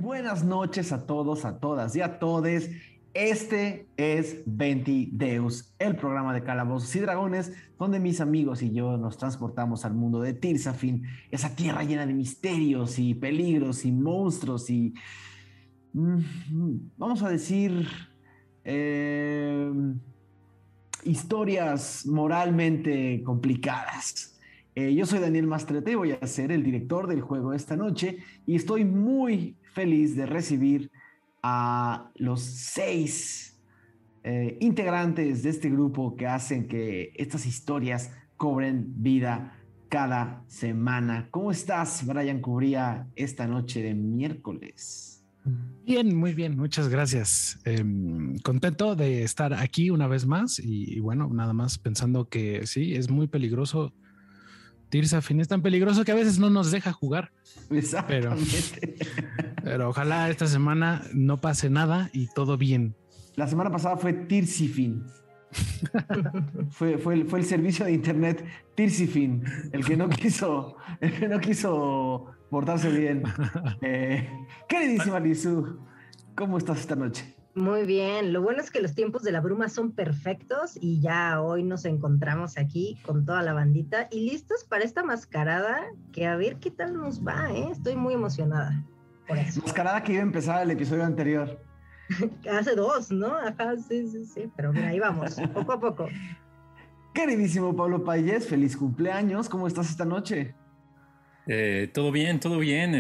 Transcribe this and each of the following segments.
buenas noches a todos, a todas y a todes. Este es Venti Deus, el programa de Calabozos y Dragones, donde mis amigos y yo nos transportamos al mundo de Tirsafin, esa tierra llena de misterios y peligros y monstruos y, vamos a decir, eh, historias moralmente complicadas. Yo soy Daniel Mastrete y voy a ser el director del juego esta noche y estoy muy feliz de recibir a los 6 integrantes de este grupo que hacen que estas historias cobren vida cada semana. ¿Cómo estás, Brian Cubría, esta noche de miércoles? Bien, muy bien, muchas gracias. Contento de estar aquí una vez más y bueno, nada más pensando que sí, es muy peligroso. Tirsafin es tan peligroso que a veces no nos deja jugar. Exactamente. Pero ojalá esta semana no pase nada y todo bien. La semana pasada fue Tirsifin. fue el servicio de internet Tirsifin, el que no quiso portarse bien. Queridísima Lizu, ¿cómo estás esta noche? Muy bien, lo bueno es que los tiempos de la bruma son perfectos y ya hoy nos encontramos aquí con toda la bandita y listos para esta mascarada que a ver qué tal nos va, ¿eh? Estoy muy emocionada por eso. Mascarada que iba a empezar el episodio anterior. Hace 2, ¿no? Ajá, sí, pero mira, ahí vamos, poco a poco. Queridísimo Pablo Payés, feliz cumpleaños, ¿cómo estás esta noche? Todo bien, todo bien,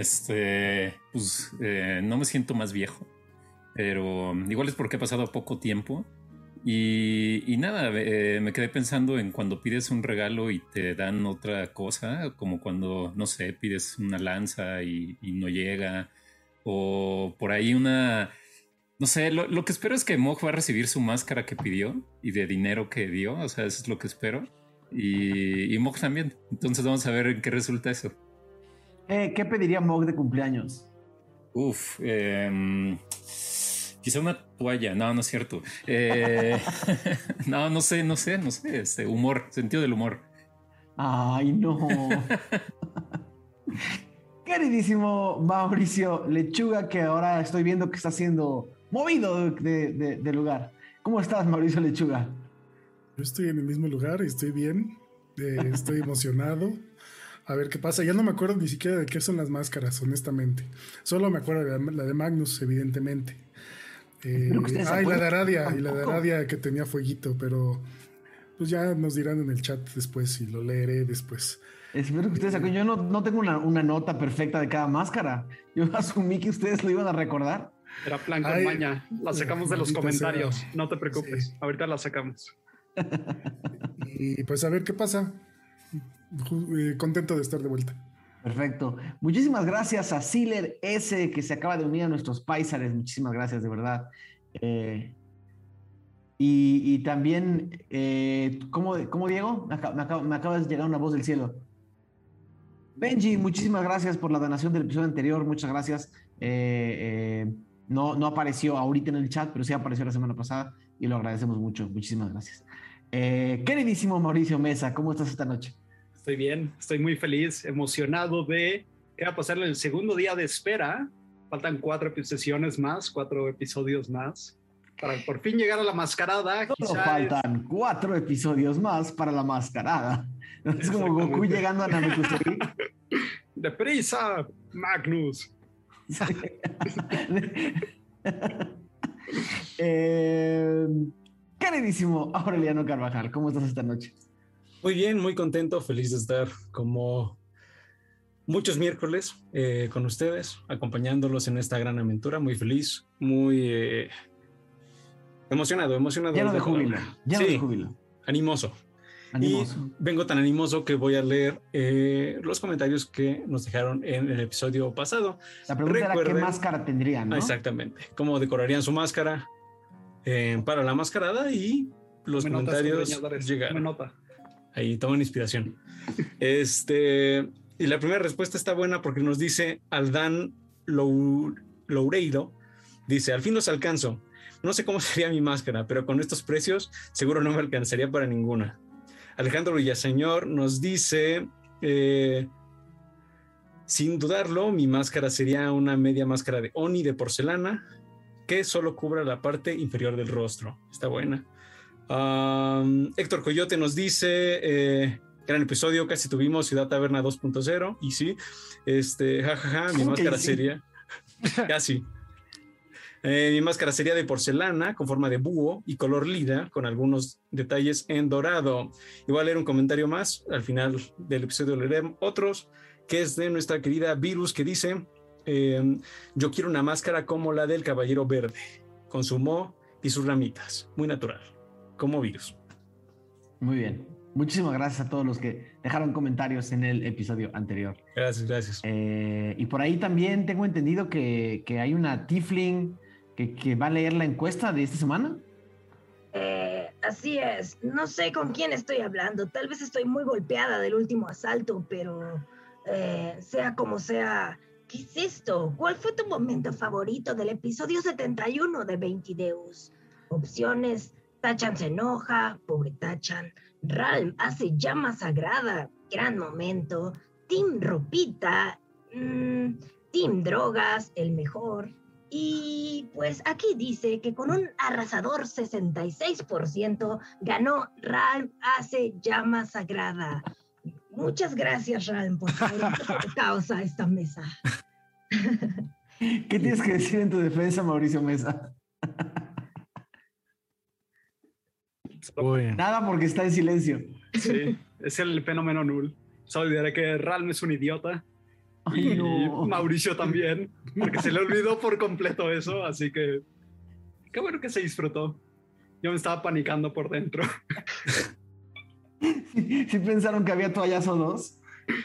no me siento más viejo. Pero igual es porque ha pasado poco tiempo y nada, me quedé pensando en cuando pides un regalo y te dan otra cosa, como cuando, no sé, pides una lanza y no llega, o por ahí una, no sé, lo que espero es que Mog va a recibir su máscara que pidió y de dinero que dio, o sea, eso es lo que espero, y Mog también, entonces vamos a ver en qué resulta eso. ¿Qué pediría Mog de cumpleaños? Quizá una toalla, no es cierto. No sé, humor, sentido del humor. Ay, no. Queridísimo Mauricio Lechuga, que ahora estoy viendo que está siendo movido de lugar. ¿Cómo estás, Mauricio Lechuga? Yo estoy en el mismo lugar, estoy bien, estoy emocionado. A ver qué pasa. Ya no me acuerdo ni siquiera de qué son las máscaras, honestamente. Solo me acuerdo de la de Magnus, evidentemente. Y la de Aradia que tenía fueguito, pero pues ya nos dirán en el chat después y lo leeré después. Espero que ustedes saquen. Yo no tengo una nota perfecta de cada máscara. Yo asumí que ustedes lo iban a recordar. Era plan con maña. La sacamos de los comentarios. Sea. No te preocupes. Sí. Ahorita la sacamos. Y pues a ver qué pasa. Contento de estar de vuelta. Perfecto. Muchísimas gracias a Siler S, que se acaba de unir a nuestros paisares. Muchísimas gracias, de verdad. Y también, ¿cómo Diego? Me acaba de llegar una voz del cielo. Benji, muchísimas gracias por la donación del episodio anterior. Muchas gracias. No apareció ahorita en el chat, pero sí apareció la semana pasada y lo agradecemos mucho. Muchísimas gracias. Queridísimo Mauricio Mesa, ¿cómo estás esta noche? Estoy bien, estoy muy feliz, emocionado de qué va a pasar en el segundo día de espera. Faltan 4 episodios más para por fin llegar a la mascarada. Solo faltan 4 episodios más para la mascarada. Es como Goku llegando a Namekusei. ¡Deprisa, Magnus! Queridísimo Aureliano Carvajal, ¿cómo estás esta noche? Muy bien, muy contento, feliz de estar como muchos miércoles con ustedes, acompañándolos en esta gran aventura. Muy feliz, muy emocionado. Lleno de júbilo. De júbilo. Animoso. Y vengo tan animoso que voy a leer los comentarios que nos dejaron en el episodio pasado. La pregunta era qué máscara tendrían, ¿no? Exactamente. Cómo decorarían su máscara para la mascarada y los comentarios llegaron. Ahí toman inspiración. Y la primera respuesta está buena porque nos dice Aldán Loureiro. Dice, al fin los alcanzo. No sé cómo sería mi máscara, pero con estos precios seguro no me alcanzaría para ninguna. Alejandro Villaseñor nos dice Sin dudarlo, mi máscara sería una media máscara de Oni de porcelana que solo cubra la parte inferior del rostro. Está buena. Héctor Coyote nos dice, gran episodio, casi tuvimos Ciudad Taberna 2.0, y sí, mi máscara sería, casi. Mi máscara sería de porcelana con forma de búho y color lila con algunos detalles en dorado. Y voy a leer un comentario más, al final del episodio leeré otros, que es de nuestra querida Virus, que dice, yo quiero una máscara como la del Caballero Verde, con su moho y sus ramitas, muy natural, como Virus. Muy bien. Muchísimas gracias a todos los que dejaron comentarios en el episodio anterior. Gracias. Y por ahí también tengo entendido que hay una Tiefling que va a leer la encuesta de esta semana. Así es. No sé con quién estoy hablando. Tal vez estoy muy golpeada del último asalto, pero sea como sea, ¿qué es esto? ¿Cuál fue tu momento favorito del episodio 71 de 20 Deus? Opciones: Tachan se enoja, pobre Tachan. Ralm hace llama sagrada, gran momento. Team Ropita, Team Drogas, el mejor. Y pues aquí dice que con un arrasador 66% ganó Ralm hace llama sagrada. Muchas gracias, Ralm, por traer un poco de caos a esta mesa. ¿Qué tienes que decir en tu defensa, Mauricio Mesa? Nada, porque está en silencio. Sí, es el fenómeno null. Solo diré que Ralm es un idiota. Ay, no. Y Mauricio también, porque se le olvidó por completo eso, así que qué bueno que se disfrutó. Yo me estaba panicando por dentro. ¿Sí pensaron que había toallazo 2?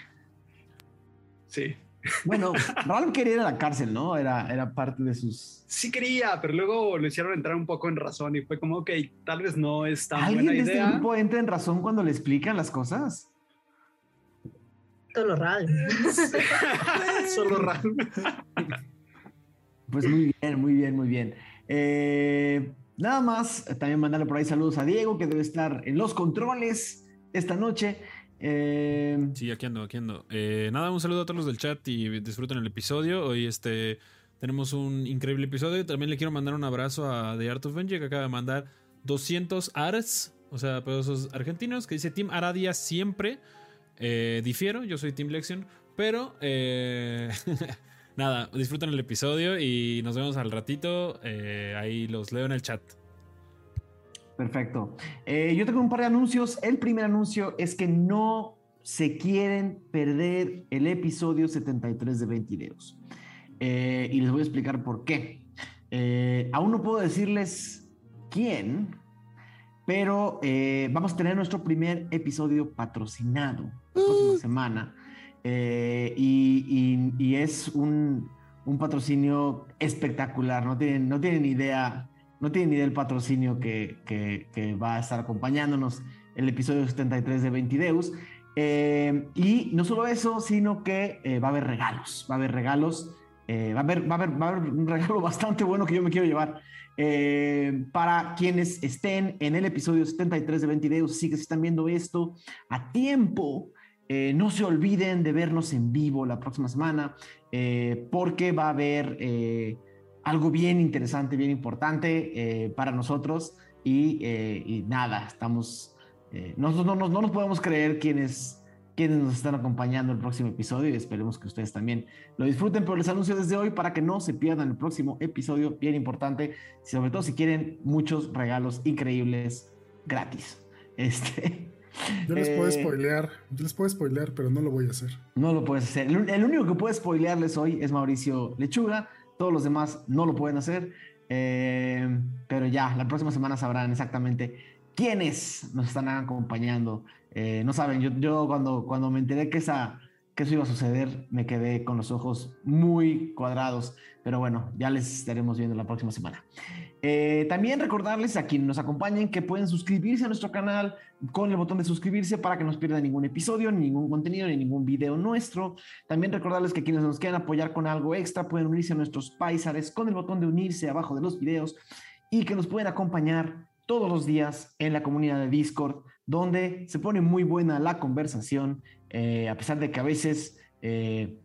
Sí. Bueno, Ralm quería ir a la cárcel, ¿no? Era parte de sus... Sí quería, pero luego lo hicieron entrar un poco en razón y fue como, ok, tal vez no es tan ¿Alguien buena de idea. este grupo entra en razón cuando le explican las cosas? Solo Ralm. Solo Ralm. Pues muy bien. Nada más, también mandarle por ahí saludos a Diego, que debe estar en los controles esta noche. Sí, aquí ando. Nada, un saludo a todos los del chat y disfruten el episodio. Hoy tenemos un increíble episodio. También le quiero mandar un abrazo a The Art of Benji, que acaba de mandar 200 ARS, o sea, pesos argentinos, que dice Team Aradia siempre. Difiero, yo soy Team Lexion, pero nada, disfruten el episodio y nos vemos al ratito. Ahí los leo en el chat. Perfecto. Yo tengo un par de anuncios. El primer anuncio es que no se quieren perder el episodio 73 de 20 Deus. Y les voy a explicar por qué. Aún no puedo decirles quién, pero vamos a tener nuestro primer episodio patrocinado la próxima semana. Y es un patrocinio espectacular. No tienen idea. No tienen ni idea del patrocinio que va a estar acompañándonos el episodio 73 de 20 Deus. Y no solo eso, sino que va a haber regalos. Va a haber un regalo bastante bueno que yo me quiero llevar. Para quienes estén en el episodio 73 de 20 Deus, así que si están viendo esto a tiempo, no se olviden de vernos en vivo la próxima semana, porque va a haber... algo bien interesante, bien importante para nosotros y nada, estamos... nosotros no nos podemos creer quiénes nos están acompañando el próximo episodio y esperemos que ustedes también lo disfruten, pero les anuncio desde hoy para que no se pierdan el próximo episodio, bien importante, sobre todo si quieren muchos regalos increíbles gratis. Yo les puedo spoilear, pero no lo voy a hacer. No lo puedes hacer. El único que puede spoilearles hoy es Mauricio Lechuga. Todos los demás no lo pueden hacer, pero ya, la próxima semana sabrán exactamente quiénes nos están acompañando. No saben, yo cuando me enteré que eso iba a suceder, me quedé con los ojos muy cuadrados, pero bueno, ya les estaremos viendo la próxima semana. También recordarles a quienes nos acompañen que pueden suscribirse a nuestro canal con el botón de suscribirse para que no se pierdan ningún episodio, ni ningún contenido, ni ningún video nuestro. También recordarles que quienes nos quieran apoyar con algo extra pueden unirse a nuestros paisares con el botón de unirse abajo de los videos y que nos pueden acompañar todos los días en la comunidad de Discord, donde se pone muy buena la conversación, a pesar de que a veces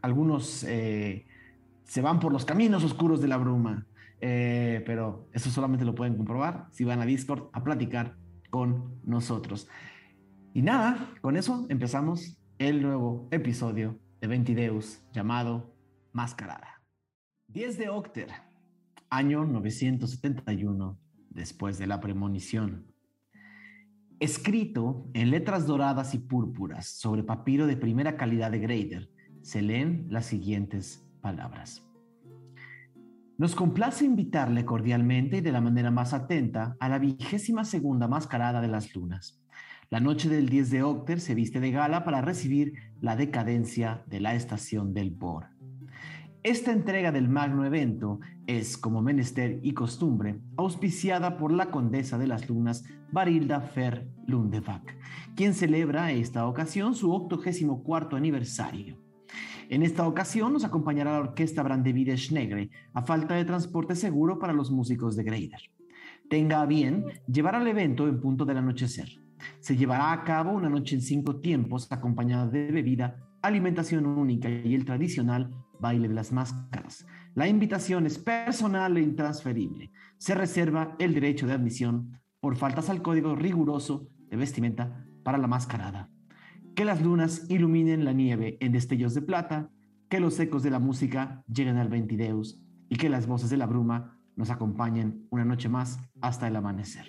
algunos se van por los caminos oscuros de la bruma, pero eso solamente lo pueden comprobar si van a Discord a platicar con nosotros. Y nada, con eso empezamos el nuevo episodio de Ventideus llamado Mascarada. 10 de Octer, año 971, después de la premonición. Escrito en letras doradas y púrpuras sobre papiro de primera calidad de Greider, se leen las siguientes palabras. Nos complace invitarle cordialmente y de la manera más atenta a la 22ª mascarada de las lunas. La noche del 10 de Octer se viste de gala para recibir la decadencia de la estación del Bor. Esta entrega del magno evento es, como menester y costumbre, auspiciada por la condesa de las lunas, Barilda Fer Lundevak, quien celebra esta ocasión su 84º aniversario. En esta ocasión nos acompañará la orquesta Brandevide Schnegre, a falta de transporte seguro para los músicos de Greider. Tenga a bien llevar al evento en punto del anochecer. Se llevará a cabo una noche en 5 tiempos, acompañada de bebida, alimentación única y el tradicional baile de las máscaras. La invitación es personal e intransferible. Se reserva el derecho de admisión por faltas al código riguroso de vestimenta para la mascarada. Que las lunas iluminen la nieve en destellos de plata, que los ecos de la música lleguen al Ventideus y que las voces de la bruma nos acompañen una noche más hasta el amanecer.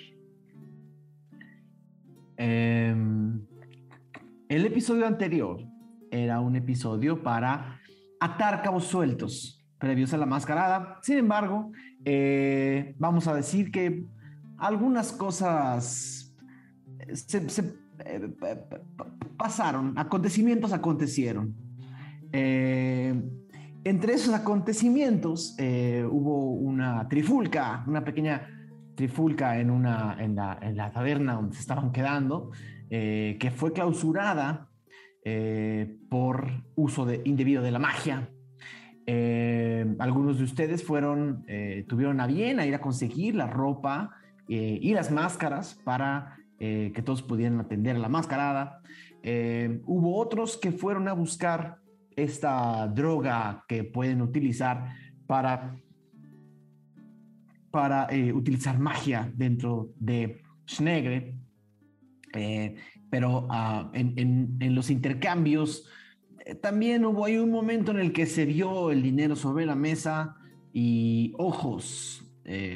El episodio anterior era un episodio para atar cabos sueltos previos a la mascarada. Sin embargo, vamos a decir que algunas cosas pasaron, acontecimientos acontecieron. Entre esos acontecimientos hubo una trifulca, una pequeña trifulca en la taberna donde se estaban quedando, que fue clausurada por uso indebido de la magia. Algunos de ustedes tuvieron a bien a ir a conseguir la ropa y las máscaras para que todos pudieran atender a la mascarada. Hubo otros que fueron a buscar esta droga que pueden utilizar para utilizar magia dentro de Schnegre, pero en los intercambios también hubo ahí un momento en el que se vio el dinero sobre la mesa y ojos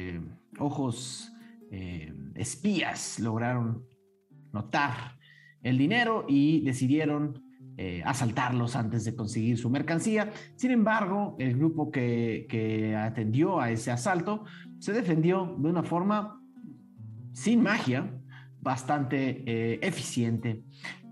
espías lograron notar el dinero y decidieron asaltarlos antes de conseguir su mercancía. Sin embargo, el grupo que atendió a ese asalto se defendió de una forma sin magia, bastante eficiente.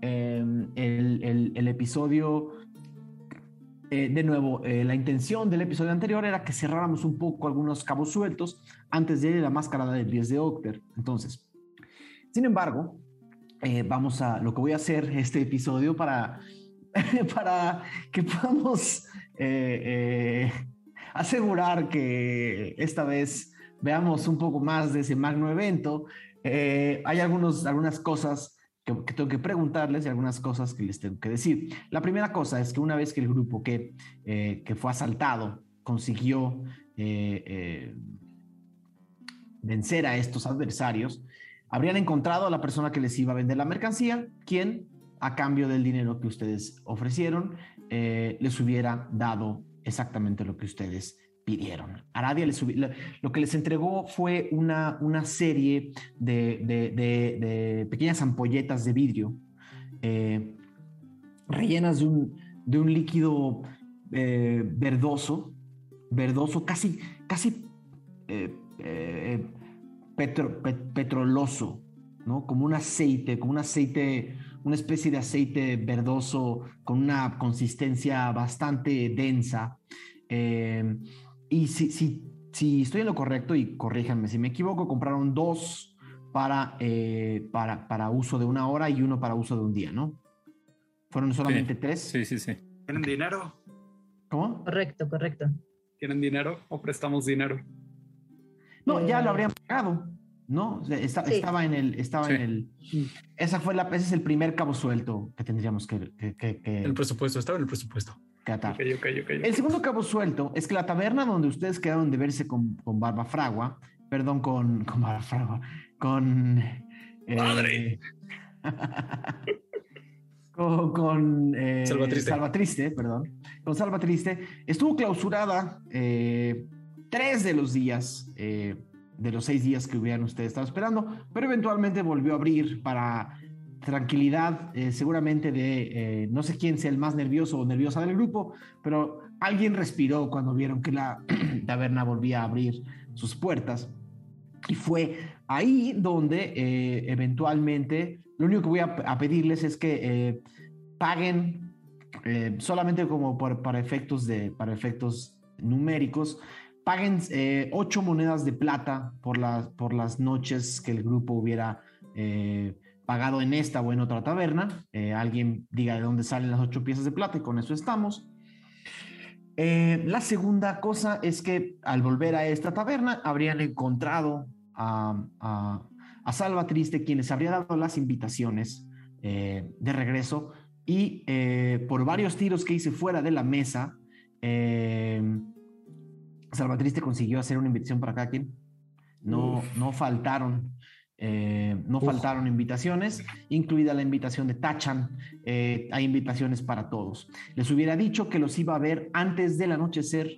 El episodio, de nuevo, la intención del episodio anterior era que cerráramos un poco algunos cabos sueltos antes de la mascarada del 10 de Octer. Entonces, sin embargo, lo que voy a hacer este episodio para que podamos asegurar que esta vez veamos un poco más de ese magno evento. Hay algunas cosas que tengo que preguntarles y algunas cosas que les tengo que decir. La primera cosa es que una vez que el grupo que fue asaltado consiguió vencer a estos adversarios, habrían encontrado a la persona que les iba a vender la mercancía, quien, a cambio del dinero que ustedes ofrecieron, les hubiera dado exactamente lo que ustedes pidieron. Aradia lo que les entregó fue una serie de pequeñas ampolletas de vidrio rellenas de un líquido verdoso, casi petroloso, ¿no? Como un aceite, una especie de aceite verdoso con una consistencia bastante densa. Y si estoy en lo correcto, y corríjanme si me equivoco, compraron 2 para uso de 1 hora y 1 para uso de 1 día, ¿no? ¿Fueron solamente 3? Sí. ¿Tienen dinero? ¿Cómo? Correcto. ¿Tienen dinero o prestamos dinero? No, ya lo habrían pagado, ¿no? Estaba en el... Ese es el primer cabo suelto que tendríamos que el presupuesto, estaba en el presupuesto. atar. Okay. El segundo cabo suelto es que la taberna donde ustedes quedaron de verse con Barbafragua, perdón, con Barbafragua, con... ¡Madre! con Salvatriste. Con Salvatriste, estuvo clausurada 3 de los días, de los 6 días que hubieran ustedes estado esperando, pero eventualmente volvió a abrir para tranquilidad, seguramente de no sé quién sea el más nervioso o nerviosa del grupo, pero alguien respiró cuando vieron que la taberna volvía a abrir sus puertas. Y fue ahí donde eventualmente lo único que voy a pedirles es que paguen solamente como para efectos numéricos, paguen 8 monedas de plata por las noches que el grupo hubiera pagado en esta o en otra taberna. Alguien diga de dónde salen las 8 piezas de plata y con eso estamos. La segunda cosa es que al volver a esta taberna habrían encontrado a Salvatriste, quien les habría dado las invitaciones de regreso, y por varios tiros que hice fuera de la mesa, Salvatriste consiguió hacer una invitación para cada quien. No faltaron. No faltaron invitaciones, incluida la invitación de Tachan. Hay invitaciones para todos. Les hubiera dicho que los iba a ver antes del anochecer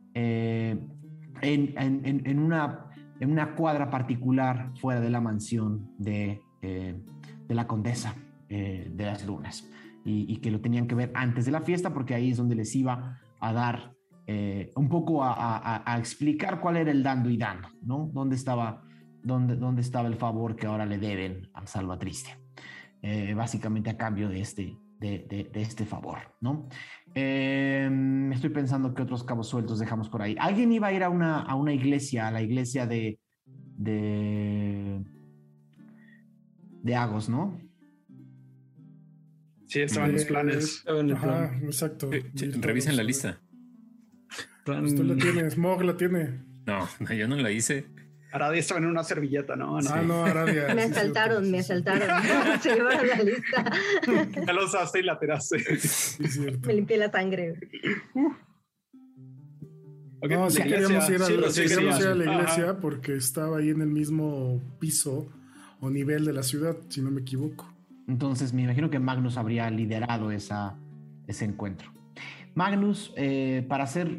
en una cuadra particular fuera de la mansión de la condesa de las lunas, y que lo tenían que ver antes de la fiesta, porque ahí es donde les iba a dar un poco a explicar cuál era el dando y dando, ¿no? ¿Dónde estaba el favor que ahora le deben a Salvatriste? Básicamente a cambio de este favor, ¿no? Estoy pensando qué otros cabos sueltos dejamos por ahí. Alguien iba a ir a una iglesia, a la iglesia de Agos, ¿no? Sí, estaban los planes. Ajá, exacto. Revisen la lista. Pues tú la tienes, Mog la tiene. No, yo no la hice. Aradia estaba en una servilleta, ¿no? No, Aradia. Me asaltaron. Se llevaron la lista. Ya lo usaste y la tiraste. Sí, cierto. Me limpié la sangre. Okay, no, sí queríamos ir a la iglesia. Ajá. Porque estaba ahí en el mismo piso o nivel de la ciudad, si no me equivoco. Entonces me imagino que Magnus habría liderado ese encuentro. Magnus, para hacer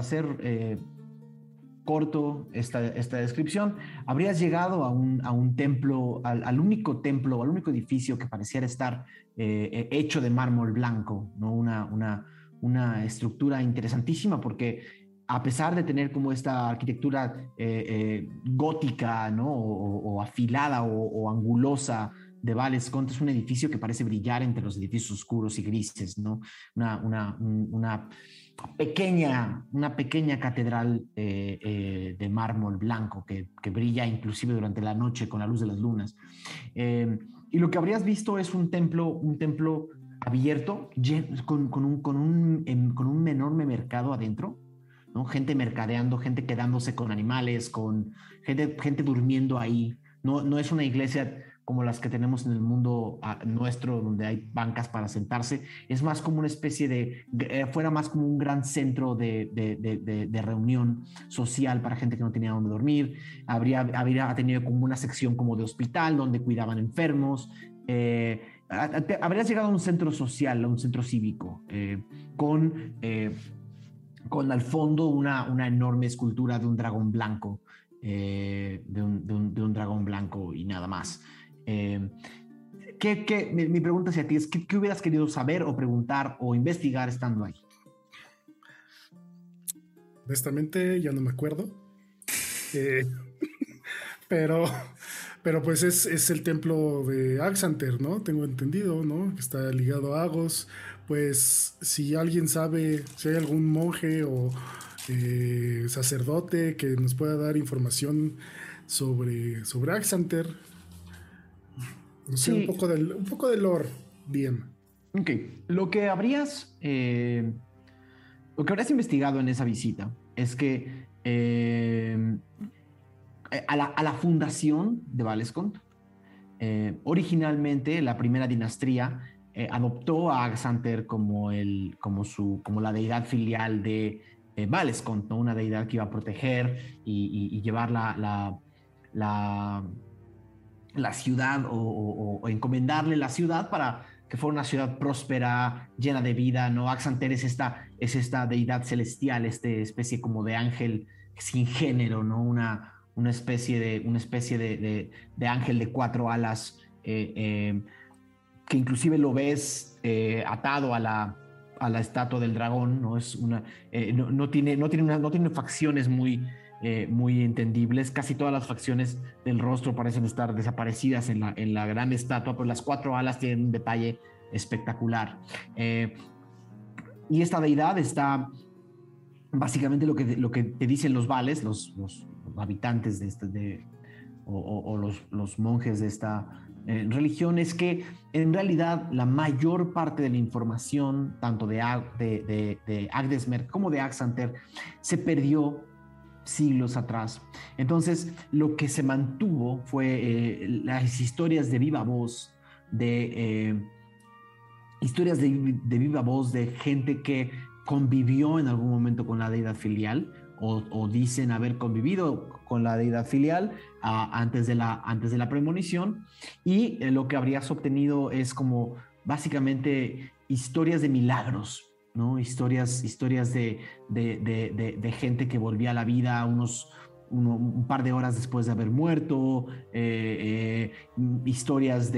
corto esta descripción, habrías llegado a un templo, al único templo, al único edificio que pareciera estar hecho de mármol blanco, ¿no? Una estructura interesantísima, porque a pesar de tener como esta arquitectura gótica, ¿no? o afilada o angulosa de Valescont, es un edificio que parece brillar entre los edificios oscuros y grises, ¿no? Una pequeña catedral de mármol blanco que brilla inclusive durante la noche con la luz de las lunas. Y lo que habrías visto es un templo abierto con un enorme mercado adentro, ¿no? Gente mercadeando, gente quedándose con animales, con gente durmiendo ahí. No es una iglesia como las que tenemos en el mundo nuestro, donde hay bancas para sentarse. Es más como una especie fuera más como un gran centro de reunión social para gente que no tenía dónde dormir. Habría tenido como una sección como de hospital donde cuidaban enfermos. Habrías llegado a un centro social, a un centro cívico, con al fondo una enorme escultura de un dragón blanco, de un dragón blanco y nada más. Mi pregunta hacia ti es, ¿qué hubieras querido saber o preguntar o investigar estando ahí? Honestamente, ya no me acuerdo. Pero pues es el templo de Axanter, ¿no? Tengo entendido, ¿no? Que está ligado a Agos. Pues si alguien sabe, si hay algún monje o sacerdote que nos pueda dar información sobre Axanter. No sé, sí. un poco de lore, bien. Ok, lo que habrías investigado en esa visita es que a la fundación de Valescont, originalmente la primera dinastía adoptó a Axanter como la deidad filial de Valescont, ¿no? Una deidad que iba a proteger y llevar la ciudad o encomendarle la ciudad para que fuera una ciudad próspera, llena de vida, ¿no? Axanter es esta deidad celestial, especie como de ángel sin género, ¿no? Una especie de ángel de 4 alas, que inclusive lo ves atado a la estatua del dragón, ¿no? No tiene facciones muy entendibles. Casi todas las facciones del rostro parecen estar desaparecidas en la gran estatua, pero las 4 alas tienen un detalle espectacular. Y esta deidad está básicamente lo que te dicen los vales, los habitantes los monjes de esta religión, es que en realidad la mayor parte de la información, tanto de Agdesmerch como de Axanter, se perdió siglos atrás. Entonces, lo que se mantuvo fue las historias de viva voz, de viva voz de gente que convivió en algún momento con la deidad filial, o dicen haber convivido con la deidad filial antes de la premonición, y lo que habrías obtenido es como básicamente historias de milagros, ¿no? Historias de gente que volvía a la vida un par de horas después de haber muerto, historias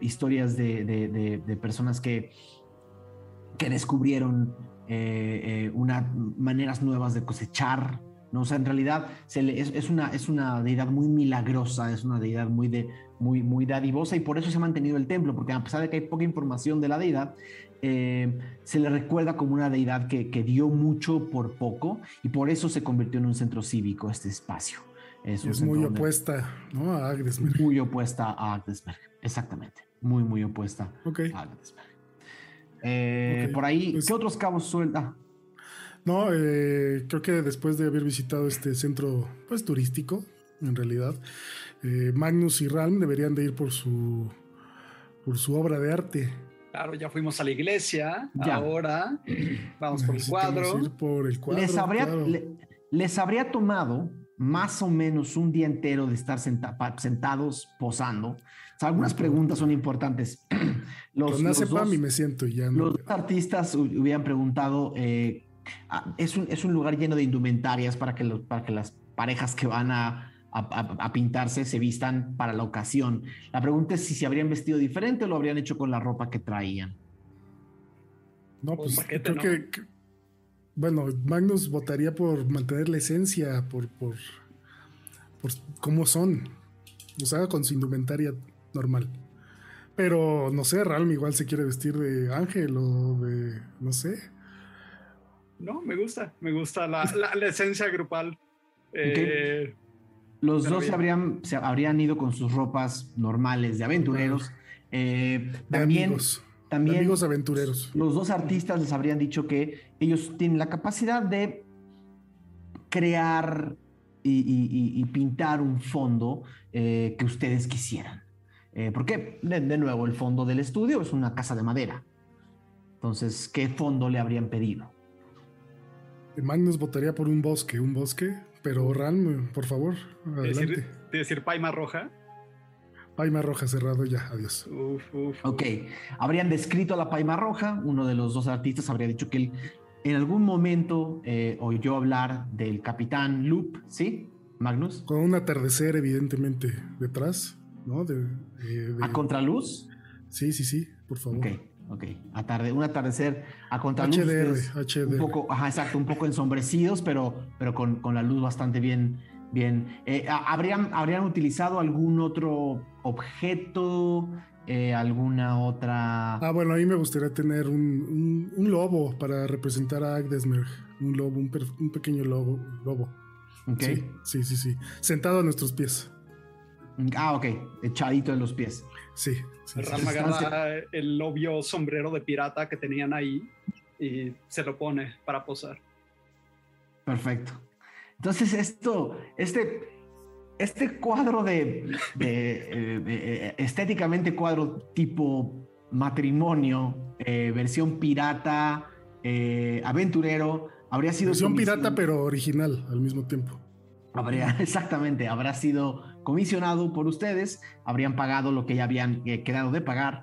de personas que descubrieron maneras nuevas de cosechar, ¿no? O sea, en realidad es una deidad muy milagrosa, es una deidad muy dadivosa, y por eso se ha mantenido el templo, porque a pesar de que hay poca información de la deidad, se le recuerda como una deidad que dio mucho por poco, y por eso se convirtió en un centro cívico este espacio. Es muy opuesta, ¿no? A Agdesmerch. Muy opuesta a Agdesmerch, exactamente. Muy opuesta a Agdesmerch. Por ahí, pues, ¿qué otros cabos suelta? No, creo que después de haber visitado este centro, pues, turístico, en realidad, Magnus y Ralm deberían de ir por su obra de arte. Claro, ya fuimos a la iglesia, ahora vamos por el cuadro. Ir por el cuadro. Les habría tomado más o menos un día entero de estar sentados posando. O sea, algunas preguntas son importantes. Los me siento y ya no. Los dos artistas hubieran preguntado, es un lugar lleno de indumentarias para que las parejas que van a pintarse se vistan para la ocasión. La pregunta es si se habrían vestido diferente o lo habrían hecho con la ropa que traían. No, pues creo que bueno, Magnus votaría por mantener la esencia, por cómo son, o sea, con su indumentaria normal. Pero no sé, Ralm igual se quiere vestir de ángel o de, no sé. No, me gusta la esencia grupal. Okay. Los dos se habrían ido con sus ropas normales de aventureros. También amigos aventureros. Los dos artistas les habrían dicho que ellos tienen la capacidad de crear y pintar un fondo que ustedes quisieran. Porque, de nuevo, el fondo del estudio es una casa de madera. Entonces, ¿qué fondo le habrían pedido? Magnus votaría por un bosque, pero Ralm, por favor, adelante. ¿Decir paima roja? Paima roja, cerrado ya, adiós. Ok, habrían descrito la paima roja. Uno de los dos artistas habría dicho que él en algún momento oyó hablar del capitán Loop, ¿sí, Magnus? Con un atardecer, evidentemente, detrás, ¿no? ¿A contraluz? Sí, por favor. Ok. Un atardecer a contraluz. HDR. Un poco, exacto, un poco ensombrecidos, pero con la luz bastante bien. ¿Habrían utilizado algún otro objeto? ¿Alguna otra? Bueno, a mí me gustaría tener un lobo para representar a Agdesmerch. Un lobo, un pequeño lobo. Ok. Sí. Sentado a nuestros pies. Ok. Echadito en los pies. Sí. Ralm agarra el obvio sombrero de pirata que tenían ahí y se lo pone para posar. Perfecto. Entonces este cuadro estéticamente cuadro tipo matrimonio, versión pirata, aventurero, habría sido... Versión pirata, pero original al mismo tiempo. Exactamente, habrá sido comisionado por ustedes, habrían pagado lo que ya habían quedado de pagar.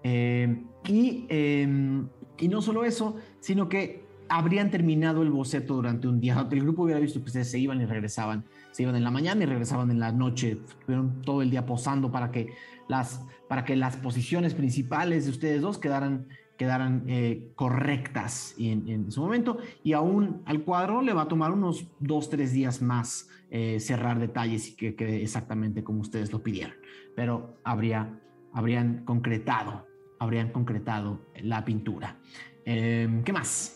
Y no solo eso, sino que habrían terminado el boceto durante un día. El grupo hubiera visto que ustedes se iban y regresaban. Se iban en la mañana y regresaban en la noche. Estuvieron todo el día posando para que las posiciones principales de ustedes dos quedaran correctas en su momento. Y aún al cuadro le va a tomar unos 2-3 días más cerrar detalles y que quede exactamente como ustedes lo pidieron. Pero habrían concretado la pintura. ¿Qué más?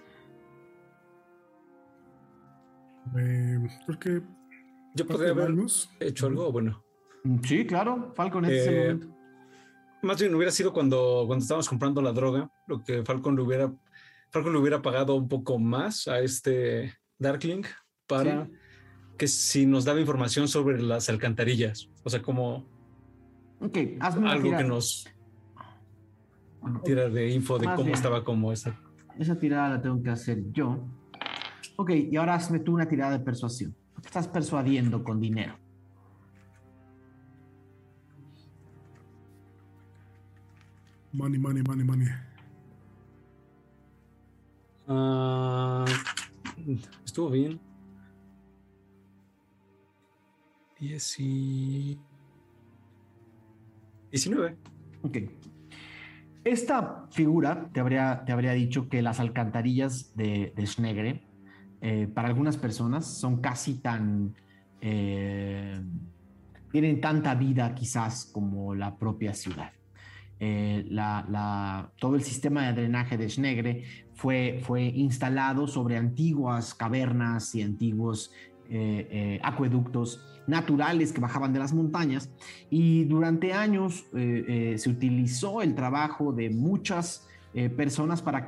Creo que yo podría haber hecho algo, bueno. Sí, claro, Falcon, este es el momento. Más bien hubiera sido cuando estábamos comprando la droga, lo que Falcon le hubiera pagado un poco más a este Darkling para que si nos daba información sobre las alcantarillas, o sea, como hazme algo que nos tira de info de cómo estaba como esa. Esa tirada la tengo que hacer yo. Ok, y ahora hazme tú una tirada de persuasión. ¿Qué estás persuadiendo con dinero? Money. Estuvo bien. 19. Ok. Esta figura te habría dicho que las alcantarillas de Snegre, para algunas personas, son casi tan... tienen tanta vida quizás como la propia ciudad. Todo el sistema de drenaje de Snegre fue instalado sobre antiguas cavernas y antiguos acueductos naturales que bajaban de las montañas, y durante años se utilizó el trabajo de muchas personas para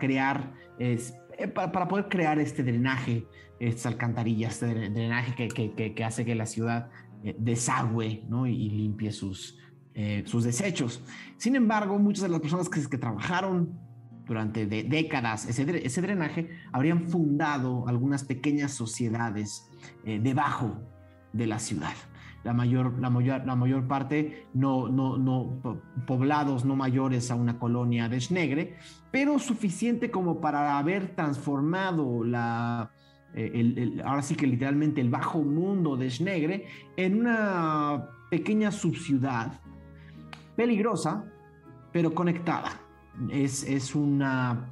poder crear este drenaje, estas alcantarillas, este drenaje que hace que la ciudad desagüe, ¿no? y limpie sus desechos. Sin embargo, muchas de las personas que trabajaron durante décadas ese drenaje habrían fundado algunas pequeñas sociedades debajo de la ciudad. La mayor parte poblados no mayores a una colonia de Snegre, pero suficiente como para haber transformado ahora sí que literalmente el bajo mundo de Snegre en una pequeña subciudad peligrosa, pero conectada. Es una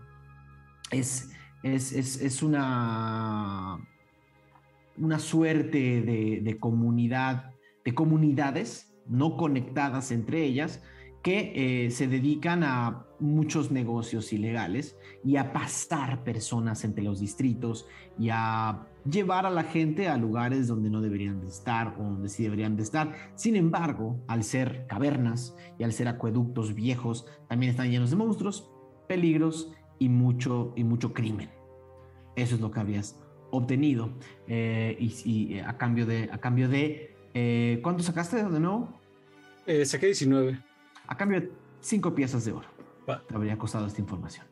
suerte de comunidad, de comunidades no conectadas entre ellas, que se dedican a muchos negocios ilegales y a pasar personas entre los distritos y a llevar a la gente a lugares donde no deberían de estar o donde sí deberían de estar. Sin embargo, al ser cavernas y al ser acueductos viejos, también están llenos de monstruos, peligros y mucho crimen. Eso es lo que habías obtenido. Y a cambio de ¿cuánto sacaste de nuevo? Saqué 19. A cambio de 5 piezas de oro. Te habría costado esta información.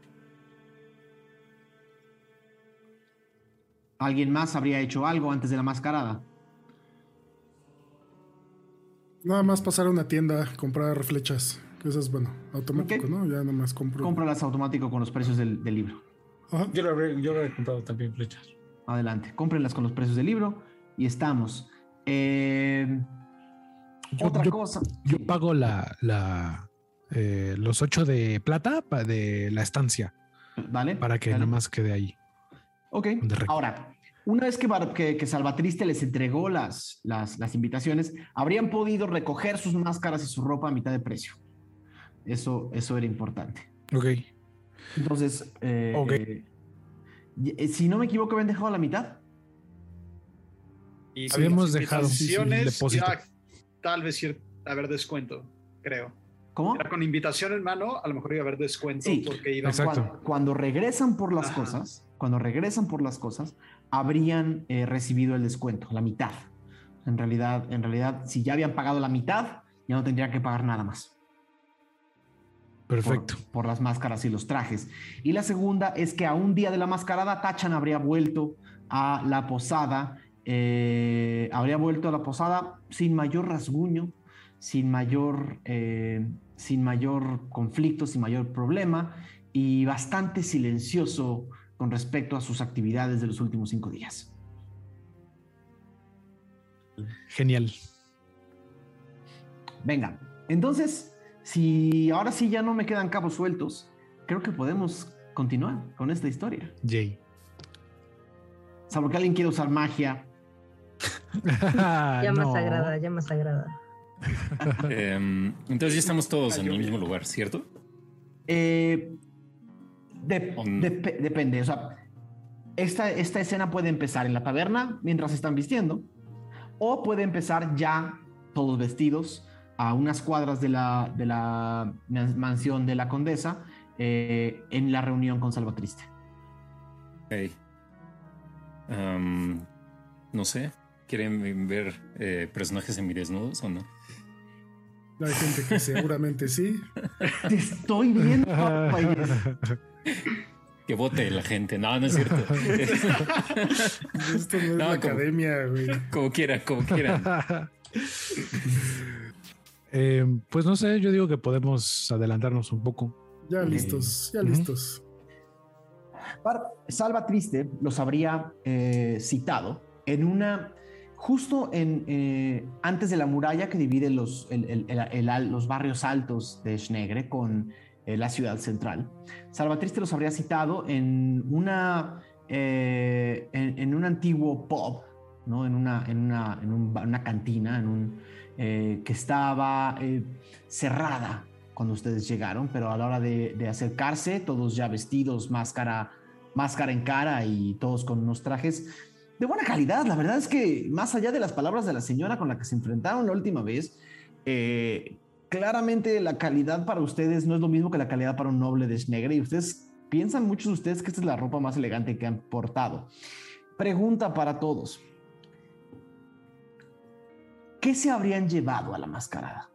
¿Alguien más habría hecho algo antes de la mascarada? Nada más pasar a una tienda, comprar flechas. Eso es, bueno, automático, ¿no? Ya nada más compro. Cómpralas automático con los precios del libro. Ajá. Yo lo habría comprado también flechas. Adelante, cómprenlas con los precios del libro y estamos. Otra cosa. Yo pago los 8 de plata de la estancia. Vale. Para que nada más quede ahí. Ok. Ahora, una vez que Salvatriste les entregó las invitaciones, habrían podido recoger sus máscaras y su ropa a mitad de precio. Eso era importante. Ok. Entonces, si no me equivoco, ¿habían dejado la mitad? Y habíamos dejado invitaciones, depósito. Tal vez haber descuento, creo. ¿Cómo? Era con invitación en mano, a lo mejor iba a haber descuento, sí, porque iban cuando regresan por las cosas, habrían recibido el descuento, la mitad. En realidad, si ya habían pagado la mitad, ya no tendrían que pagar nada más. Perfecto. Por las máscaras y los trajes. Y la segunda es que a un día de la mascarada, Tachan habría vuelto a la posada. Habría vuelto a la posada sin mayor rasguño, sin mayor conflicto, sin mayor problema y bastante silencioso con respecto a sus actividades de los últimos 5 días. Genial. Venga, entonces, si ahora sí ya no me quedan cabos sueltos, creo que podemos continuar con esta historia. Jay. Salvo que alguien quiera usar magia. Llama sagrada, llama sagrada. Entonces ya estamos todos en el mismo lugar, ¿cierto? Depende. O sea, esta escena puede empezar en la taberna mientras están vistiendo, o puede empezar ya todos vestidos a unas cuadras de la mansión de la condesa en la reunión con Salvatriste. Ok. No sé. ¿Quieren ver personajes semidesnudos o no? Hay gente que seguramente sí. Te estoy viendo, Payés. Que vote la gente. No, no es cierto. Esto no es la academia, güey. Como quieran. Pues no sé, yo digo que podemos adelantarnos un poco. Ya listos. Salvatriste los habría citado en una... Justo antes de la muralla que divide los barrios altos de Schnegre con la ciudad central. Salvatriste los habría citado en un antiguo pub, ¿no? en una cantina que estaba cerrada cuando ustedes llegaron, pero a la hora de acercarse, todos ya vestidos, máscara en cara y todos con unos trajes de buena calidad. La verdad es que más allá de las palabras de la señora con la que se enfrentaron la última vez, claramente la calidad para ustedes no es lo mismo que la calidad para un noble de Schnegre, y ustedes piensan, muchos de ustedes, que esta es la ropa más elegante que han portado. Pregunta para todos: ¿qué se habrían llevado a la mascarada?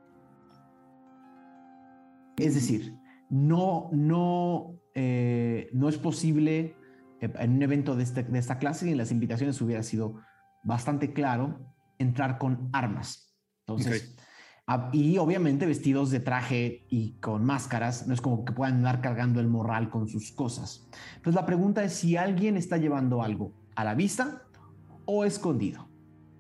Es decir, no es posible en un evento de esta clase, y en las invitaciones hubiera sido bastante claro, entrar con armas. Entonces, y obviamente vestidos de traje y con máscaras, no es como que puedan andar cargando el morral con sus cosas. Entonces la pregunta es si alguien está llevando algo a la vista o escondido.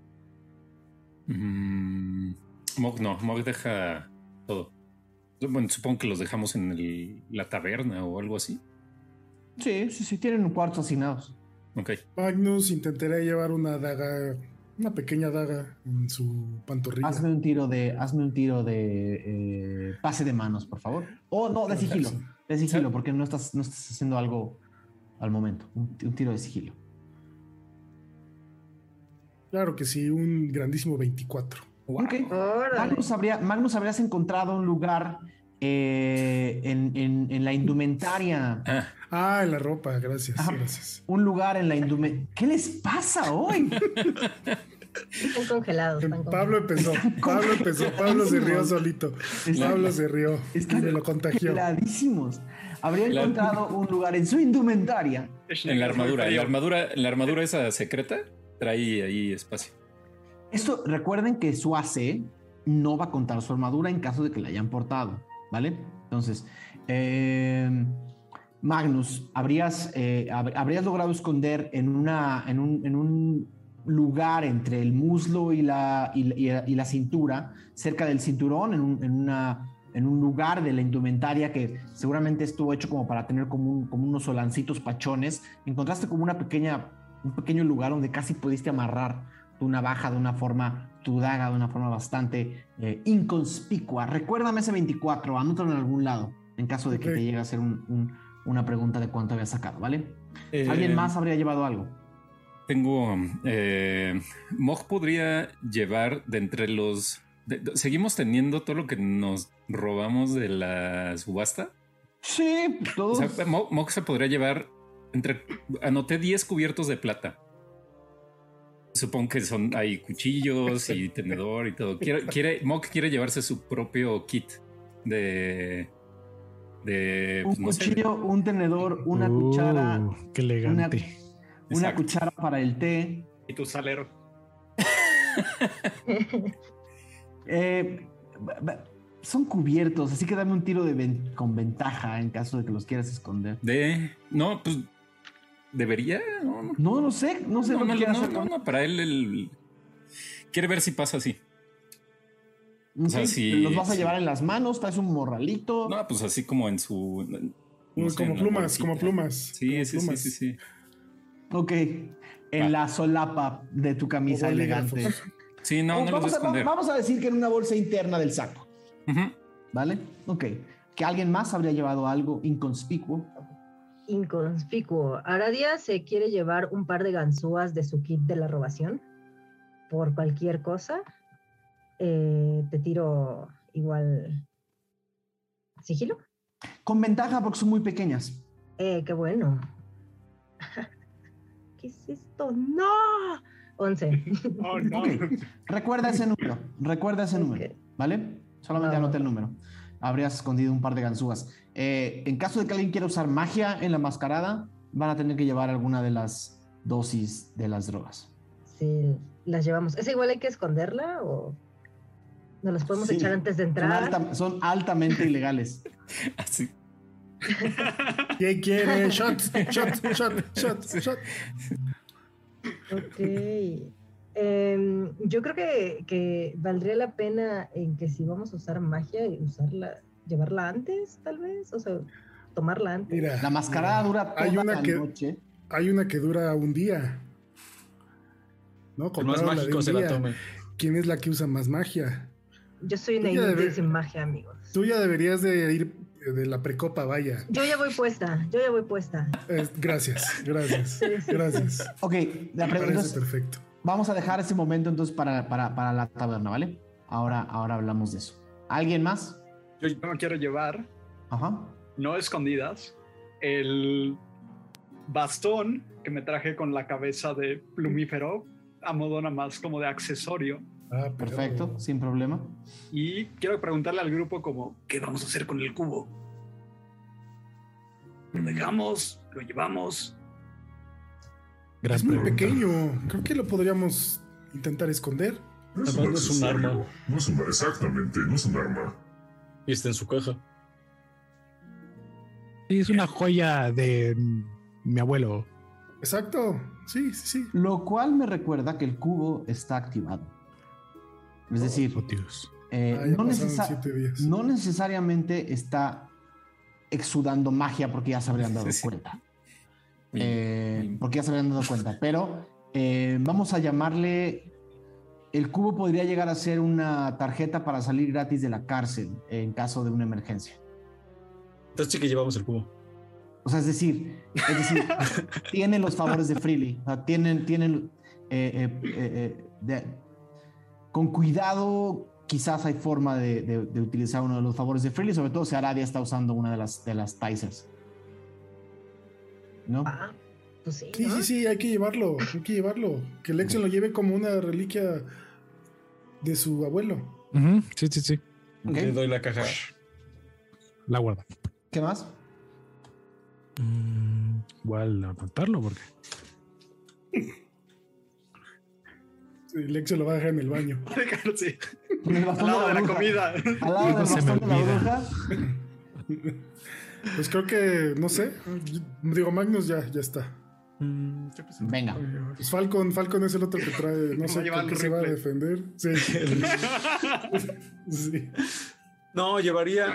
Mog deja todo. Bueno, supongo que los dejamos en la taberna o algo así. Sí, tienen cuartos asignados. Ok. Magnus intentaría llevar una pequeña daga en su pantorrilla. Hazme un tiro de pase de manos, por favor. No, de sigilo. De sigilo, porque no estás haciendo algo al momento. Un tiro de sigilo. Claro que sí, un grandísimo 24. Wow. Okay. Magnus, habrías encontrado un lugar en la indumentaria. En la ropa, gracias. Un lugar en la indumentaria. ¿Qué les pasa hoy? Están congelados. Pablo empezó, Pablo se rió solito. Pablo se rió y me lo contagió. Congeladísimos. Habría encontrado un lugar en su indumentaria. En la armadura esa secreta trae ahí espacio. Esto, recuerden que su AC no va a contar su armadura en caso de que la hayan portado, ¿vale? Entonces, Magnus, habrías logrado esconder en un lugar entre el muslo y la cintura, cerca del cinturón, en un lugar de la indumentaria que seguramente estuvo hecho como para tener como unos solancitos pachones. Encontraste como un pequeño lugar donde casi pudiste amarrar tu navaja tu daga de una forma bastante inconspicua. Recuérdame ese 24, anótalo en algún lado, en caso de que te llegue a hacer una pregunta de cuánto había sacado, ¿vale? ¿Alguien más habría llevado algo? Tengo... Mog podría llevar de entre los... ¿Seguimos teniendo todo lo que nos robamos de la subasta? Sí, todos. O sea, Mog se podría llevar anoté 10 cubiertos de plata. Supongo que hay cuchillos y tenedor y todo. Mog quiere llevarse su propio kit de Un cuchillo, un tenedor, una cuchara. Qué elegante. Una cuchara para el té. Y tu salero. Son cubiertos, así que dame un tiro con ventaja en caso de que los quieras esconder. No, pues debería. No sé lo que quieras hacer. No, para él quiere ver si pasa así. O sea, los vas a llevar en las manos, traes un morralito. No, pues así como en su. Como plumas. Sí. Ok. En la solapa de tu camisa elegante. Sí, no los voy a esconder. Vamos a decir que en una bolsa interna del saco. Uh-huh. ¿Vale? Ok. ¿Que alguien más habría llevado algo inconspicuo? Inconspicuo. Aradia se quiere llevar un par de ganzúas de su kit de la robación. Por cualquier cosa. Te tiro igual sigilo. Con ventaja porque son muy pequeñas. Qué bueno. ¿Qué es esto? ¡No! 11. Oh, no. Okay. Recuerda ese número, Okay. ¿vale? Solamente anota el número. Habrías escondido un par de ganzúas. En caso de que alguien quiera usar magia en la mascarada, van a tener que llevar alguna de las dosis de las drogas. Sí, las llevamos. ¿Es igual hay que esconderla o nos las podemos echar antes de entrar? Son altamente ilegales. Así. ¿Quién quiere? Shot. Ok. Yo creo que valdría la pena en que si vamos a usar magia, llevarla antes, tal vez. O sea, tomarla antes. Mira, la mascarada dura toda la noche. Hay una que dura un día. ¿No? El más mágico se la tome. ¿Quién es la que usa más magia? Yo soy una inútil sin magia, amigos. Tú ya deberías de ir de la precopa, vaya. Yo ya voy puesta. Gracias. Sí. Ok, la pregunta es perfecto. Vamos a dejar ese momento entonces para la taberna, ¿vale? Ahora hablamos de eso. ¿Alguien más? Yo me quiero llevar, no escondidas, el bastón que me traje con la cabeza de plumífero a modo nada más como de accesorio. Perfecto, sin problema. Y quiero preguntarle al grupo como, ¿qué vamos a hacer con el cubo? ¿Lo dejamos? ¿Lo llevamos? Es muy pequeño. Creo que lo podríamos intentar esconder. No es un arma. Exactamente, no es un arma. Y está en su caja. Sí, es una joya de mi abuelo. Exacto. Sí. Lo cual me recuerda que el cubo está activado. Es decir, no necesariamente está exudando magia porque ya se habrían dado cuenta. Porque ya se habrían dado cuenta. Pero vamos a llamarle... El cubo podría llegar a ser una tarjeta para salir gratis de la cárcel en caso de una emergencia. Entonces sí que llevamos el cubo. O sea, es decir, tienen los favores de Freely. O sea, con cuidado, quizás hay forma de utilizar uno de los favores de Freely, sobre todo si Aradia está usando una de las Tizers. ¿No? Pues sí, ¿no? Sí, hay que llevarlo. Que Lexion lo lleve como una reliquia de su abuelo. Sí. Okay. Le doy la caja. La guarda. ¿Qué más? Igual anotarlo porque... Sí, Lexion lo va a dejar en el baño. Sí. Al lado de la comida. Al lado del bastón de la bruja. Pues creo que, no sé. Digo, Magnus ya está. Venga. Pues Falcon es el otro que trae. No sé con qué se va a defender. Sí. Sí. No, llevaría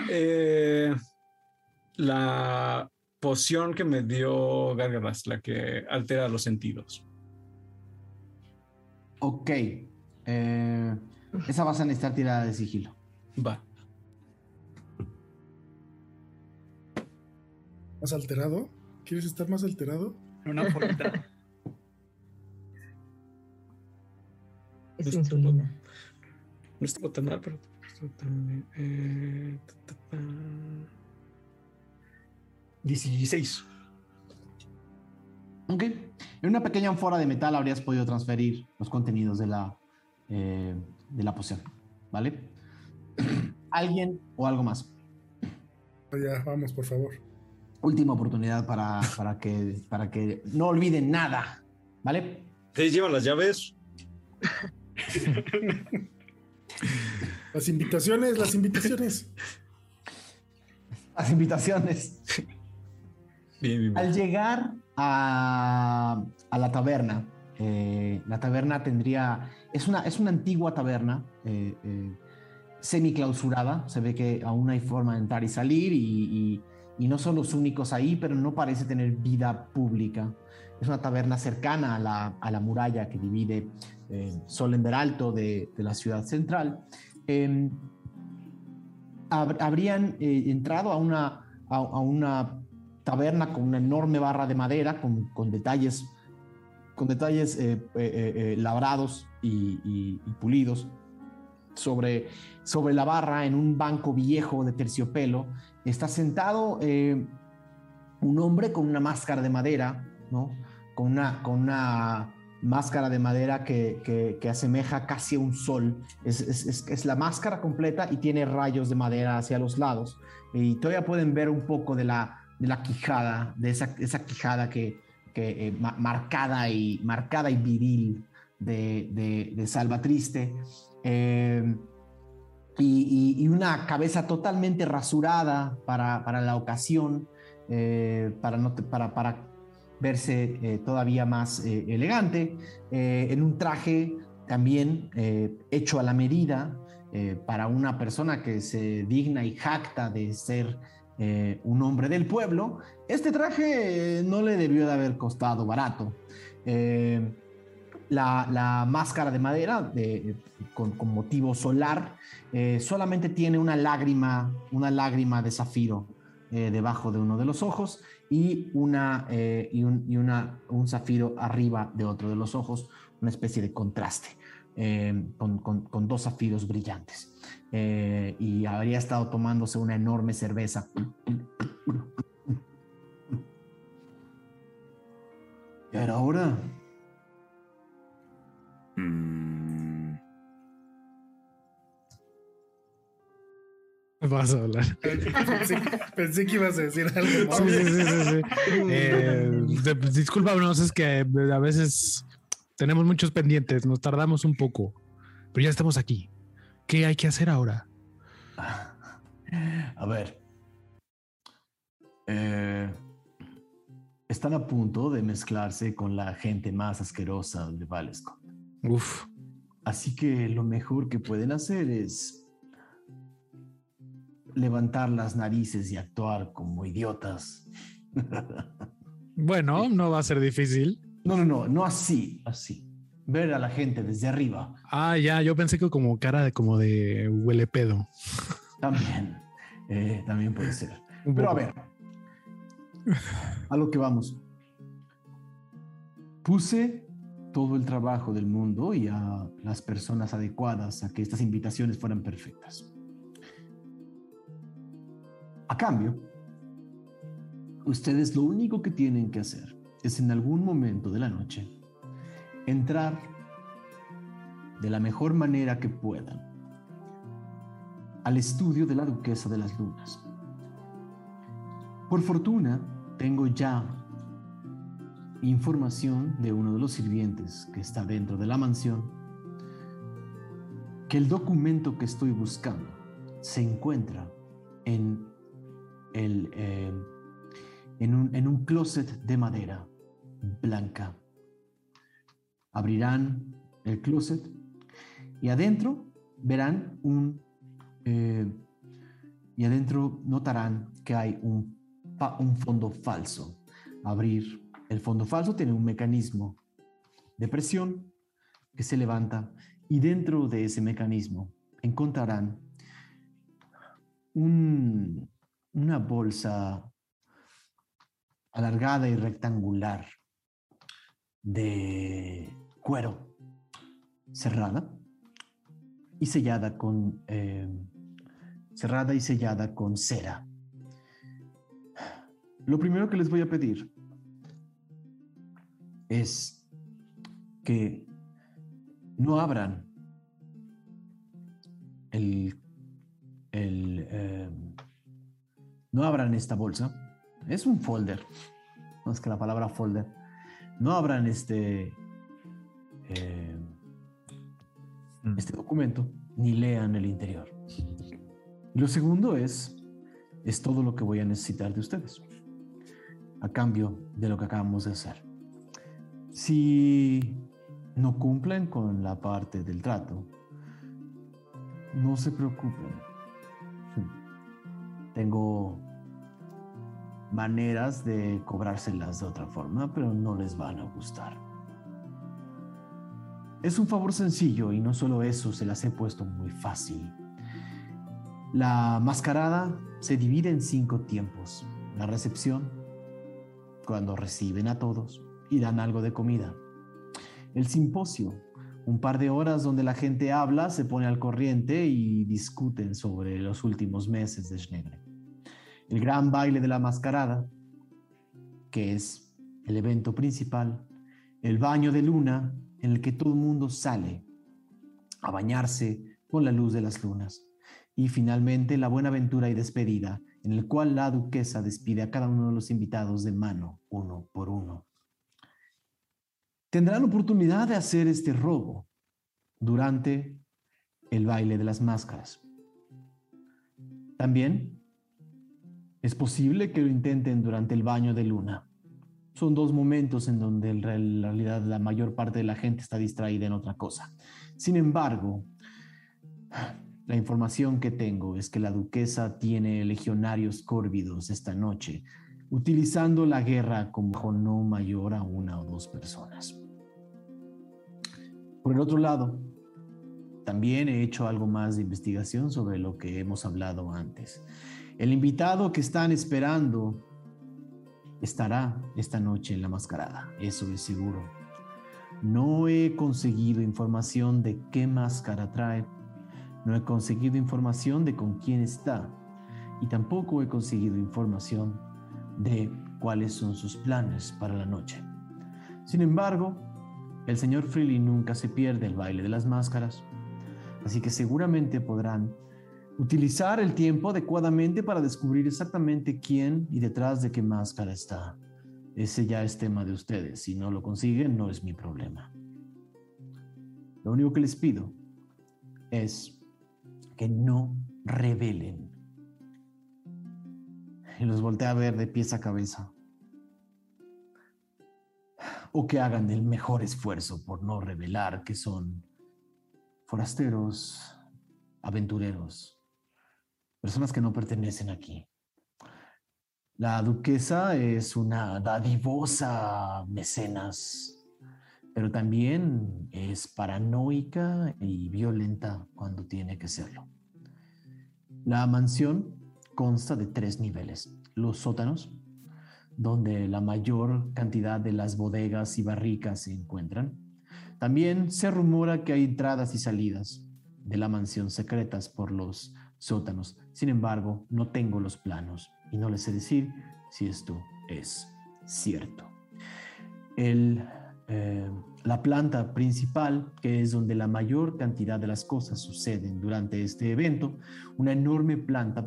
la poción que me dio Gargaras, la que altera los sentidos. Ok. Esa vas a necesitar tirada de sigilo. Va. ¿Más alterado? ¿Quieres estar más alterado? Una bolita. Es insulina. No estuvo tan mal, pero... 16. Ok. En una pequeña ánfora de metal habrías podido transferir los contenidos de la poción. ¿Vale? ¿Alguien o algo más? Ya, vamos, por favor. Última oportunidad para que no olviden nada, ¿vale? ¿Ustedes llevan las llaves? Las invitaciones. Las invitaciones. Bien. Al llegar a la taberna, la taberna es una antigua taberna semi-clausurada. Se ve que aún hay forma de entrar y salir y no son los únicos ahí, pero no parece tener vida pública. Es una taberna cercana a la muralla que divide Solender Alto de la ciudad central. Habrían entrado a una taberna con una enorme barra de madera con detalles labrados y pulidos. Sobre la barra, en un banco viejo de terciopelo, está sentado un hombre con una máscara de madera, ¿no? Con una máscara de madera que asemeja casi a un sol. Es la máscara completa y tiene rayos de madera hacia los lados. Y todavía pueden ver un poco de la quijada, de esa quijada marcada y viril de Salvatriste. Y una cabeza totalmente rasurada para la ocasión, para verse todavía más elegante, en un traje también hecho a la medida para una persona que se digna y jacta de ser un hombre del pueblo. Este traje no le debió de haber costado barato. La máscara de madera con motivo solar solamente tiene una lágrima de zafiro debajo de uno de los ojos y un zafiro arriba de otro de los ojos, una especie de contraste con dos zafiros brillantes. Y habría estado tomándose una enorme cerveza. ¿Y era hora? Vas a hablar. Pensé que ibas a decir algo. Sí. Discúlpanos, es que a veces tenemos muchos pendientes, nos tardamos un poco, pero ya estamos aquí. ¿Qué hay que hacer ahora? A ver. Están a punto de mezclarse con la gente más asquerosa de Valescott. Uf. Así que lo mejor que pueden hacer es levantar las narices y actuar como idiotas. Bueno, no va a ser difícil. No así. Ver a la gente desde arriba. Ah, ya, yo pensé que como cara de huele pedo. También puede ser. Pero a ver, a lo que vamos. Puse todo el trabajo del mundo y a las personas adecuadas a que estas invitaciones fueran perfectas. A cambio, ustedes lo único que tienen que hacer es en algún momento de la noche entrar de la mejor manera que puedan al estudio de la Duquesa de las Lunas. Por fortuna, tengo ya información de uno de los sirvientes que está dentro de la mansión que el documento que estoy buscando se encuentra en un closet de madera blanca. Abrirán el closet y adentro verán y adentro notarán que hay un fondo falso. Abrir el fondo falso tiene un mecanismo de presión que se levanta y dentro de ese mecanismo encontrarán una bolsa alargada y rectangular de cuero cerrada y sellada con cera. Lo primero que les voy a pedir es que no abran No abran esta bolsa. Es un folder. No es que la palabra folder. No abran este documento ni lean el interior. Y lo segundo es todo lo que voy a necesitar de ustedes a cambio de lo que acabamos de hacer. Si no cumplen con la parte del trato, no se preocupen. Tengo maneras de cobrárselas de otra forma, pero no les van a gustar. Es un favor sencillo y no solo eso, se las he puesto muy fácil. La mascarada se divide en 5 tiempos. La recepción, cuando reciben a todos y dan algo de comida. El simposio, un par de horas donde la gente habla, se pone al corriente y discuten sobre los últimos meses de Schnegre. El gran baile de la mascarada, que es el evento principal. El baño de luna, en el que todo el mundo sale a bañarse con la luz de las lunas. Y finalmente la buenaventura y despedida, en el cual la duquesa despide a cada uno de los invitados de mano, uno por uno. Tendrán oportunidad de hacer este robo durante el baile de las máscaras. También es posible que lo intenten durante el baño de luna. Son 2 momentos en donde en realidad la mayor parte de la gente está distraída en otra cosa. Sin embargo, la información que tengo es que la duquesa tiene legionarios córvidos esta noche, utilizando la guerra como no mayor a 1 o 2 personas. Por el otro lado, también he hecho algo más de investigación sobre lo que hemos hablado antes. El invitado que están esperando estará esta noche en la mascarada, eso es seguro. No he conseguido información de qué máscara trae, no he conseguido información de con quién está y tampoco he conseguido información de cuáles son sus planes para la noche. Sin embargo, el señor Freely nunca se pierde el baile de las máscaras, así que seguramente podrán utilizar el tiempo adecuadamente para descubrir exactamente quién y detrás de qué máscara está. Ese ya es tema de ustedes. Si no lo consiguen, no es mi problema. Lo único que les pido es que no revelen. Y los volteé a ver de pies a cabeza. O que hagan el mejor esfuerzo por no revelar que son forasteros, aventureros, personas que no pertenecen aquí. La duquesa es una dadivosa mecenas, pero también es paranoica y violenta cuando tiene que serlo. La mansión consta de 3 niveles. Los sótanos, donde la mayor cantidad de las bodegas y barricas se encuentran. También se rumora que hay entradas y salidas de la mansión secretas por los sótanos. Sin embargo, no tengo los planos y no les sé decir si esto es cierto. La planta principal, que es donde la mayor cantidad de las cosas suceden durante este evento, una enorme planta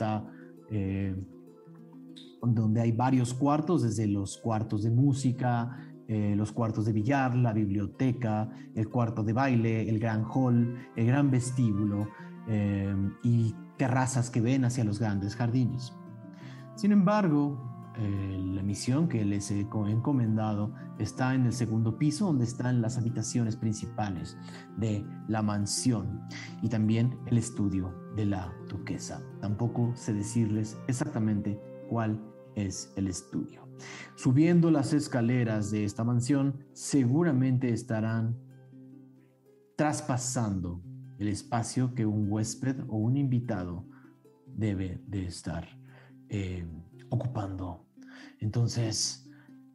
donde hay varios cuartos, desde los cuartos de música, los cuartos de billar, la biblioteca, el cuarto de baile, el gran hall, el gran vestíbulo y terrazas que ven hacia los grandes jardines. Sin embargo, la misión que les he encomendado está en el 2º piso, donde están las habitaciones principales de la mansión y también el estudio de la duquesa. Tampoco sé decirles exactamente cuál es el estudio. Subiendo las escaleras de esta mansión, seguramente estarán traspasando el espacio que un huésped o un invitado debe de estar ocupando. Entonces,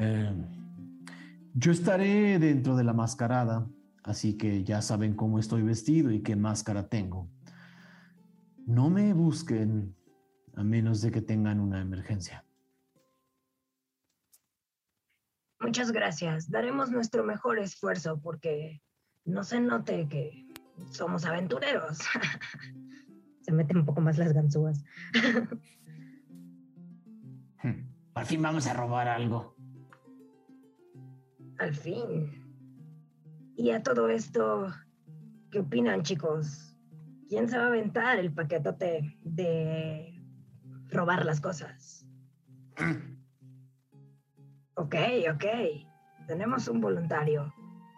yo estaré dentro de la mascarada, así que ya saben cómo estoy vestido y qué máscara tengo. No me busquen a menos de que tengan una emergencia. Muchas gracias. Daremos nuestro mejor esfuerzo porque no se note que somos aventureros. Se meten un poco más las ganzúas. Por fin vamos a robar algo. Al fin. Y a todo esto, ¿qué opinan, chicos? ¿Quién se va a aventar el paquetote de robar las cosas? Ok. Tenemos un voluntario.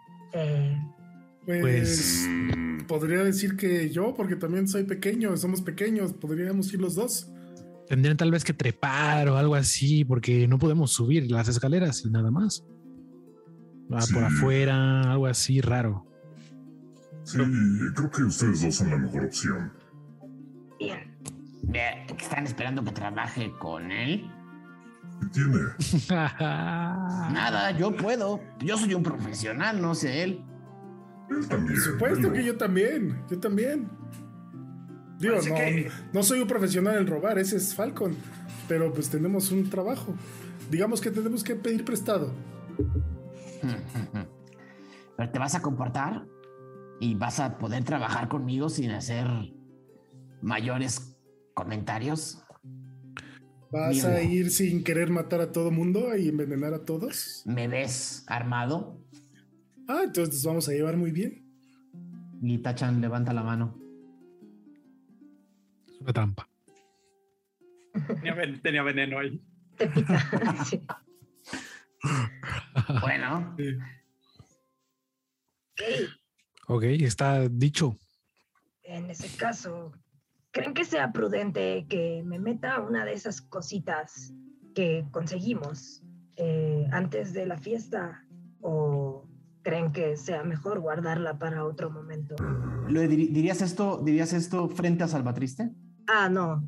Pues podría decir que yo, porque también soy pequeño, somos pequeños, podríamos ir los dos. Tendrían tal vez que trepar o algo así, porque no podemos subir las escaleras y nada más. Por afuera, algo así raro. Sí, creo que ustedes dos son la mejor opción. Bien. ¿Están esperando que trabaje con él? ¿Qué tiene? Nada, yo puedo. Yo soy un profesional, no sé él. Él también. Por supuesto que yo también. Digo, no soy un profesional en robar, ese es Falcon. Pero pues tenemos un trabajo. Digamos que tenemos que pedir prestado. Pero te vas a comportar y vas a poder trabajar conmigo sin hacer mayores comentarios. ¿Vas a ir sin querer matar a todo mundo y envenenar a todos? ¿Me ves armado? Entonces nos vamos a llevar muy bien. Y Tachan levanta la mano. Es una trampa. Tenía veneno ahí. Te pica. Sí. Bueno. Ok, está dicho. En ese caso, ¿creen que sea prudente que me meta una de esas cositas que conseguimos antes de la fiesta? ¿O creen que sea mejor guardarla para otro momento? ¿Dirías esto frente a Salvatriste? No.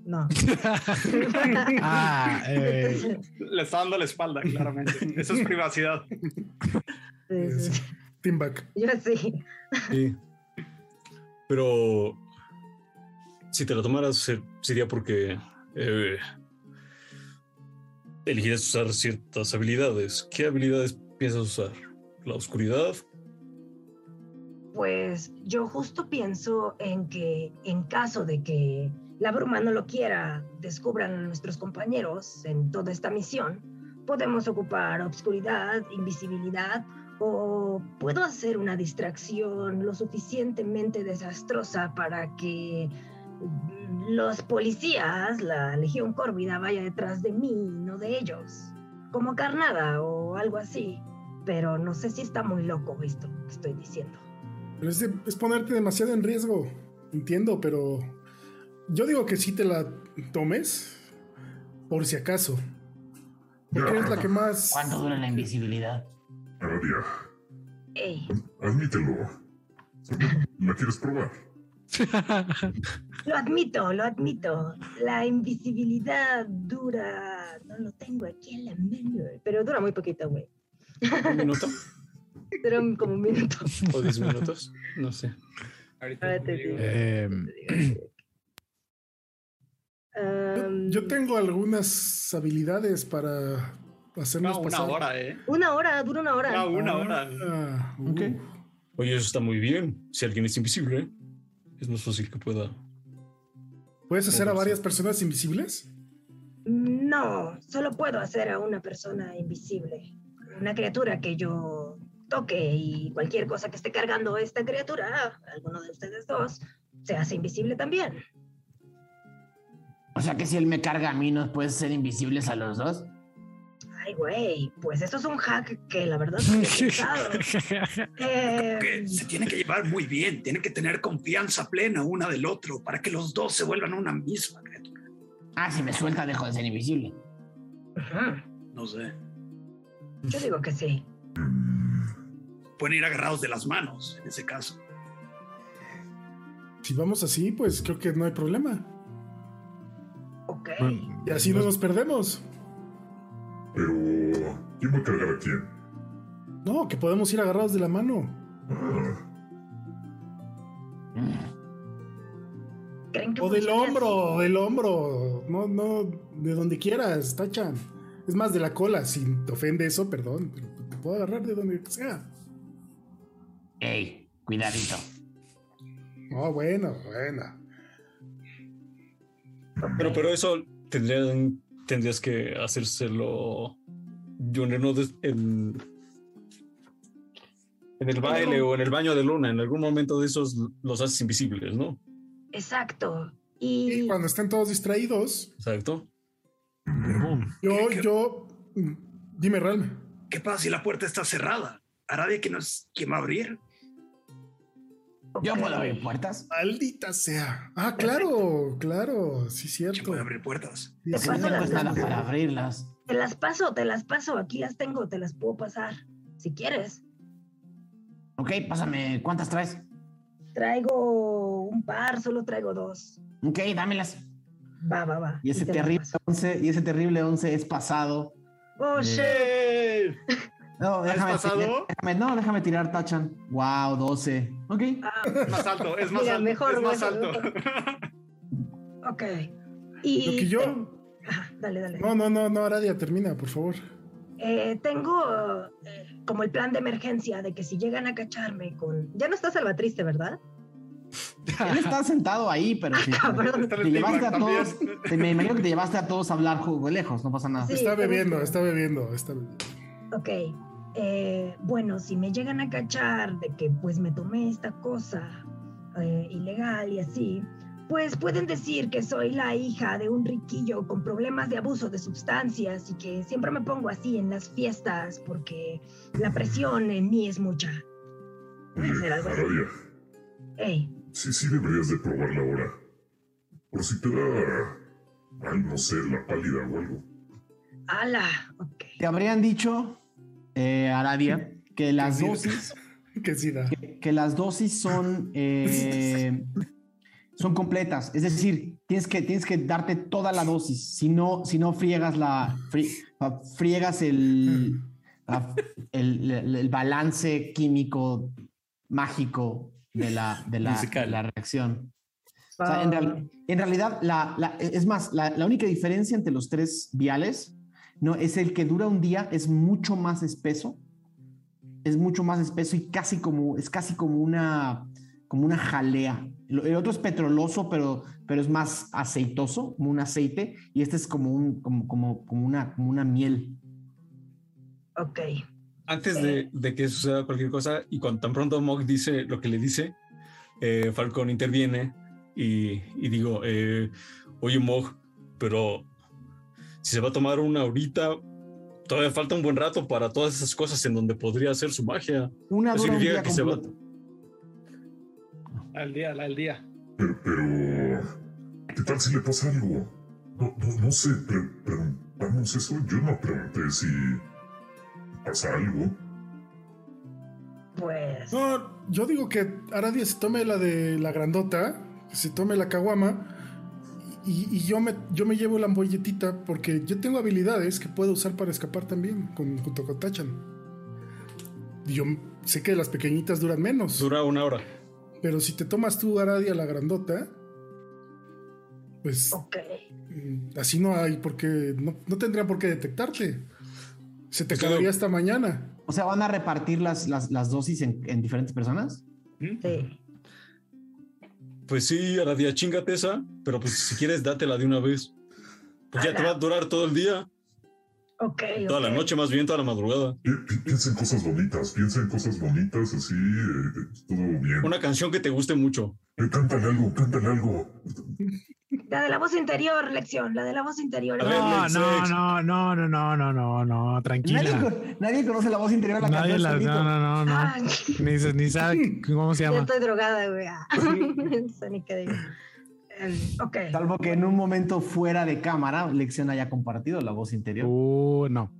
Le está dando la espalda, claramente. Eso es privacidad. Sí. Team back. Yo sí. Sí. Pero si te la tomaras sería porque elegirías usar ciertas habilidades. ¿Qué habilidades piensas usar? ¿La oscuridad? Pues yo justo pienso en que en caso de que la bruma no lo quiera, descubran a nuestros compañeros en toda esta misión, podemos ocupar obscuridad, invisibilidad, o puedo hacer una distracción lo suficientemente desastrosa para que los policías, la Legión Córvida, vaya detrás de mí, no de ellos, como carnada o algo así. Pero no sé si está muy loco esto que estoy diciendo. Pero es ponerte demasiado en riesgo. Entiendo, pero yo digo que sí te la tomes por si acaso. Porque es la que más... ¿Cuánto dura la invisibilidad? Aradia. Ey. Admítelo. ¿La quieres probar? Lo admito. La invisibilidad dura... No lo tengo aquí en la mano. Pero dura muy poquito, güey. ¿Un minuto? Dura como un minuto. ¿O 10 minutos? No sé. Ahorita te digo. Yo tengo algunas habilidades para hacernos pasar. Una hora, ¿eh? Dura una hora. Una hora. Okay. Oye, eso está muy bien. Si alguien es invisible, es más fácil que pueda. ¿Puedes hacer a varias personas invisibles? No, solo puedo hacer a una persona invisible. Una criatura que yo toque y cualquier cosa que esté cargando esta criatura, alguno de ustedes dos, se hace invisible también. O sea que si él me carga a mí, ¿nos puedes ser invisibles a los dos? Ay, güey, pues eso es un hack que la verdad no he pensado. Que se tiene que llevar muy bien, tiene que tener confianza plena una del otro para que los dos se vuelvan una misma criatura. Si me suelta, dejo de ser invisible. No sé. Yo digo que sí. Pueden ir agarrados de las manos, en ese caso. Si vamos así, pues creo que no hay problema. Ok. Y así no nos perdemos. Pero, ¿quién va a cargar a quién? No, que podemos ir agarrados de la mano. ¿Creen que O del funcione así? hombro. No, de donde quieras, Tachan. Es más, de la cola. Si te ofende eso, perdón. Te puedo agarrar de donde sea. Ey, cuidadito. Bueno. Pero eso tendrían tendrías que hacérselo en el baile o en el baño de Luna. En algún momento de esos los haces invisibles, ¿no? Exacto. Y cuando estén todos distraídos. Exacto. Dime, Ralm. ¿Qué pasa si la puerta está cerrada? Aradia, ¿quién va a abrir? ¿Yo puedo abrir puertas? Maldita sea. Ah, claro, sí, cierto. ¿Quién puede abrir puertas? Te paso para abrirlas. Te las paso. Aquí las tengo, te las puedo pasar. Si quieres. Ok, pásame. ¿Cuántas traes? Traigo un par, solo traigo 2. Ok, dámelas. Va. Y ese terrible 11 es pasado. ¡Oh, shit! No, déjame tirar Tachan. Wow, 12. Ok. Más alto, es más Mira, alto. Mejor. Ok. Y lo que yo... Dale. No, Aradia, termina, por favor. Tengo como el plan de emergencia de que si llegan a cacharme con... Ya no está Salvatriste, ¿verdad? Él está sentado ahí, pero sí. Te llevaste a todos. Me imagino que te llevaste a todos a hablar juego lejos, no pasa nada. Sí, está bebiendo. Ok. Bueno, si me llegan a cachar de que pues me tomé esta cosa ilegal y así, pues pueden decir que soy la hija de un riquillo con problemas de abuso de sustancias y que siempre me pongo así en las fiestas porque la presión en mí es mucha. Aradia. Ey. Sí deberías de probarla ahora. Por si te da, no sé, la pálida o algo. ¡Hala! Ok. Te habrían dicho, Aradia, que las dosis... que las dosis son completas. Es decir, tienes que darte toda la dosis. Si no friegas friegas el balance químico mágico de la reacción. O sea, en realidad, es más, la única diferencia entre los 3 viales no es el que dura un día, es mucho más espeso. Es mucho más espeso y casi como una jalea. El otro es petroloso, pero es más aceitoso, como un aceite, y este es como una miel. Ok. Antes de que suceda cualquier cosa, y cuando tan pronto Mog dice lo que le dice, Falcon interviene y digo, oye Mog, pero si se va a tomar una ahorita, todavía falta un buen rato para todas esas cosas en donde podría hacer su magia. Una dura un día completo. Al día. Pero, ¿qué tal si le pasa algo? No sé, preguntamos eso. Yo no pregunté si pasa algo. Pues... No, yo digo que Aradia se tome la de la grandota, que se tome la caguama, y yo me llevo la ampolletita porque yo tengo habilidades que puedo usar para escapar también, junto con Tachan. Y yo sé que las pequeñitas duran menos. Dura 1 hora. Pero si te tomas tú, Aradia, la grandota, pues... Ok. Así no hay porque no tendrían por qué detectarte. Se te acabaría hasta mañana. O sea, ¿van a repartir las dosis en diferentes personas? Sí. Pues sí, Aradia, chingate esa, pero pues si quieres dátela de una vez. Pues ya te va a durar todo el día. Ok. Toda la noche, más bien, toda la madrugada. Piensa en cosas bonitas, así, todo bien. Una canción que te guste mucho. Cántale algo. La de la voz interior, Lección, la de la voz interior. No, tranquila. Nadie conoce la voz interior de la canción. No. Ni sabe cómo se llama. Yo estoy drogada, güey. Ok. Salvo que en un momento fuera de cámara, Lección haya compartido la voz interior. No.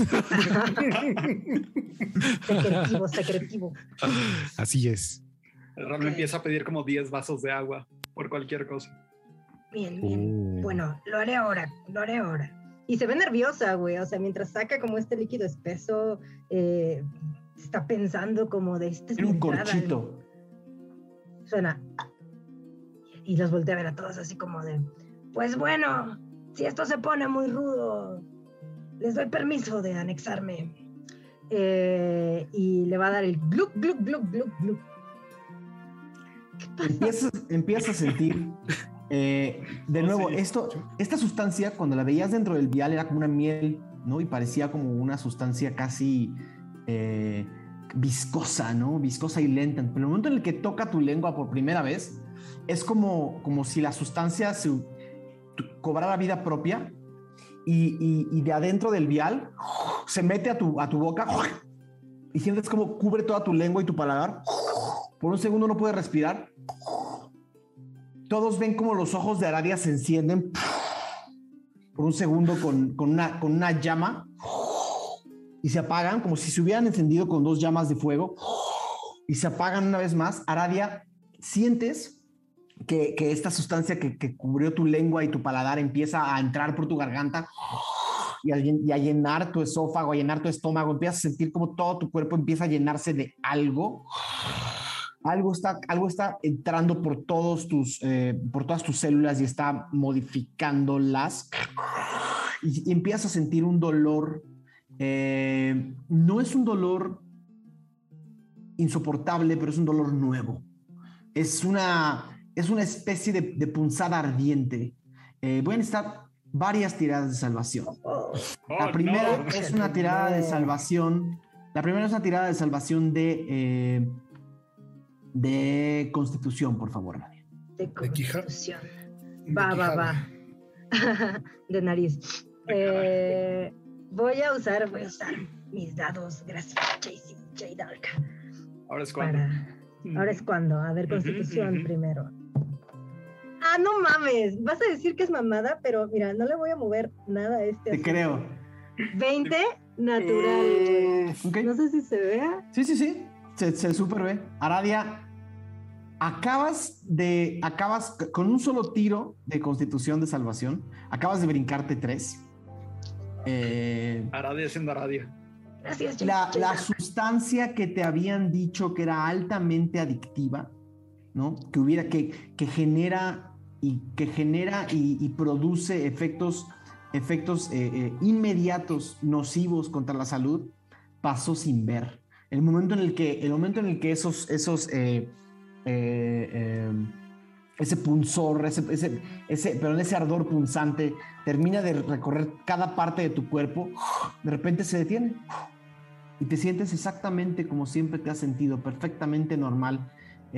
Secretivo. Así es. Realmente empieza a pedir como 10 vasos de agua por cualquier cosa. Bien. Bueno, lo haré ahora. Y se ve nerviosa, güey. O sea, mientras saca como este líquido espeso, está pensando como de este. Tiene un corchito. Suena. Y los voltea a ver a todos así como de, pues bueno, si esto se pone muy rudo, les doy permiso de anexarme. Y le va a dar el gluc, gluc, gluc, gluc, gluc. ¿Qué pasa? Empiezas a sentir De nuevo, esta sustancia, cuando la veías dentro del vial, era como una miel, ¿no? Y parecía como una sustancia casi viscosa, ¿no? Viscosa y lenta. Pero el momento en el que toca tu lengua por primera vez, es como si la sustancia cobrara vida propia y de adentro del vial se mete a tu boca y sientes como cubre toda tu lengua y tu paladar. Por un segundo no puedes respirar. Todos ven como los ojos de Aradia se encienden por un segundo con una llama y se apagan como si se hubieran encendido con 2 llamas de fuego y se apagan una vez más. Aradia, sientes que esta sustancia que cubrió tu lengua y tu paladar empieza a entrar por tu garganta y a llenar tu esófago, a llenar tu estómago. Empiezas a sentir como todo tu cuerpo empieza a llenarse de algo. Algo está entrando por todas tus células y está modificándolas. Y empiezas a sentir un dolor. No es un dolor insoportable, pero es un dolor nuevo. Es una especie de punzada ardiente. Voy a necesitar varias tiradas de salvación. La primera es una tirada de salvación. La primera es una tirada de salvación de Constitución, por favor, Nadia. De Constitución. Va. De nariz. Voy a usar mis dados. Gracias, J Dark. Ahora es cuando. Ahora es cuando. A ver, Constitución primero. Ah, no mames. Vas a decir que es mamada, pero mira, no le voy a mover nada a este. Te creo. 20 natural. Okay. No sé si se vea. Sí. Se super ve. Aradia, acabas con un solo tiro de Constitución de salvación, acabas de brincarte 3. Aradia siendo Aradia. Gracias, la sustancia que te habían dicho que era altamente adictiva, ¿no? Que genera y produce efectos inmediatos nocivos contra la salud, pasó sin ver. El momento en el que ese punzor, ese ardor punzante termina de recorrer cada parte de tu cuerpo, de repente se detiene y te sientes exactamente como siempre te has sentido, perfectamente normal.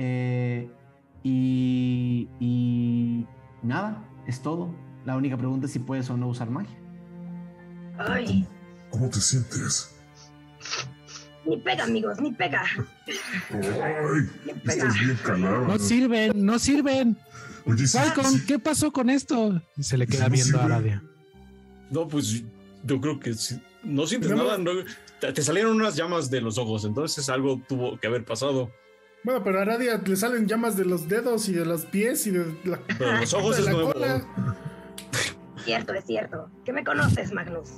Y nada, es todo. La única pregunta es si puedes o no usar magia. Ay. ¿Cómo te sientes? Ni pega, amigos, ni pega. Ay, estás bien calado. No sirven. Oye, Falcon, ¿qué pasó con esto? Se le queda viendo a Aradia. No, pues yo creo que no sientes nada. No, te salieron unas llamas de los ojos, entonces algo tuvo que haber pasado. Bueno, pero a Aradia le salen llamas de los dedos y de los pies y de la... Pero los ojos es nuevo. Es cierto. ¿Qué me conoces, Magnus?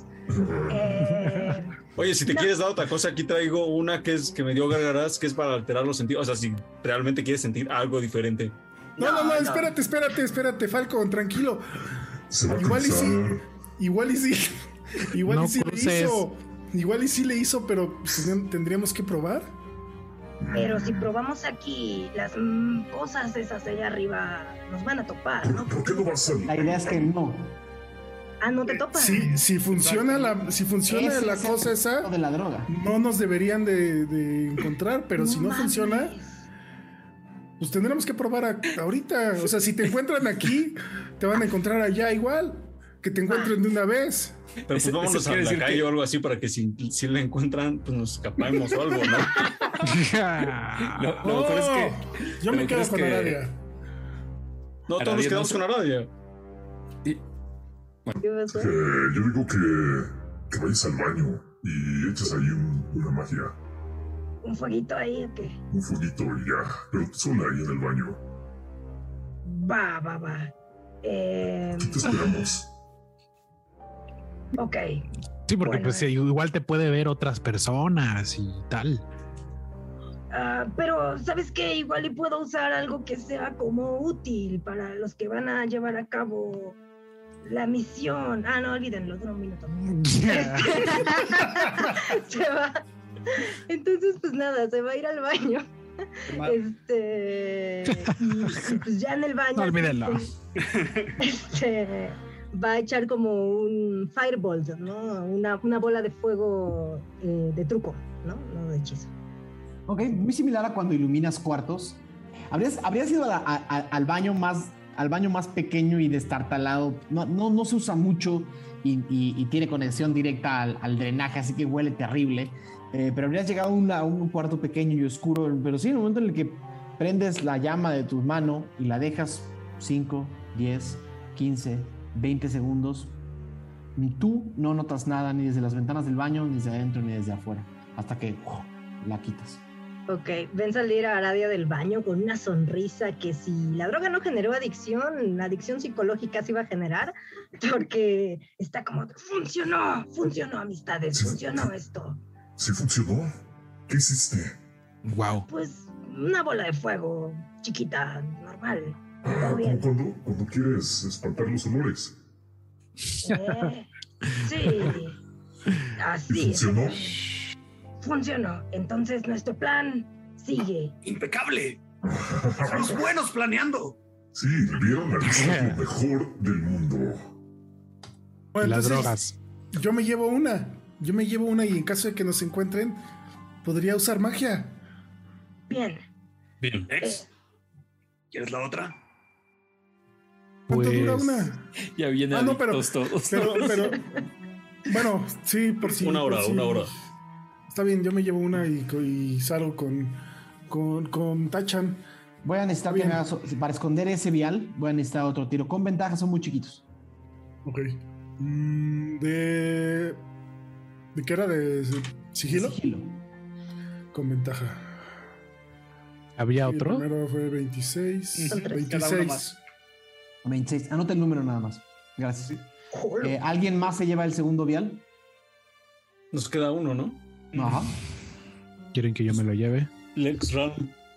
Oye, si te quieres dar otra cosa, aquí traigo una que me dio gargaras, que es para alterar los sentidos. O sea, si realmente quieres sentir algo diferente. No, espérate, Falcon, tranquilo. Igual y sí le hizo, pero tendríamos que probar. Pero si probamos aquí, las cosas esas de allá arriba nos van a topar, ¿no? ¿Por qué no va a salir? La idea es que no. Ah, no te topan. Si funciona la cosa esa de la droga, no nos deberían de encontrar, pero si no funciona, pues tendremos que probar ahorita. O sea, si te encuentran aquí, te van a encontrar allá igual, que te encuentren de una vez. Pero pues vámonos a la calle o algo así para que si la encuentran, pues nos escapamos o algo, ¿no? Pero es que yo me quedo con Aradia. No, todos nos quedamos con Aradia. Yo digo que vayas al baño y eches ahí una magia. ¿Un fueguito ahí o qué? Un fueguito y ya, pero sola ahí en el baño. Va. ¿Qué te esperamos? Ok. Sí, porque pues igual te puede ver otras personas y tal. Pero, ¿sabes qué? Igual y puedo usar algo que sea como útil para los que van a llevar a cabo la misión. No, olvídenlo, dura un minuto. Se va. Entonces, pues nada, se va a ir al baño. Y pues ya en el baño. No olvídenlo. Va a echar como un firebolt, ¿no? Una bola de fuego de truco, ¿no? No de hechizo. Ok, muy similar a cuando iluminas cuartos. ¿Habrías ido al baño más pequeño y destartalado? No se usa mucho y tiene conexión directa al drenaje, así que huele terrible. Pero habrías llegado a un cuarto pequeño y oscuro. Pero sí, en el momento en el que prendes la llama de tu mano y la dejas 5, 10, 15, 20 segundos, ni tú no notas nada, ni desde las ventanas del baño, ni desde adentro, ni desde afuera, hasta que la quitas. Ok, ven salir a Aradia del baño con una sonrisa que si la droga no generó adicción psicológica sí va a generar, porque está como, funcionó, amistades, Sí, funcionó esto. ¿Sí funcionó? ¿Qué hiciste? Wow. Pues una bola de fuego chiquita, normal. Ah, como cuando quieres espantar los olores. Sí, así. ¿Y funcionó? Funcionó. Entonces nuestro plan sigue. ¡Impecable! ¡Somos buenos planeando! Sí, vieron lo mejor del mundo. Bueno, Las entonces, drogas. Yo me llevo una y en caso de que nos encuentren, podría usar magia. Bien. Ex, ¿quieres la otra? ¿Cuánto Pues, dura una? Ya viene adictos todos. Pero, bueno, sí, por si. Una hora. Está bien, yo me llevo una y salgo con Tachan. Voy a necesitar que me hagas, para esconder ese vial, voy a necesitar otro tiro. Con ventaja, son muy chiquitos. Ok. ¿De qué era? ¿De sigilo? Sigilo. Con ventaja. ¿Había El otro? primero fue 26. Son tres. 26. 26. Anota el número nada más. Gracias. ¿Alguien más se lleva el segundo vial? Nos queda uno, ¿no? Ajá. ¿Quieren que yo me lo lleve? Let's run.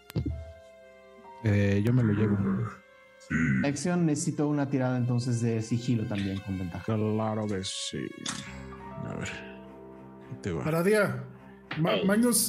Yo me lo llevo. Sí. Acción, necesito una tirada entonces de sigilo también con ventaja. Claro que sí. A ver. Te va. Aradia, Magnus,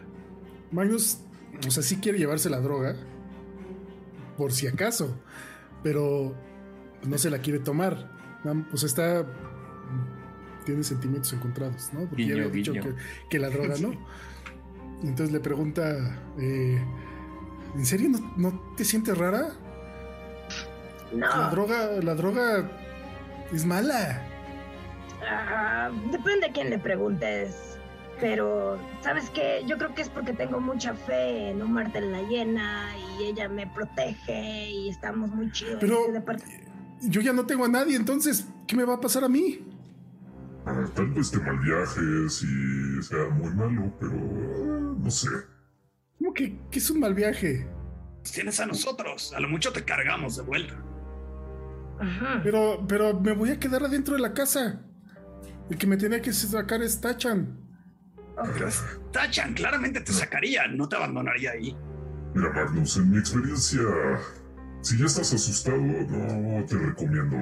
o sea, sí quiere llevarse la droga, por si acaso, pero no se la quiere tomar. O sea, tiene sentimientos encontrados, ¿no? Porque ya había dicho que la droga no. Entonces le pregunta, ¿en serio no te sientes rara? No. La droga es mala. Depende a quién le preguntes. Pero, ¿sabes qué? Yo creo que es porque tengo mucha fe en un Marte en la llena y ella me protege y estamos muy chidos. Pero yo ya no tengo a nadie, entonces, ¿qué me va a pasar a mí? Tal vez te malviajes y sea muy malo, pero no sé. ¿Cómo que es un mal viaje? Tienes a nosotros. A lo mucho te cargamos de vuelta. Ajá. Pero me voy a quedar adentro de la casa. El que me tenía que sacar es Tachan. Tachan claramente te sacaría, no te abandonaría ahí. Mira, Magnus, en mi experiencia, si ya estás asustado, no te recomiendo.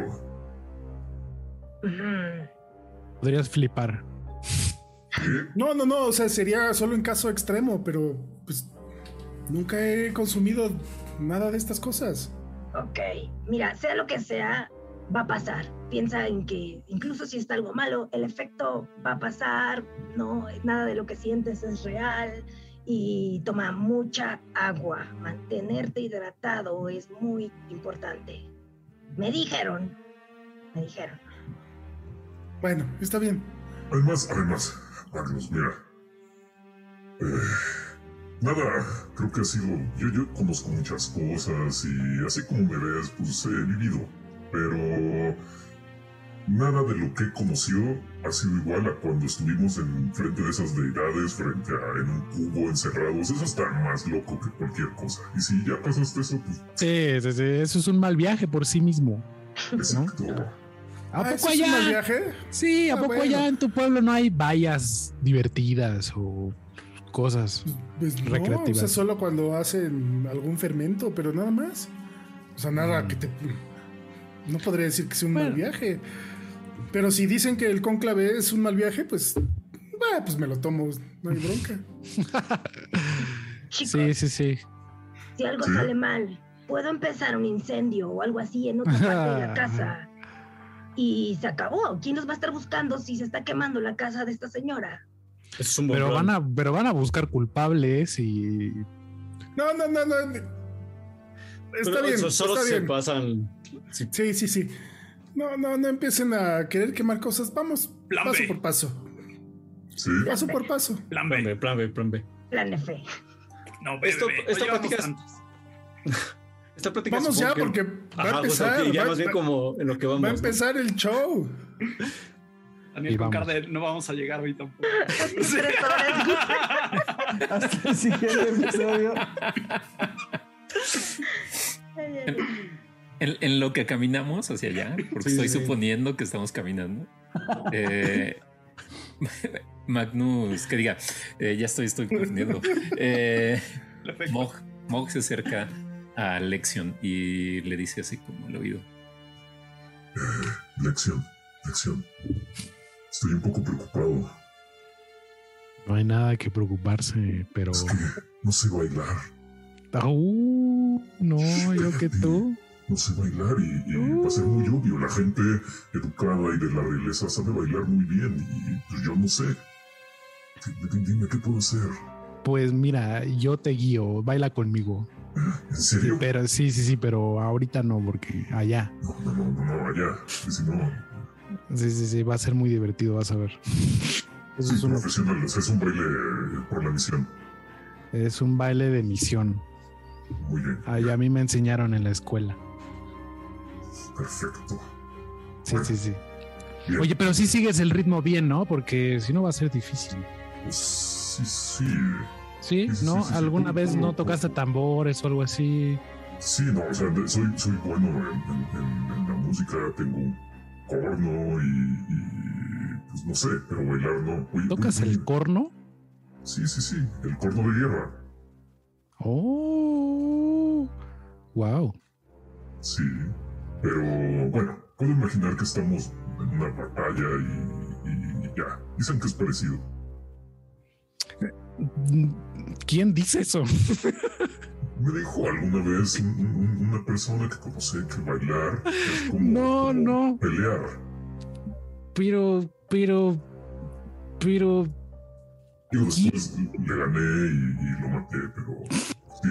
Podrías flipar. ¿Qué? No, o sea, sería solo en caso extremo, pero pues nunca he consumido nada de estas cosas. Ok, mira, sea lo que sea, va a pasar. Piensa en que incluso si está algo malo, el efecto va a pasar, no, nada de lo que sientes es real. Y toma mucha agua, mantenerte hidratado es muy importante. Me dijeron. Bueno, está bien. Además, Magnus, mira. Nada, creo que ha sido... Yo conozco muchas cosas y así como me ves, pues he vivido. Pero nada de lo que he conocido ha sido igual a cuando estuvimos en frente de esas deidades, en un cubo encerrados. Eso está más loco que cualquier cosa. Y si ya pasaste eso, pues... Sí, eso es un mal viaje por sí mismo. Exacto. ¿A poco ¿eso es allá? un mal viaje? Sí, ¿a poco bueno. allá en tu pueblo no hay vallas divertidas o cosas Pues no, recreativas? o sea, solo cuando hacen algún fermento, pero nada más. O sea, nada que te... No podría decir que sea un mal viaje. Pero si dicen que el cónclave es un mal viaje, pues me lo tomo, no hay bronca. Chicos, Sí. Si algo sale mal, puedo empezar un incendio o algo así en otra parte de la casa. Y se acabó. ¿Quién nos va a estar buscando si se está quemando la casa de esta señora? Es un pero van a buscar culpables y... No. Está bien. Solo está se bien. pasan. Sí. No empiecen a querer quemar cosas. Vamos, paso por paso. Sí. Paso por paso. Plan B. Plan B. Plan F. No, Esta plática Esta plática vamos ya, porque va a empezar. Ya más bien como en lo que vamos. Va a empezar el show. Daniel con Cardel, no vamos a llegar hoy tampoco. Hasta el siguiente episodio. En lo que caminamos hacia allá, porque estoy suponiendo que estamos caminando. Magnus, que diga, ya estoy confundiendo. Mog se acerca a Lexion y le dice así como al oído. Lexion. Estoy un poco preocupado. No hay nada que preocuparse, pero... Es que no sé bailar. No, yo que tú. No sé bailar y va a ser muy obvio. La gente educada y de la realeza sabe bailar muy bien y pues yo no sé. Dime, ¿qué puedo hacer? Pues mira, yo te guío, baila conmigo. ¿En serio? Pero sí, pero ahorita no, porque allá. No, allá. Si no... Sí, va a ser muy divertido, vas a ver. Eso es profesional, es un baile por la misión. Es un baile de misión. Muy bien. A mí me enseñaron en la escuela. Perfecto. Sí. Bien. Oye, pero sí sigues el ritmo bien, ¿no? Porque si no va a ser difícil. Pues sí. ¿Sí? ¿No? ¿Alguna vez no tocaste tambores o algo así? Sí, no, o sea, soy bueno en la música, tengo un corno y pues no sé, pero bailar no. ¿Tocas el corno? Sí, el corno de guerra. Oh, wow. Sí, pero bueno, puedo imaginar que estamos en una batalla y ya, dicen que es parecido. ¿Quién dice eso? Me dijo alguna vez una persona que conocí que bailar es como pelear. Pero. Yo después le gané y lo maté, pero sí.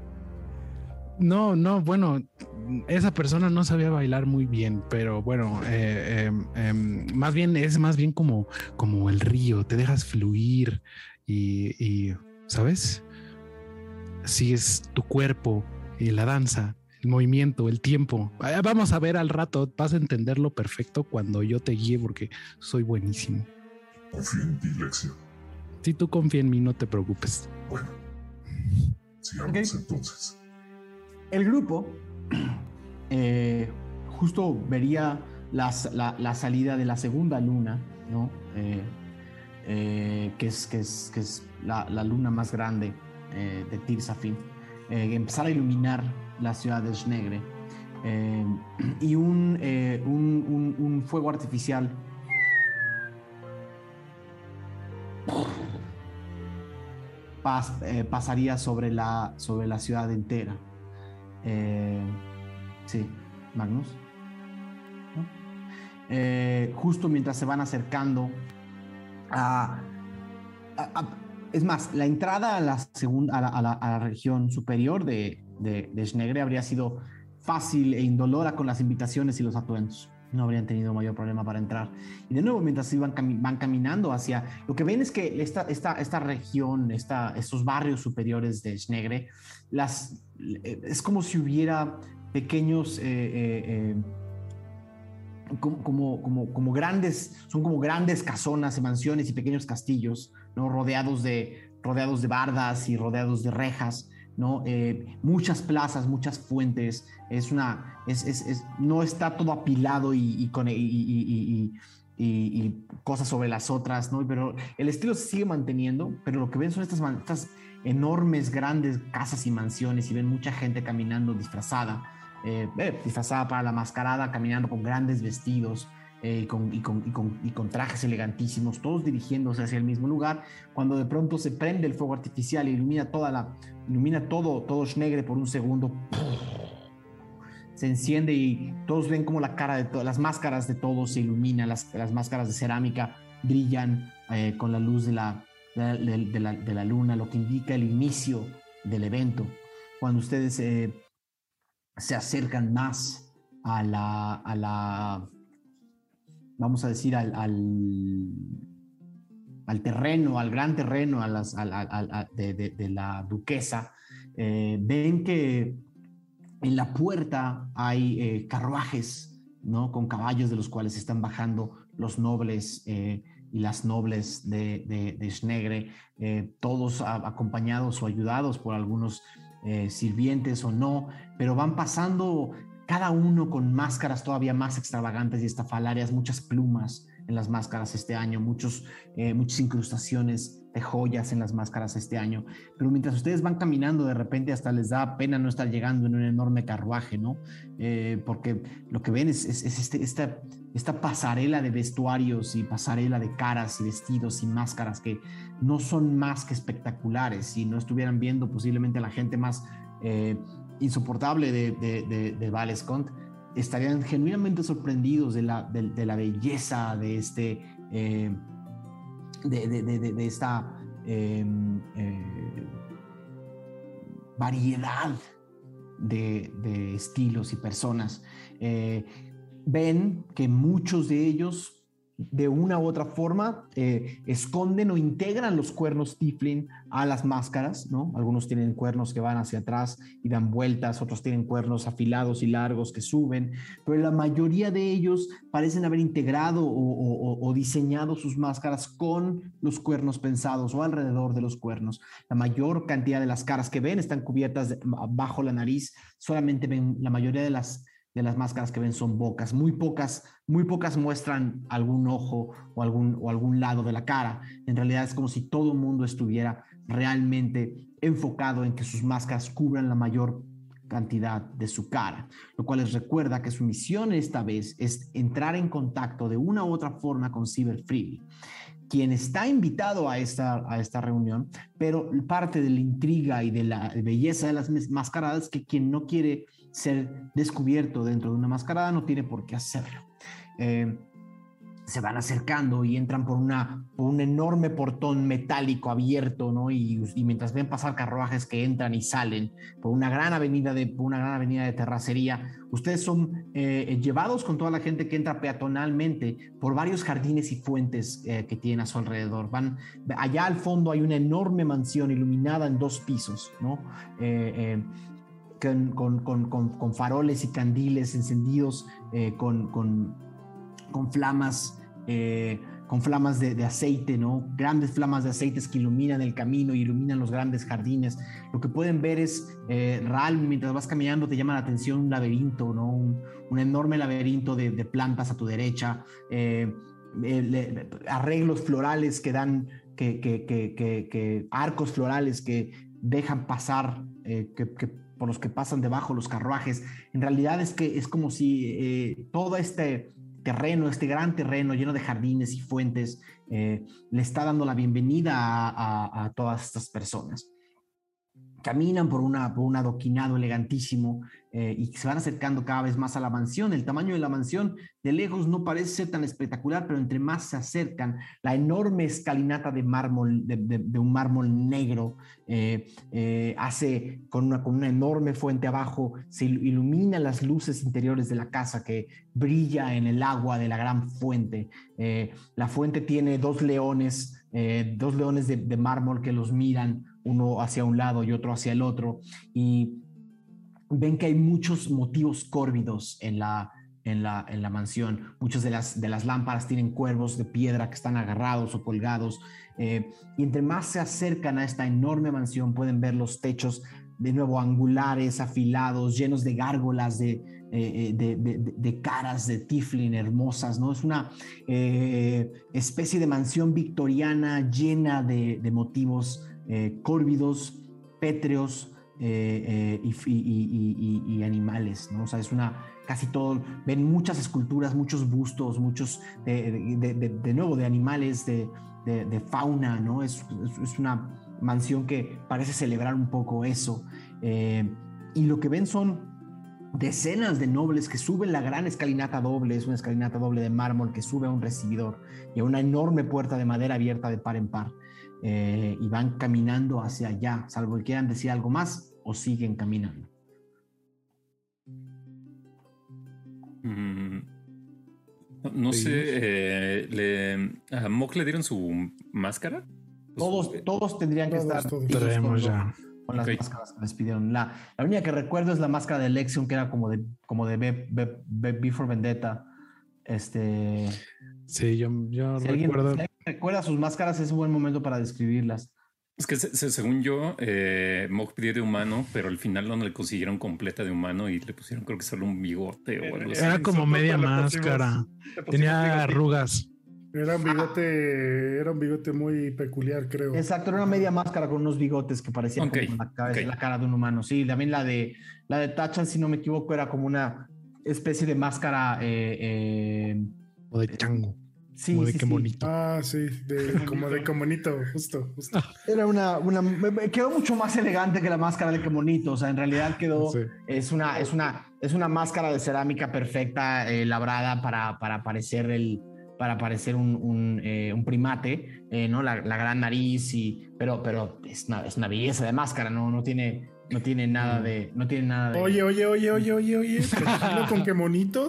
No, bueno, esa persona no sabía bailar muy bien, pero bueno, más bien como el río, te dejas fluir y ¿sabes? Sigues tu cuerpo y la danza, el movimiento, el tiempo. Vamos a ver al rato, vas a entenderlo perfecto cuando yo te guíe porque soy buenísimo. Confío en ti, Lexion. Si tú confía en mí, no te preocupes. Bueno, sigamos entonces. El grupo justo vería la salida de la segunda luna, ¿no? Que es la luna más grande de Tirsafin. Empezar a iluminar la ciudad de Snegre y un fuego artificial pasaría sobre la ciudad entera. Sí, Magnus, ¿no? Justo mientras se van acercando es más, la entrada a la región superior de Snegre habría sido fácil e indolora con las invitaciones y los atuendos. No habrían tenido mayor problema para entrar. Y de nuevo, mientras van caminando hacia... Lo que ven es que esta región, estos barrios superiores de Snegre, es como si hubiera pequeños... como grandes casonas y mansiones y pequeños castillos, ¿no? rodeados de bardas y rodeados de rejas, ¿no? Muchas plazas, muchas fuentes. No está todo apilado y cosas sobre las otras, ¿no? Pero el estilo se sigue manteniendo, pero lo que ven son estas enormes, grandes casas y mansiones, y ven mucha gente caminando disfrazada para la mascarada, caminando con grandes vestidos, con trajes elegantísimos, todos dirigiéndose hacia el mismo lugar, cuando de pronto se prende el fuego artificial y ilumina todo Snegre por un segundo. Se enciende y todos ven como la cara de las máscaras de todos se iluminan, las máscaras de cerámica brillan con la luz de la luna, lo que indica el inicio del evento. Cuando ustedes se acercan más a la vamos a decir, al terreno, al gran terreno de la duquesa, ven que en la puerta hay carruajes, ¿no? Con caballos de los cuales están bajando los nobles y las nobles de Snegre, todos acompañados o ayudados por algunos sirvientes o no, pero van pasando cada uno con máscaras todavía más extravagantes y estafalarias, muchas plumas en las máscaras este año, muchas incrustaciones de joyas en las máscaras este año. Pero mientras ustedes van caminando, de repente hasta les da pena no estar llegando en un enorme carruaje, ¿no? Porque lo que ven es esta pasarela de vestuarios y pasarela de caras y vestidos y máscaras que no son más que espectaculares. Si no estuvieran viendo posiblemente a la gente más insoportable de Valescont, estarían genuinamente sorprendidos de la belleza de esta variedad de estilos y personas. Ven que muchos de ellos de una u otra forma esconden o integran los cuernos Tiflin a las máscaras, ¿no? Algunos tienen cuernos que van hacia atrás y dan vueltas, otros tienen cuernos afilados y largos que suben, pero la mayoría de ellos parecen haber integrado o diseñado sus máscaras con los cuernos pensados o alrededor de los cuernos. La mayor cantidad de las caras que ven están cubiertas bajo la nariz, solamente ven, la mayoría de las máscaras que ven son bocas, muy pocas muestran algún ojo o algún lado de la cara. En realidad es como si todo el mundo estuviera realmente enfocado en que sus máscaras cubran la mayor cantidad de su cara, lo cual les recuerda que su misión esta vez es entrar en contacto de una u otra forma con Cyber Freely, quien está invitado a esta reunión, pero parte de la intriga y de la belleza de las mascaradas es que quien no quiere ser descubierto dentro de una mascarada no tiene por qué hacerlo. Se van acercando y entran por un enorme portón metálico abierto, ¿no? Y mientras ven pasar carruajes que entran y salen por una gran avenida de terracería, ustedes son llevados con toda la gente que entra peatonalmente por varios jardines y fuentes que tienen a su alrededor. Allá al fondo hay una enorme mansión iluminada en 2 pisos, ¿no? Con faroles y candiles encendidos, con flamas de aceite, ¿no? Grandes flamas de aceites que iluminan el camino y iluminan los grandes jardines. Lo que pueden ver es, Ral, mientras vas caminando te llama la atención un laberinto, ¿no? Un enorme laberinto de plantas a tu derecha, arreglos florales que dan, arcos florales que dejan pasar, por los que pasan debajo los carruajes. En realidad es como si todo este gran terreno lleno de jardines y fuentes le está dando la bienvenida a todas estas personas. Caminan por un adoquinado elegantísimo y se van acercando cada vez más a la mansión. El tamaño de la mansión de lejos no parece ser tan espectacular, pero entre más se acercan, la enorme escalinata de mármol, de un mármol negro, hace con una enorme fuente abajo, se iluminan las luces interiores de la casa que brilla en el agua de la gran fuente. La fuente tiene 2 leones, de mármol que los miran, uno hacia un lado y otro hacia el otro, y ven que hay muchos motivos córvidos en la mansión. Muchas de las lámparas tienen cuervos de piedra que están agarrados o colgados, y entre más se acercan a esta enorme mansión pueden ver los techos de nuevo angulares, afilados, llenos de gárgolas, de caras de Tiflin hermosas, ¿no? Es una especie de mansión victoriana llena de motivos córvidos, pétreos, y animales, ¿no? O sea, casi todo, ven muchas esculturas, muchos bustos, muchos, de nuevo, de animales, de fauna, ¿no? Es una mansión que parece celebrar un poco eso. Y lo que ven son decenas de nobles que suben la gran escalinata doble, es una escalinata doble de mármol que sube a un recibidor y a una enorme puerta de madera abierta de par en par. Y van caminando hacia allá, salvo que quieran decir algo más o siguen caminando. No sé, ¿a Mok le dieron su máscara? Todos tendrían que estar traemos ya con las máscaras que les pidieron. La única que recuerdo es la máscara de Lexion, que era como de B for Vendetta. Sí, yo si recuerdo. Alguien recuerda sus máscaras, es un buen momento para describirlas. Es que según yo, Mok pidió de humano, pero al final no le consiguieron completa de humano y le pusieron creo que solo un bigote o algo así. Era como media máscara. Tenía arrugas. Era un bigote muy peculiar, creo. Exacto, era una media máscara con unos bigotes que parecían como la cara de un humano. Sí, también la de Tachan, si no me equivoco, era como una especie de máscara o de chango. Sí, como de sí, qué bonito. Ah, sí, como de Kemonito, justo. Era quedó mucho más elegante que la máscara de Kemonito. O sea, en realidad quedó, sí. es una máscara de cerámica perfecta, labrada para parecer un primate, ¿no? La gran nariz, pero es una belleza de máscara, no tiene nada de. Oye. Tranquilo con Kemonito.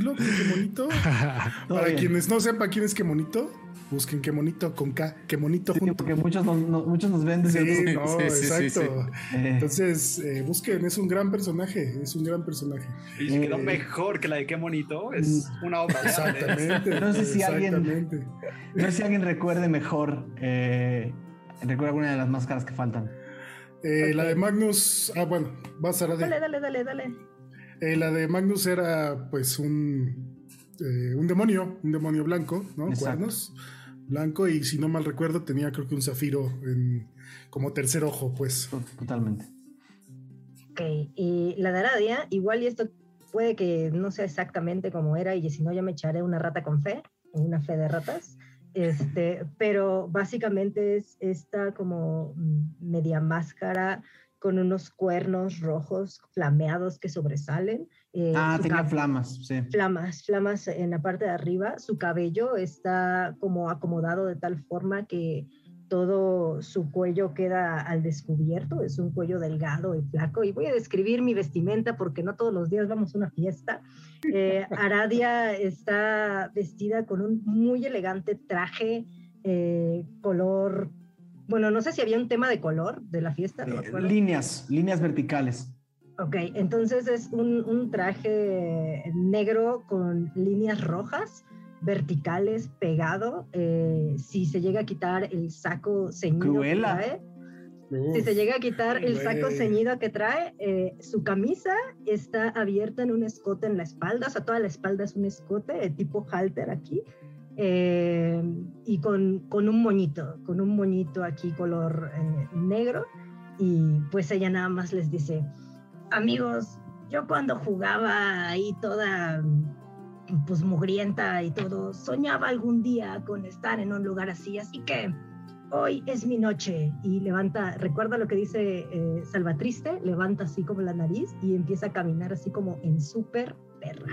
Para quienes no sepan quién es Kemonito, busquen Kemonito con K, Kemonito junto. Sí, porque muchos nos ven desde exacto. Sí. Entonces, busquen, es un gran personaje. Y se quedó mejor que la de Kemonito, es una obra. Exactamente. No sé si alguien recuerde mejor, recuerda alguna de las máscaras que faltan. La de Magnus, bueno, vas a Dale. La de Magnus era pues un demonio blanco, ¿no? Exacto. Cuernos blanco, y si no mal recuerdo tenía creo que un zafiro como tercer ojo, pues. Totalmente. Ok, y la de Aradia, igual y esto puede que no sea exactamente como era, y si no ya me echaré una rata con fe, una fe de ratas. Pero básicamente es esta como media máscara con unos cuernos rojos flameados que sobresalen. Tenía flamas, sí. Flamas en la parte de arriba. Su cabello está como acomodado de tal forma que todo su cuello queda al descubierto. Es un cuello delgado y flaco. Y voy a describir mi vestimenta porque no todos los días vamos a una fiesta. Aradia está vestida con un muy elegante traje color, bueno, no sé si había un tema de color de la fiesta, no me acuerdo. Líneas verticales. Ok, entonces es un traje negro con líneas rojas verticales pegado. Si se llega a quitar el saco ceñido Cruella. que trae, si se llega a quitar el saco ceñido que trae, su camisa está abierta en un escote en la espalda, o sea, toda la espalda es un escote tipo halter aquí, y con un moñito aquí color negro, y pues ella nada más les dice: amigos, yo cuando jugaba ahí toda pues mugrienta y todo, soñaba algún día con estar en un lugar así que hoy es mi noche. Y recuerda lo que dice Salvatriste, levanta así como la nariz y empieza a caminar así como en súper perra.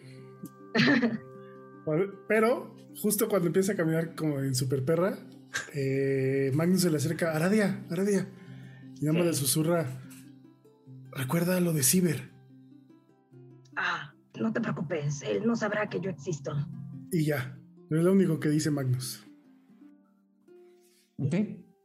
Pero justo cuando empieza a caminar como en super perra, Magnus se le acerca: Aradia, y nada más le susurra: recuerda lo de Ciber. No te preocupes, él no sabrá que yo existo. Y ya, no es lo único que dice Magnus. Ok.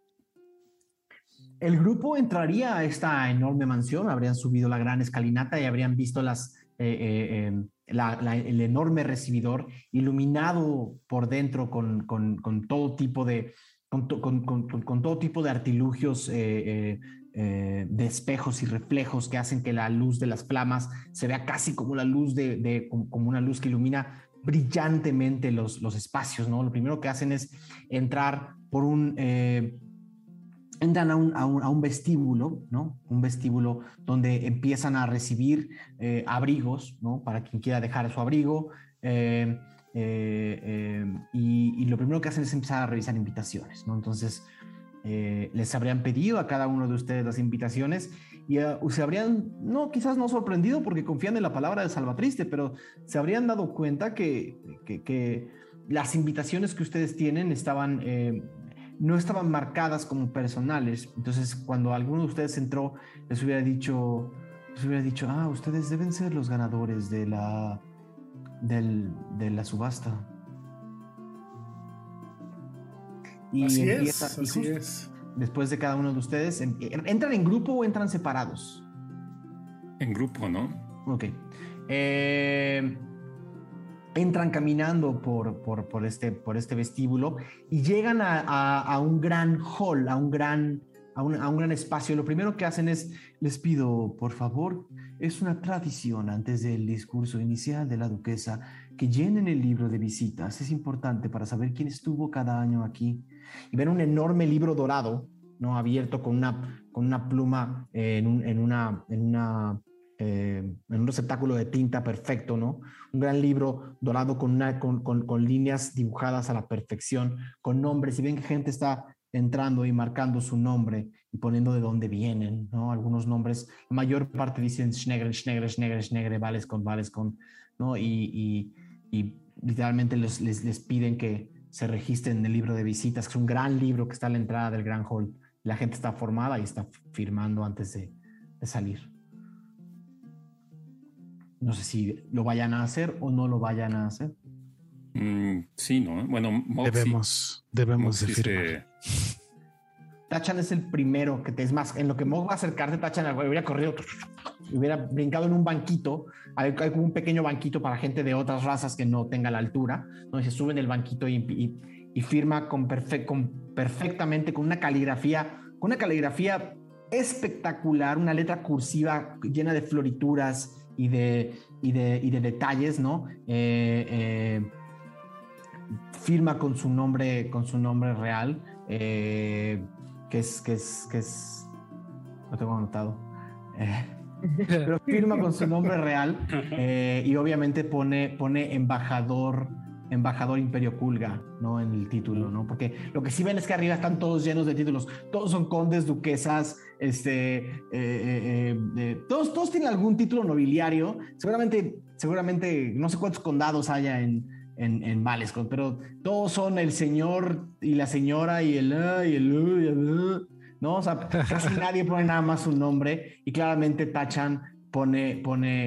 El grupo entraría a esta enorme mansión, habrían subido la gran escalinata y habrían visto el enorme recibidor iluminado por dentro con todo tipo de artilugios de espejos y reflejos que hacen que la luz de las flamas se vea casi como la luz como una luz que ilumina brillantemente los espacios, ¿no? Lo primero que hacen es entrar por un entran a un vestíbulo, ¿no? Un vestíbulo donde empiezan a recibir abrigos, ¿no? Para quien quiera dejar su abrigo. Y lo primero que hacen es empezar a revisar invitaciones, ¿no? Entonces, les habrían pedido a cada uno de ustedes las invitaciones y se habrían, no, quizás no sorprendido porque confían en la palabra de Salvatriste, pero se habrían dado cuenta que las invitaciones que ustedes tienen no estaban marcadas como personales. Entonces, cuando alguno de ustedes entró, les hubiera dicho, ustedes deben ser los ganadores de la subasta. Y así es. Después de cada uno de ustedes, ¿entran en grupo o entran separados? En grupo, ¿no? Ok. Entran caminando por este vestíbulo y llegan a un gran hall, a un gran espacio. Lo primero que hacen es, les pido, por favor, es una tradición antes del discurso inicial de la duquesa, que llenen el libro de visitas. Es importante para saber quién estuvo cada año aquí. Y ven un enorme libro dorado, ¿no? Abierto con una pluma en un receptáculo de tinta perfecto, ¿no? Un gran libro dorado con líneas dibujadas a la perfección, con nombres. Y ven que gente está entrando y marcando su nombre y poniendo de dónde vienen, ¿no? Algunos nombres, la mayor parte dicen Schnegre, Valescon, ¿no? Y literalmente les piden que se registren en el libro de visitas, que es un gran libro que está a la entrada del gran hall. La gente está formada y está firmando antes de salir. No sé si lo vayan a hacer o no lo vayan a hacer. Sí, ¿no? Bueno, Mog debemos de firmar. Tachan es el primero que es más, en lo que Mog va a acercarse, Tachan hubiera corrido, hubiera brincado en un banquito. Hay un pequeño banquito para gente de otras razas que no tenga la altura, donde se sube en el banquito y firma perfectamente con una caligrafía espectacular, una letra cursiva llena de florituras y de detalles, ¿no? Firma con su nombre real, que es lo tengo anotado, pero firma con su nombre real, y obviamente pone embajador Imperio Kulga, ¿no? En el título, ¿no? Porque lo que sí ven es que arriba están todos llenos de títulos, todos son condes, duquesas, todos tienen algún título nobiliario, seguramente no sé cuántos condados haya en Valescon, pero todos son el señor y la señora y el ¿no? O sea, casi nadie pone nada más su nombre, y claramente Tachan pone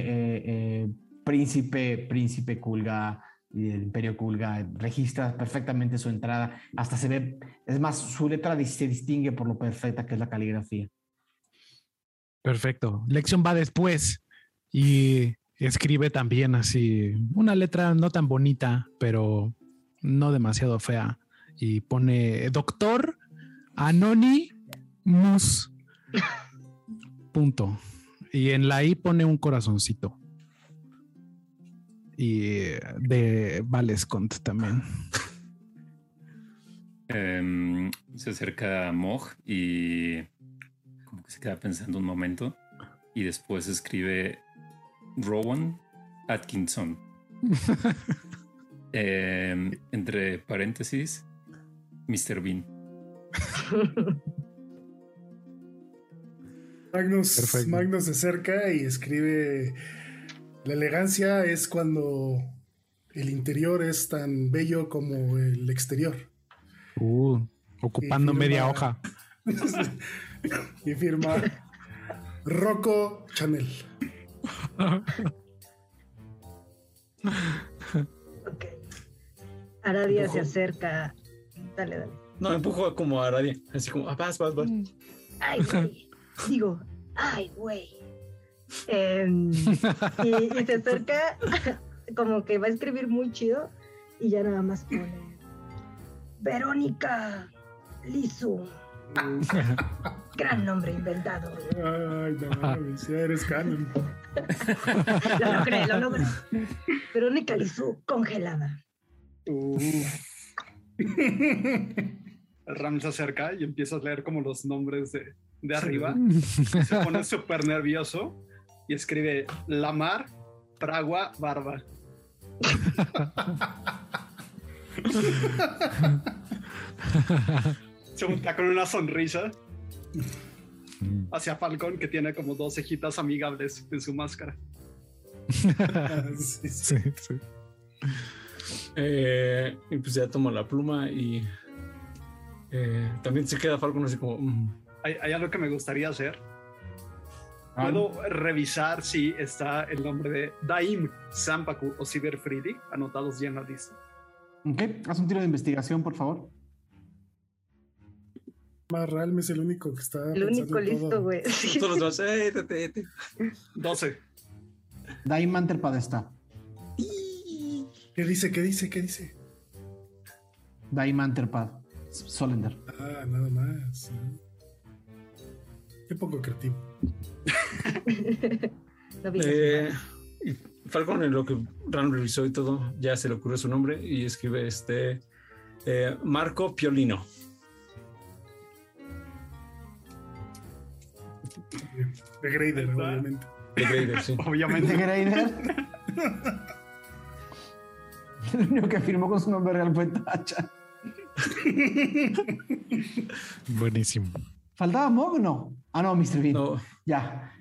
príncipe Kulga y el Imperio Kulga, registra perfectamente su entrada, hasta se ve, es más, su letra se distingue por lo perfecta que es la caligrafía. Perfecto. Lección va después y escribe también así una letra no tan bonita, pero no demasiado fea, y pone Doctor Anonymous. Punto. Y en la I pone un corazoncito. Y de Valescont también. Se acerca a Mog y como que se queda pensando un momento y después escribe Rowan Atkinson. Entre paréntesis, Mr. Bean. Magnus se acerca y escribe: la elegancia es cuando el interior es tan bello como el exterior. Ocupando media hoja. Y firma Rocco Chanel. Ok. Aradia se acerca. Dale. No, empujo como a Aradia. Así como, vas. Ay, güey. Digo, ay, güey. Y se acerca, como que va a escribir muy chido, y ya nada más pone Verónica Lisu. Gran nombre inventado. Ay, no, ya eres canon. Lo logré. Verónica Lisu congelada. Ram se acerca y empieza a leer como los nombres de arriba. Se pone súper nervioso y escribe Lamar, Pragua, Barba. Se voltea con una sonrisa hacia Falcon, que tiene como 2 cejitas amigables en su máscara. Sí. Y pues ya toma la pluma y también se queda Falcon así como... Hay algo que me gustaría hacer. Puedo revisar si está el nombre de Daim, Sampaku o Cyberfriedi anotados ya en la lista. Ok, haz un tiro de investigación, por favor. Ralm es el único que está. El único listo, güey. Todos los dos, 12. Daim Manterpad está. ¿Qué dice? Daim Manterpad. Solender. Ah, nada más. ¿Sí? Qué poco creativo. Y Falcon, en lo que Ran revisó y todo, ya se le ocurrió su nombre y escribe Marco Piolino. De Grader, obviamente. De Grader, sí. Obviamente. De Grader. El único que firmó con su nombre real fue Tacha. Buenísimo. ¿Faltaba Mog o no? Ah, no, Mr. Bean. No. Ya.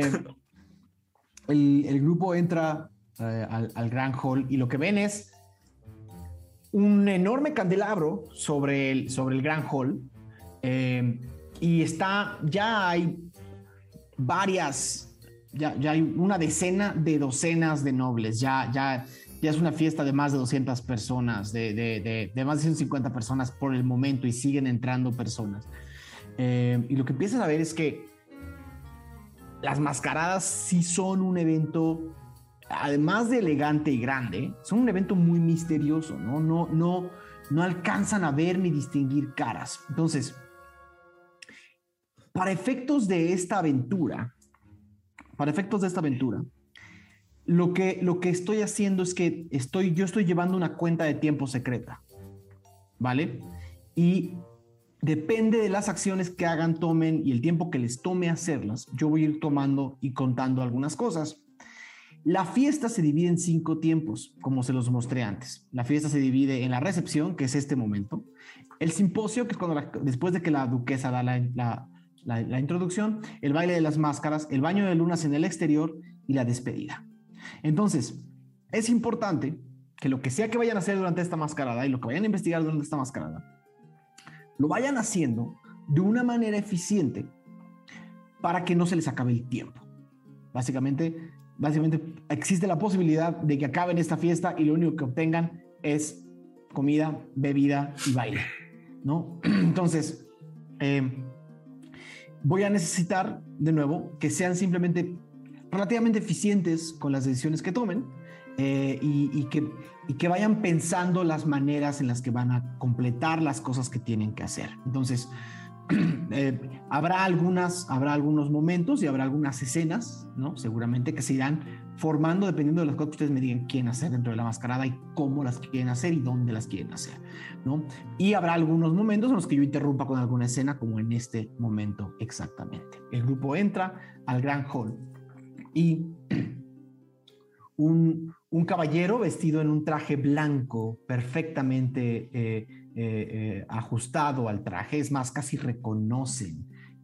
El grupo entra al gran hall y lo que ven es un enorme candelabro sobre el gran hall. Y ya hay varias, ya hay una decena de docenas de nobles. Ya es una fiesta de más de 200 personas, de más de 150 personas por el momento, y siguen entrando personas. Y lo que empiezan a ver es que las mascaradas sí son un evento, además de elegante y grande, son un evento muy misterioso, ¿no? No alcanzan a ver ni distinguir caras. Entonces, para efectos de esta aventura, lo que estoy haciendo es que yo estoy llevando una cuenta de tiempo secreta, ¿vale? Y depende de las acciones que hagan, tomen y el tiempo que les tome hacerlas, yo voy a ir tomando y contando algunas cosas. La fiesta se divide en 5 tiempos, como se los mostré antes. La fiesta se divide en la recepción, que es este momento, el simposio, que es cuando después de que la duquesa da la introducción, el baile de las máscaras, el baño de lunas en el exterior y la despedida. Entonces, es importante que lo que sea que vayan a hacer durante esta mascarada y lo que vayan a investigar durante esta mascarada, lo vayan haciendo de una manera eficiente para que no se les acabe el tiempo. Básicamente existe la posibilidad de que acaben esta fiesta y lo único que obtengan es comida, bebida y baile, ¿no? Entonces, voy a necesitar, de nuevo, que sean simplemente relativamente eficientes con las decisiones que tomen, y que vayan pensando las maneras en las que van a completar las cosas que tienen que hacer. Entonces, habrá algunos momentos y habrá algunas escenas, ¿no? Seguramente que se irán formando dependiendo de las cosas que ustedes me digan quieren hacer dentro de la mascarada y cómo las quieren hacer y dónde las quieren hacer, ¿no? Y habrá algunos momentos en los que yo interrumpa con alguna escena, como en este momento exactamente. El grupo entra al gran hall y un caballero vestido en un traje blanco perfectamente ajustado al traje, es más, casi reconocen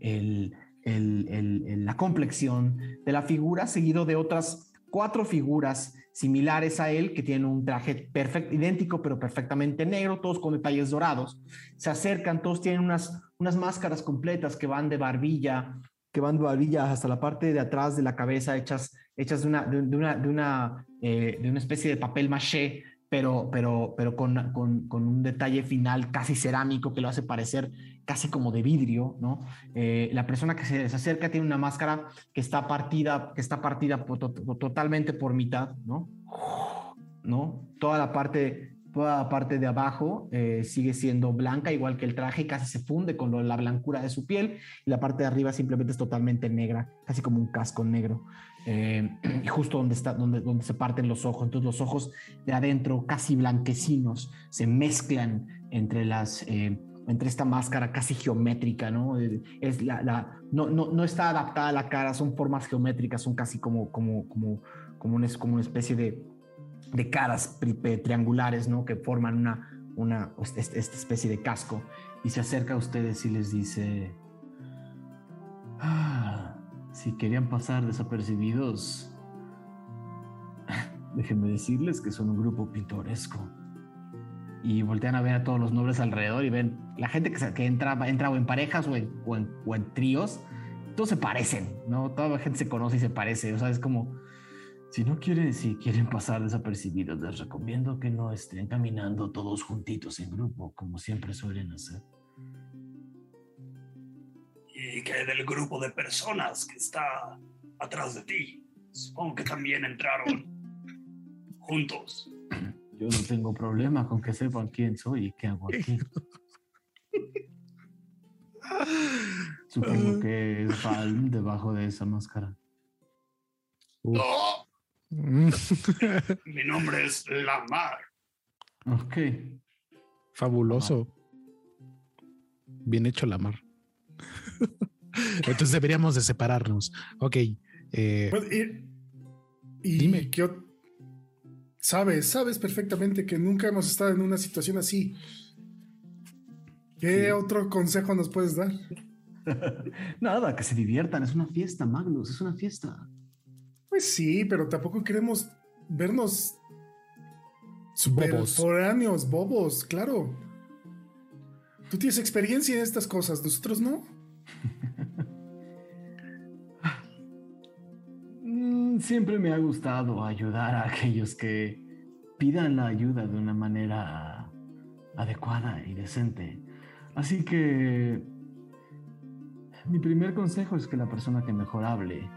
la complexión de la figura, seguido de otras 4 figuras similares a él que tienen un traje idéntico pero perfectamente negro, todos con detalles dorados. Se acercan, todos tienen unas máscaras completas que van de barbilla hasta la parte de atrás de la cabeza, hechas de una especie de papel maché, pero con un detalle final casi cerámico que lo hace parecer casi como de vidrio, ¿no? La persona que se acerca tiene una máscara que está partida totalmente por mitad, ¿no? Toda la parte de abajo sigue siendo blanca, igual que el traje, casi se funde con la blancura de su piel, y la parte de arriba simplemente es totalmente negra, casi como un casco negro, y justo donde se parten los ojos. Entonces los ojos de adentro, casi blanquecinos, se mezclan entre entre esta máscara casi geométrica, ¿no? No está adaptada a la cara, son formas geométricas, son casi como una especie de caras triangulares, ¿no? Que forman esta especie de casco, y se acerca a ustedes y les dice: si querían pasar desapercibidos, déjenme decirles que son un grupo pintoresco. Y voltean a ver a todos los nobles alrededor y ven la gente que entra o en parejas o en tríos. Todos se parecen, ¿no? Toda la gente se conoce y se parece. O sea, es como, si quieren pasar desapercibidos, les recomiendo que no estén caminando todos juntitos en grupo, como siempre suelen hacer. ¿Y qué del grupo de personas que está atrás de ti? Supongo que también entraron juntos. Yo no tengo problema con que sepan quién soy y qué hago aquí. Supongo que es Valm debajo de esa máscara. ¡No! Mi nombre es Lamar. Ok. Fabuloso. Bien hecho, Lamar. Entonces deberíamos de separarnos. Ok. Dime. Sabes perfectamente que nunca hemos estado en una situación así. ¿Qué otro consejo nos puedes dar? Nada, que se diviertan. Es una fiesta, Magnus. Es una fiesta. Pues sí, pero tampoco queremos vernos foráneos, bobos, claro. Tú tienes experiencia en estas cosas, nosotros no. Siempre me ha gustado ayudar a aquellos que pidan la ayuda de una manera adecuada y decente. Así que mi primer consejo es que la persona que mejor hable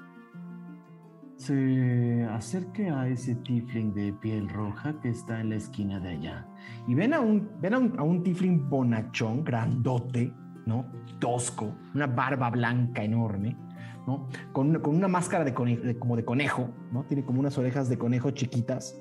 se acerque a ese tiefling de piel roja que está en la esquina de allá. Y ven a un tiefling bonachón, grandote, ¿no? Tosco, una barba blanca enorme, ¿no? Con una máscara como de conejo, ¿no? Tiene como unas orejas de conejo chiquitas,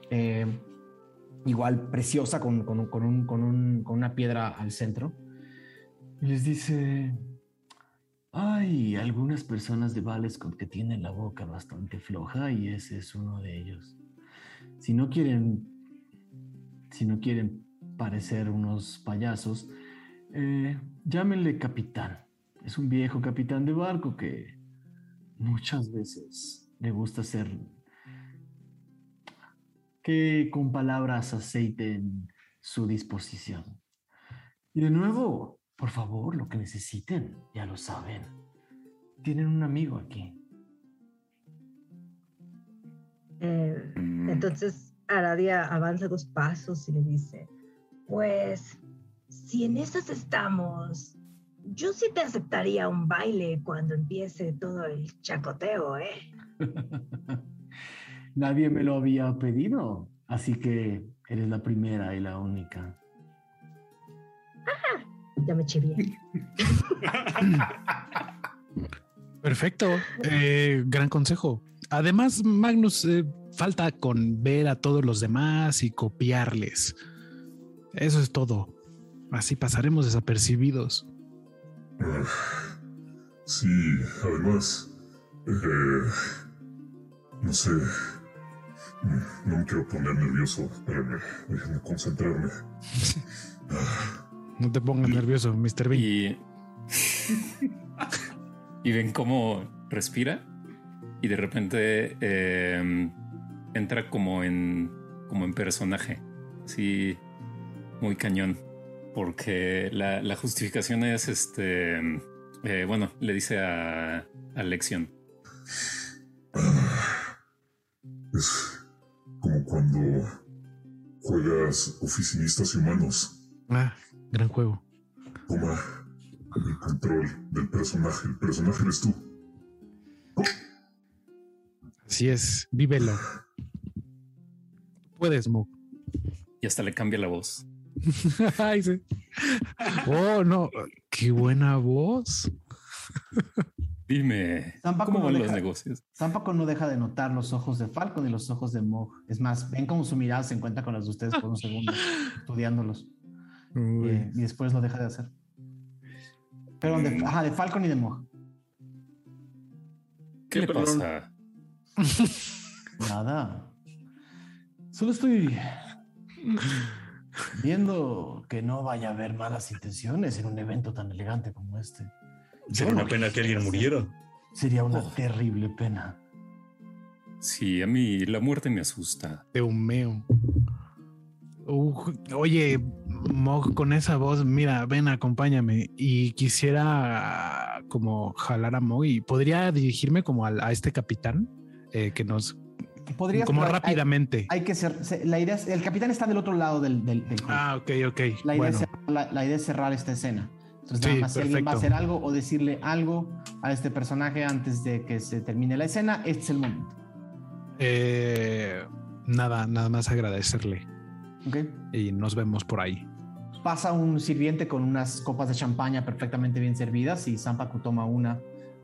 igual preciosa, con una piedra al centro. Y les dice: hay algunas personas de Valescont que tienen la boca bastante floja y ese es uno de ellos. Si no quieren parecer unos payasos, llámenle capitán. Es un viejo capitán de barco que muchas veces le gusta hacer que con palabras aceiten su disposición. Y de nuevo, por favor, lo que necesiten, ya lo saben. Tienen un amigo aquí. Entonces Aradia avanza 2 pasos y le dice: pues, si en esas estamos, yo sí te aceptaría un baile cuando empiece todo el chacoteo, ¿eh? Nadie me lo había pedido, así que eres la primera y la única. ¡Ajá! Ya me chivié. Perfecto. Gran consejo. Además, Magnus, falta con ver a todos los demás y copiarles. Eso es todo. Así pasaremos desapercibidos. Sí, además, no sé, no me quiero poner nervioso. Espérame, déjenme concentrarme. No te pongas nervioso, Mr. Bean. Y ven cómo respira y de repente entra como en personaje, así muy cañón, porque la justificación es bueno, le dice a Lexion: es como cuando juegas oficinistas y humanos. Gran juego. Toma el control del personaje. El personaje eres tú. Así es, vívelo. Puedes, Mo. Y hasta le cambia la voz. Ay, sí. Oh, no. Qué buena voz. Dime, ¿cómo van los negocios? Zampaco no deja de notar los ojos de Falcon y los ojos de Mog. Es más, ven cómo su mirada se encuentra con las de ustedes por un segundo, estudiándolos. y después lo deja de hacer. Pero de Falcon y de Mog. ¿Qué le pasa? Nada. Solo estoy viendo que no vaya a haber malas intenciones en un evento tan elegante como este. Sería una pena que alguien muriera. Sería una terrible pena. Sí, a mí la muerte me asusta. Te humeo. Oye, Mog, con esa voz, mira, ven, acompáñame. Y quisiera como jalar a Mog y podría dirigirme como a este capitán que nos... Podrías, como rápidamente. Hay que ser... La idea es, el capitán está del otro lado del juego. Ah, ok. La idea es cerrar esta escena. Entonces, nada más, si alguien va a hacer algo o decirle algo a este personaje antes de que se termine la escena, este es el momento. Nada más agradecerle. Okay. Y nos vemos por ahí. Pasa un sirviente con unas copas de champaña perfectamente bien servidas y Zanpaku toma una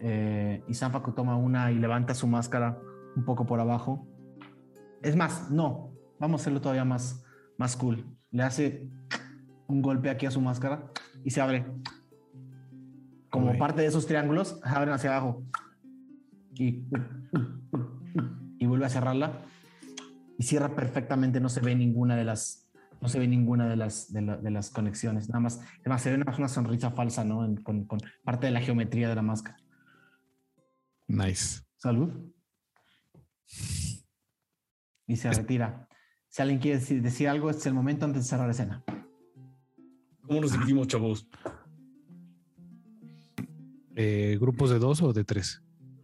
y levanta su máscara un poco por abajo. Es más, no, vamos a hacerlo todavía más cool. Le hace un golpe aquí a su máscara y se abre. Como parte de esos triángulos, se abren hacia abajo. Y vuelve a cerrarla. Y cierra perfectamente, no se ve ninguna de las conexiones. Nada más se ve una sonrisa falsa, ¿no? Con parte de la geometría de la máscara. Nice. Salud. Y se retira. Si alguien quiere decir algo, este es el momento antes de cerrar la escena. ¿Cómo nos dividimos, chavos? ¿Grupos de 2 o de 3?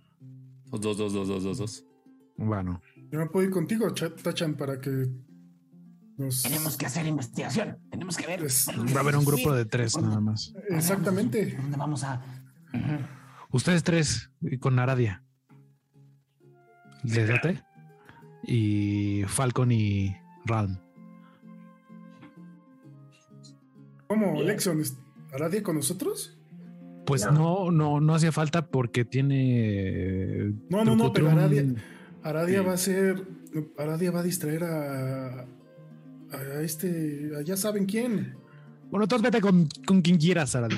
Dos. Bueno. Yo me puedo ir contigo, Tachan, para que Tenemos que hacer investigación. Tenemos que ver. Va a haber un grupo de 3 nada más. Exactamente. ¿Dónde vamos a...? Ustedes 3 con Aradia. Desate. Y Falcon y Ralm. ¿Cómo, Lexion? ¿Aradia con nosotros? Pues no hacía falta porque tiene... No, pero Aradia va a ser... Aradia va a distraer a ya saben quién. Bueno, entonces vete con quien quieras, Aradia.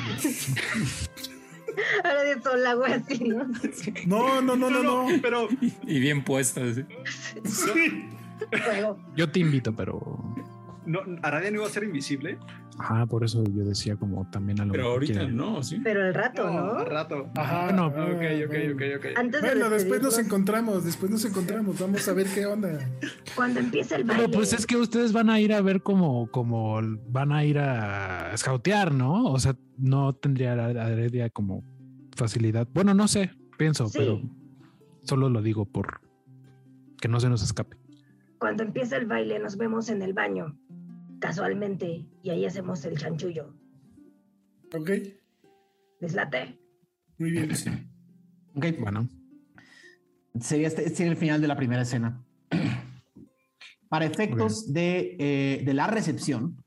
Aradia sola, güey, así, ¿no? No, pero... Y bien puesta. Sí. Yo te invito, pero... No, Aradia no iba a ser invisible. Ajá, por eso yo decía como también a lo pero ahorita no, sí. Pero al rato, ¿no? Al rato. Ajá. Bueno, Ok. Bueno, después nos encontramos. Vamos a ver qué onda. Cuando empiece el baile. Pero pues es que ustedes van a ir a ver como van a ir a scoutear, ¿no? O sea, no tendría Aradia como facilidad. Bueno, no sé, pienso, sí. Pero solo lo digo por que no se nos escape. Cuando empiece el baile nos vemos en el baño, casualmente, y ahí hacemos el chanchullo. Ok. ¿Les late? Muy bien. Ok, bueno. Sería el final de la primera escena. Para efectos de la recepción,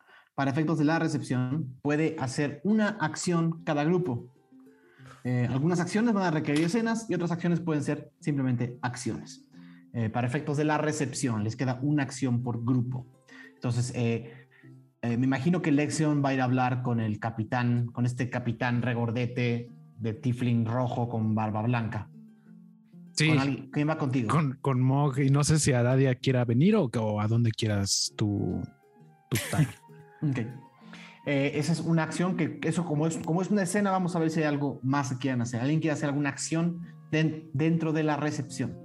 puede hacer una acción cada grupo. Algunas acciones van a requerir escenas y otras acciones pueden ser simplemente acciones. Para efectos de la recepción, les queda una acción por grupo. Entonces, me imagino que Lexion va a ir a hablar con el capitán, con este capitán regordete de Tifling rojo con barba blanca. Sí. ¿Quién va contigo? Con Mog, y no sé si Aradia quiera venir o a dónde quieras tú estar. Ok. Esa es una acción que, eso como es una escena, vamos a ver si hay algo más que quieran hacer. ¿Alguien quiere hacer alguna acción dentro de la recepción?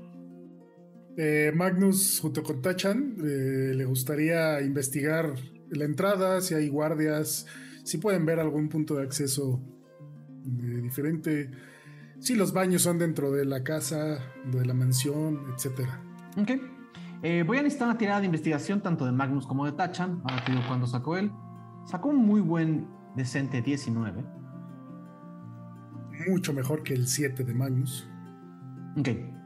Magnus, junto con Tachan, le gustaría investigar la entrada, si hay guardias, si pueden ver algún punto de acceso diferente, si los baños son dentro de la casa, de la mansión, etc. Ok. Voy a necesitar una tirada de investigación tanto de Magnus como de Tachan. Ahora te digo cuándo sacó él. Sacó un muy buen decente 19. Mucho mejor que el 7 de Magnus. Ok.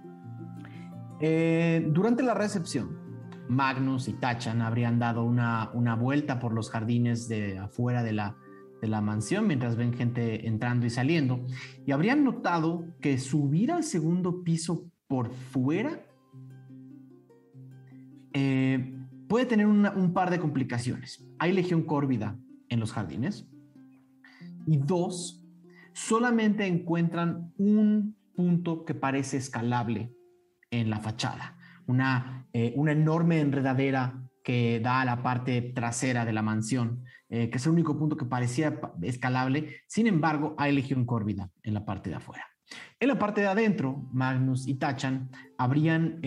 Durante la recepción, Magnus y Tachan habrían dado una vuelta por los jardines de afuera de la mansión mientras ven gente entrando y saliendo, y habrían notado que subir al segundo piso por fuera puede puede tener un par de complicaciones. Hay legión córvida en los jardines. Y 2, solamente encuentran un punto que parece escalable en la fachada. Una enorme enredadera que da a la parte trasera de la mansión, que es el único punto que parecía escalable. Sin embargo, hay legión córvida en la parte de afuera. En la parte de adentro, Magnus y Tachan habrían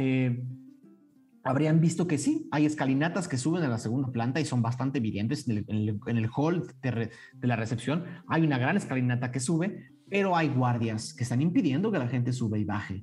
visto que sí, hay escalinatas que suben a la segunda planta y son bastante evidentes. En el hall de la recepción hay una gran escalinata que sube, pero hay guardias que están impidiendo que la gente suba y baje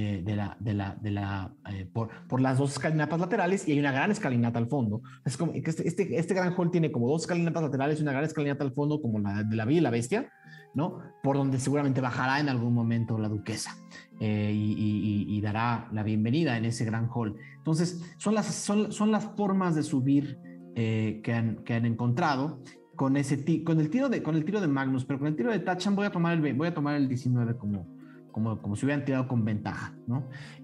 por las dos escalinatas laterales, y hay una gran escalinata al fondo. Es como que este gran hall tiene como 2 escalinatas laterales y una gran escalinata al fondo, como la de la Bella y la Bestia, ¿no? Por donde seguramente bajará en algún momento la duquesa y dará la bienvenida en ese gran hall. Entonces, son las formas de subir que han encontrado con el tiro de Magnus, pero con el tiro de Tachan voy a tomar el 19 como si hubieran tirado con ventaja, ¿no?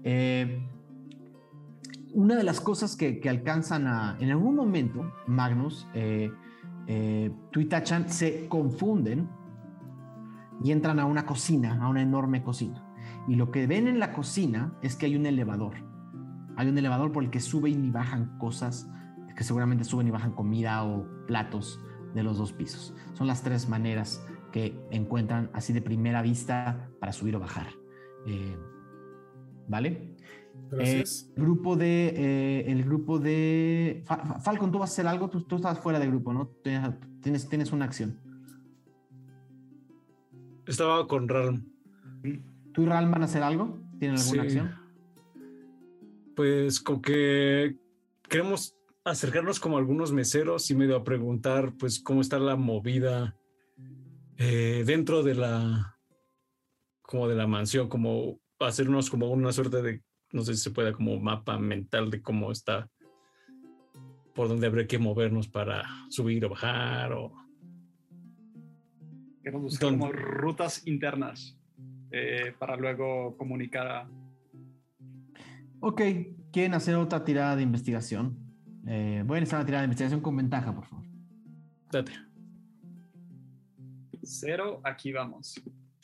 Una de las cosas que alcanzan en algún momento, Magnus, tú y Tachan se confunden y entran a una cocina, a una enorme cocina. Y lo que ven en la cocina es que hay un elevador. Hay un elevador por el que suben y bajan cosas, que seguramente suben y bajan comida o platos de los 2 pisos. Son las 3 maneras que encuentran así de primera vista para subir o bajar. ¿Vale? Gracias. El grupo de Falcon, ¿tú vas a hacer algo? Tú estás fuera de grupo, ¿no? Tienes una acción. Estaba con Ralm. ¿Tú y Ralm van a hacer algo? ¿Tienen alguna acción? Pues como que queremos acercarnos como a algunos meseros y medio a preguntar pues cómo está la movida dentro de la mansión, como hacernos como una suerte de, no sé si se pueda, como mapa mental de cómo está, por dónde habría que movernos para subir o bajar o... Queremos buscar como rutas internas para luego comunicar a... Ok, ¿quieren hacer otra tirada de investigación? Voy a necesitar una tirada de investigación con ventaja, por favor. Date. 0, aquí vamos.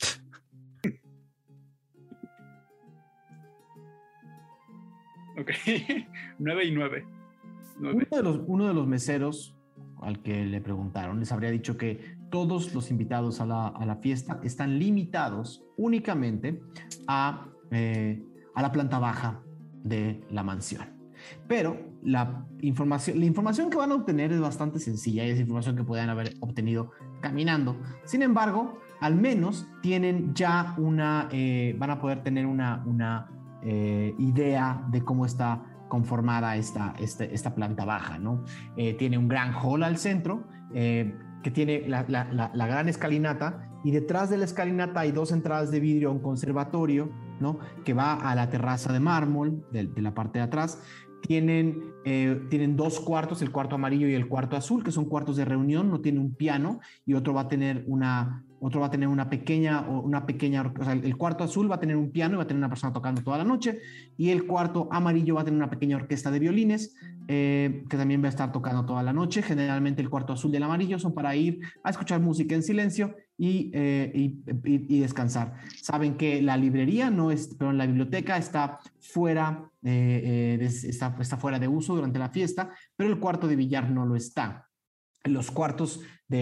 Ok, 9 y 9. Uno de los meseros al que le preguntaron les habría dicho que todos los invitados a la fiesta están limitados únicamente a la planta baja de la mansión. Pero la información que van a obtener es bastante sencilla y es información que pueden haber obtenido caminando. Sin embargo, al menos tienen ya van a poder tener una idea de cómo está conformada esta planta baja, ¿no? Tiene un gran hall al centro que tiene la gran escalinata, y detrás de la escalinata hay 2 entradas de vidrio a un conservatorio, ¿no? Que va a la terraza de mármol de la parte de atrás. Tienen 2 cuartos, el cuarto amarillo y el cuarto azul, que son cuartos de reunión. No tiene un piano, y otro va a tener una pequeña, o sea, el cuarto azul va a tener un piano y va a tener una persona tocando toda la noche, y el cuarto amarillo va a tener una pequeña orquesta de violines que también va a estar tocando toda la noche. Generalmente el cuarto azul y el amarillo son para ir a escuchar música en silencio y descansar. Saben que la librería la biblioteca está fuera, está fuera de uso durante la fiesta, pero el cuarto de billar no lo está. Los cuartos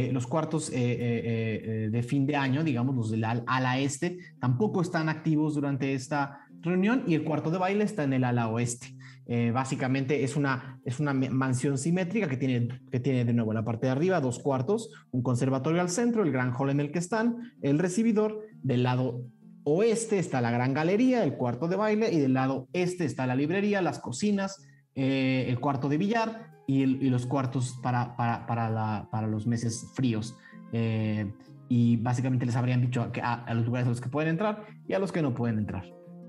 de fin de año, digamos, los del ala este, tampoco están activos durante esta reunión, y el cuarto de baile está en el ala oeste. Básicamente es una mansión simétrica que tiene de nuevo en la parte de arriba 2 cuartos, un conservatorio al centro, el gran hall en el que están, el recibidor. Del lado oeste está la gran galería, el cuarto de baile, y del lado este está la librería, las cocinas, el cuarto de billar y los cuartos para los meses fríos. Y básicamente les habrían dicho a los lugares a los que pueden entrar y a los que no pueden entrar.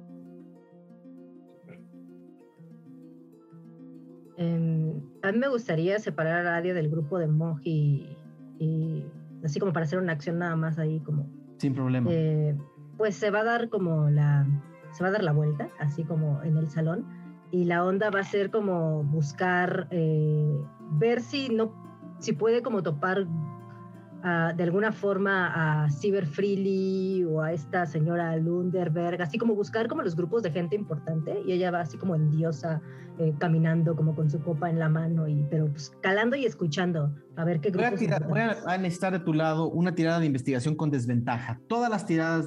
A mí me gustaría separar a Radio del grupo de Moj y así como para hacer una acción nada más ahí como... Sin problema. Pues se va a dar la vuelta, así como en el salón, y la onda va a ser como buscar, ver si puede como topar de alguna forma a Cyber Freely o a esta señora Lunderberg, así como buscar como los grupos de gente importante, y ella va así como en diosa, caminando como con su copa en la mano, pero pues calando y escuchando a ver qué grupos. Voy a necesitar de tu lado una tirada de investigación con desventaja. Todas las tiradas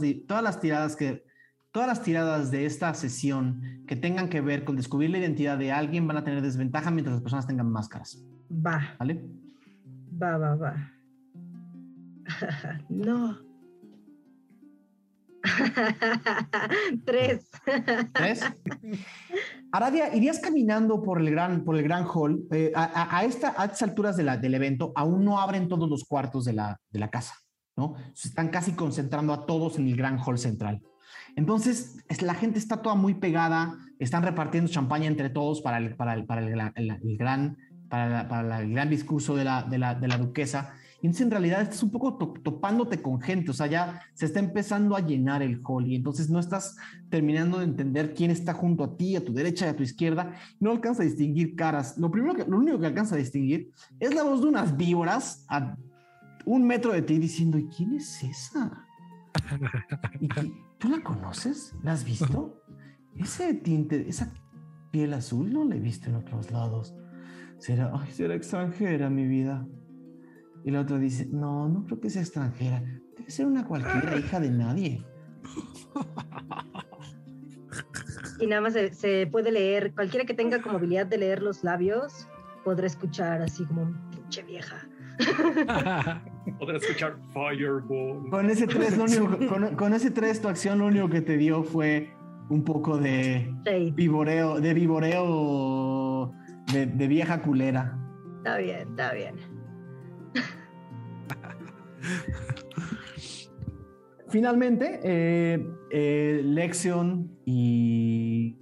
de esta sesión que tengan que ver con descubrir la identidad de alguien van a tener desventaja mientras las personas tengan máscaras. Va. ¿Vale? Va. No. 3. Aradia, irías caminando por el gran hall. A estas alturas del evento aún no abren todos los cuartos de la casa, ¿no? Se están casi concentrando a todos en el gran hall central. Entonces, la gente está toda muy pegada, están repartiendo champaña entre todos para el gran discurso de la duquesa. Y entonces en realidad estás un poco topándote con gente, o sea, ya se está empezando a llenar el hall y entonces no estás terminando de entender quién está junto a ti, a tu derecha y a tu izquierda. No alcanza a distinguir caras. Lo único que alcanza a distinguir es la voz de unas víboras a 1 metro de ti diciendo, ¿y quién es esa? ¿Tú la conoces? ¿La has visto? Ese tinte, esa piel azul no la he visto en otros lados. Será extranjera, mi vida. Y la otra dice, no creo que sea extranjera. Debe ser una cualquiera hija de nadie. Y nada más se puede leer, cualquiera que tenga como habilidad de leer los labios, podrá escuchar así como pinche vieja. Podrá escuchar Fireball. Con ese 3, con ese 3 tu acción lo único que te dio fue un poco de viboreo, de vieja culera. Está bien. Finalmente, Lexion y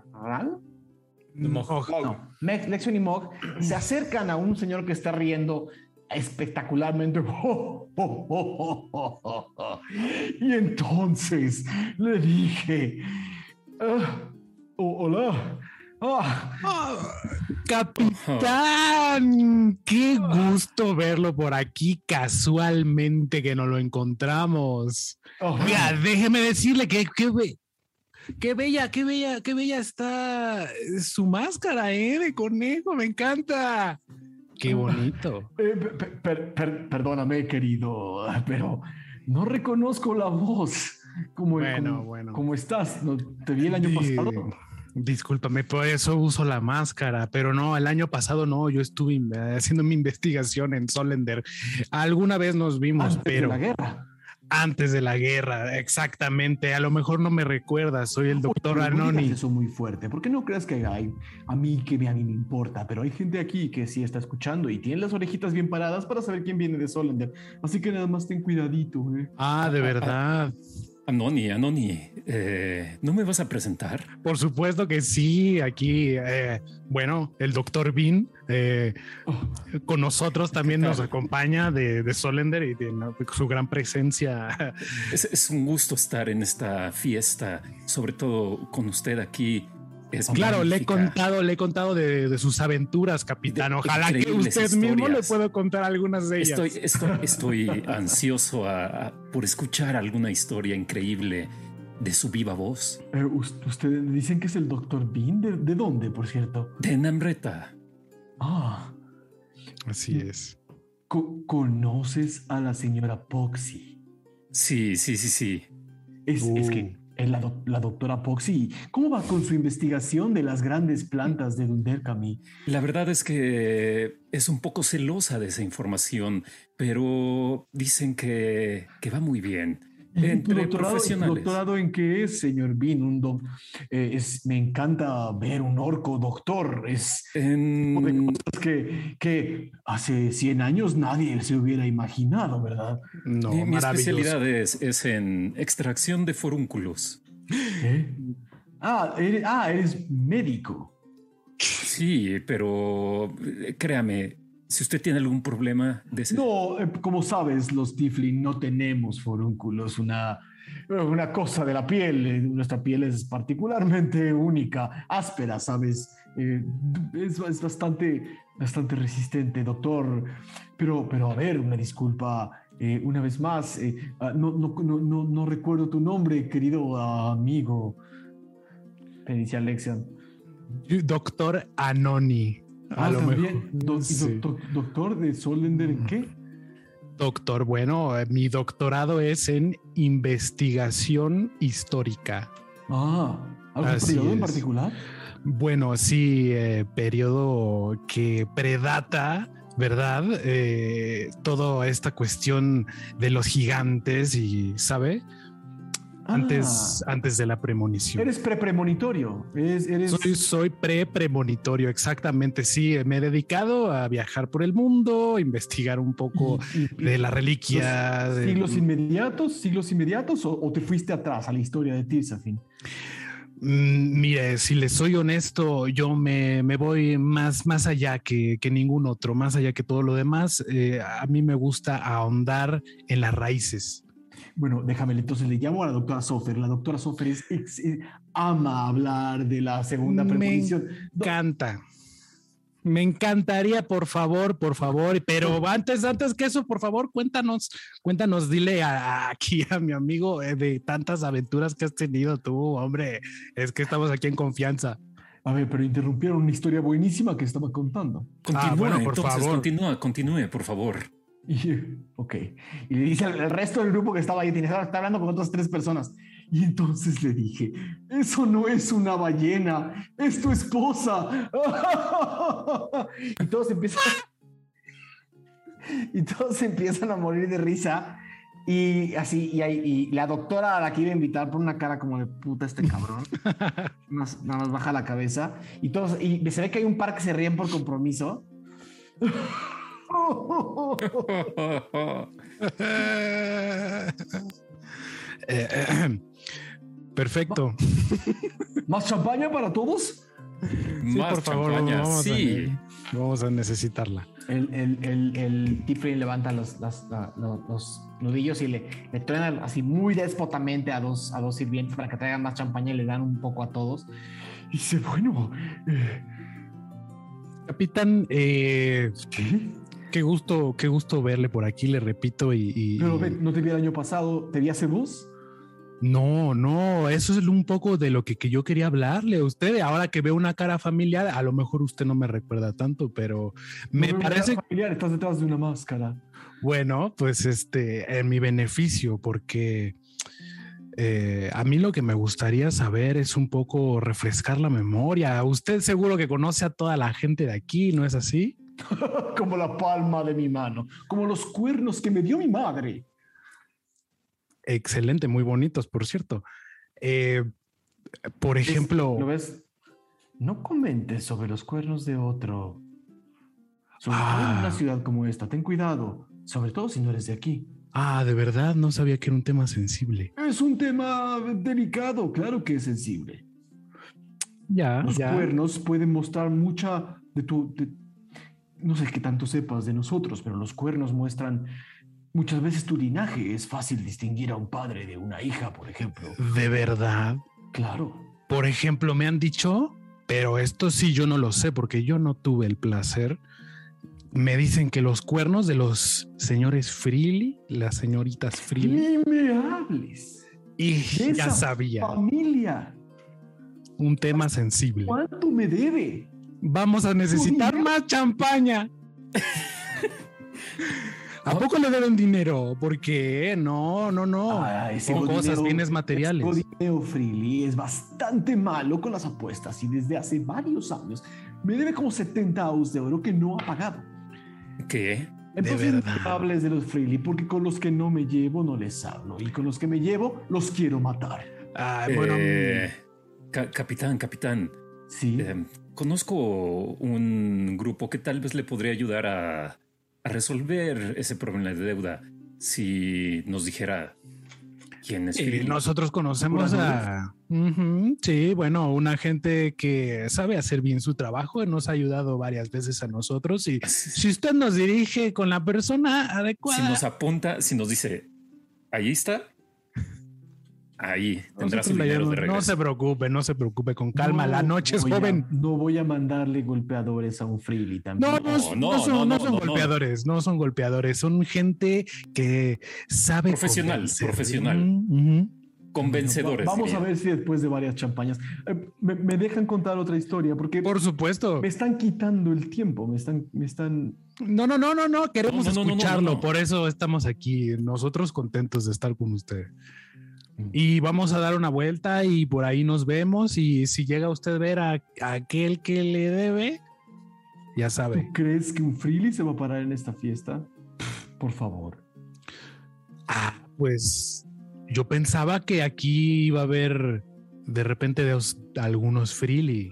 Lexion y Mog se acercan a un señor que está riendo espectacularmente. Y entonces le dije, hola. Capitán, qué gusto verlo por aquí casualmente que nos lo encontramos. Oiga, déjeme decirle que qué bella está su máscara, de conejo, me encanta. Qué bonito. Perdóname, querido, pero no reconozco la voz. ¿Cómo estás? ¿No te vi el año pasado? Discúlpame, por eso uso la máscara, pero no, el año pasado no, yo estuve haciendo mi investigación en Solender. Alguna vez nos vimos, pero... Antes de la guerra. Antes de la guerra, exactamente. A lo mejor no me recuerdas, soy el doctor Anoni. Eso muy fuerte, porque no creas que a mí me importa, pero hay gente aquí que sí está escuchando y tiene las orejitas bien paradas para saber quién viene de Solender. Así que nada más ten cuidadito. Ah, de verdad. Anoni, ¿no me vas a presentar? Por supuesto que sí, aquí, el doctor Bean con nosotros también nos acompaña de Solender y de su gran presencia. Es un gusto estar en esta fiesta, sobre todo con usted aquí. Claro, magnífica. Le he contado de sus aventuras, capitán. Ojalá que usted mismo le pueda contar algunas de ellas. Estoy ansioso por escuchar alguna historia increíble de su viva voz. Ustedes dicen que es el Dr. Bean. ¿De dónde, por cierto? De Namreta. Así es. ¿Conoces a la señora Poxy? Sí. Es que la doctora Poxy, ¿cómo va con su investigación de las grandes plantas de Dunderkami? La verdad es que es un poco celosa de esa información, pero dicen que va muy bien. Entre profesionales. ¿Doctorado en qué es, señor Bean? Me encanta ver un orco doctor. Es de cosas que hace 100 años nadie se hubiera imaginado, ¿verdad? No, mi especialidad es en extracción de forúnculos. Eres médico. Sí, pero créame, si usted tiene algún problema de ese... No, como sabes, los Tiflin no tenemos forúnculos. Una una cosa de la piel. Nuestra piel es particularmente única, áspera, ¿sabes? Es bastante resistente, doctor. Pero a ver, una disculpa. Una vez más, no recuerdo tu nombre, querido amigo. Me dice Alexian. Doctor Anoni. También. Sí. ¿Doctor de Solender qué? Doctor, bueno, mi doctorado es en investigación histórica. ¿Algún periodo en particular? Bueno, sí, periodo que predata, ¿verdad? Toda esta cuestión de los gigantes y, ¿sabe? Antes de la premonición. Eres premonitorio. Soy premonitorio, exactamente. Sí, me he dedicado a viajar por el mundo, investigar un poco de la reliquia. ¿Siglos inmediatos o te fuiste atrás a la historia de Tirsafin? Mire, si les soy honesto, yo me voy más allá que ningún otro, más allá que todo lo demás. A mí me gusta ahondar en las raíces. Bueno, déjame, entonces le llamo a la doctora Sofer. La doctora Sofer ama hablar de la segunda premonición. Me encantaría, por favor, pero antes que eso, por favor, cuéntanos, dile aquí a mi amigo de tantas aventuras que has tenido tú, hombre, es que estamos aquí en confianza. A ver, pero interrumpieron una historia buenísima que estaba contando. Continúa, por favor. Continúe, por favor. Ok. Y le dice al resto del grupo que estaba ahí, está hablando con otras 3 personas. Y entonces le dije, eso no es una ballena, es tu esposa. Y todos empiezan a morir de risa. Y así, y la doctora a la que iba a invitar por una cara como de puta este cabrón. Nada más baja la cabeza. Y se ve que hay un par que se ríen por compromiso. Perfecto. ¿Más champaña para todos? Sí, por favor, vamos a necesitarla. El Tiflin levanta los nudillos y le truena así muy déspotamente a dos sirvientes para que traigan más champaña y le dan un poco a todos. Y dice, bueno, capitán, ¿qué? Qué gusto verle por aquí, le repito. Pero ¿no te vi el año pasado? ¿Te vi hace 2? No, eso es un poco de lo que yo quería hablarle a usted. Ahora que veo una cara familiar, a lo mejor usted no me recuerda tanto, pero me parece familiar, estás detrás de una máscara. Bueno, pues en mi beneficio, porque a mí lo que me gustaría saber es un poco refrescar la memoria. Usted seguro que conoce a toda la gente de aquí, ¿no es así? Como la palma de mi mano, como los cuernos que me dio mi madre. Excelente, muy bonitos, por cierto. Por ejemplo... ¿Lo ves? No comentes sobre los cuernos de otro. Sobre todo en una ciudad como esta. Ten cuidado, sobre todo si no eres de aquí. De verdad, no sabía que era un tema sensible. Es un tema delicado, claro que es sensible. Los cuernos pueden mostrar mucha de tu... no sé qué tanto sepas de nosotros, pero los cuernos muestran muchas veces tu linaje. Es fácil distinguir a un padre de una hija, por ejemplo. ¿De verdad? Claro. Por ejemplo, me han dicho, pero esto sí yo no lo sé porque yo no tuve el placer. Me dicen que los cuernos de los señores Freely, las señoritas Freely. ¡Ni me hables! Y ya sabía. Familia. Un tema sensible. ¿Cuánto me debe? Vamos a necesitar más champaña. ¿A poco le deben dinero? Porque no. Son cosas, bienes materiales. El dinero Freely es bastante malo con las apuestas y desde hace varios años me debe como 70 aus de oro que no ha pagado. ¿Qué? Entonces no hables de los Freely porque con los que no me llevo no les hablo y con los que me llevo los quiero matar. Capitán. Sí. Conozco un grupo que tal vez le podría ayudar a resolver ese problema de deuda si nos dijera quién es. Nosotros conocemos a... sí, bueno, una gente que sabe hacer bien su trabajo, nos ha ayudado varias veces a nosotros y si usted nos dirige con la persona adecuada... Si nos apunta, si nos dice, ahí está, ahí tendrá su dinero de regreso. No se preocupe, con calma, la noche es joven. No voy a mandarle golpeadores a un Freely también. No son golpeadores, son gente que sabe profesional. Convencedores. Vamos a ver si después de varias champañas me dejan contar otra historia, porque por supuesto me están quitando el tiempo, me están. No, queremos escucharlo, por eso estamos aquí, nosotros contentos de estar con usted. Y vamos a dar una vuelta y por ahí nos vemos, y si llega usted a ver a aquel que le debe, ya sabe. ¿Tú crees que un Freely se va a parar en esta fiesta? Por favor. Pues yo pensaba que aquí iba a haber de repente algunos Freely.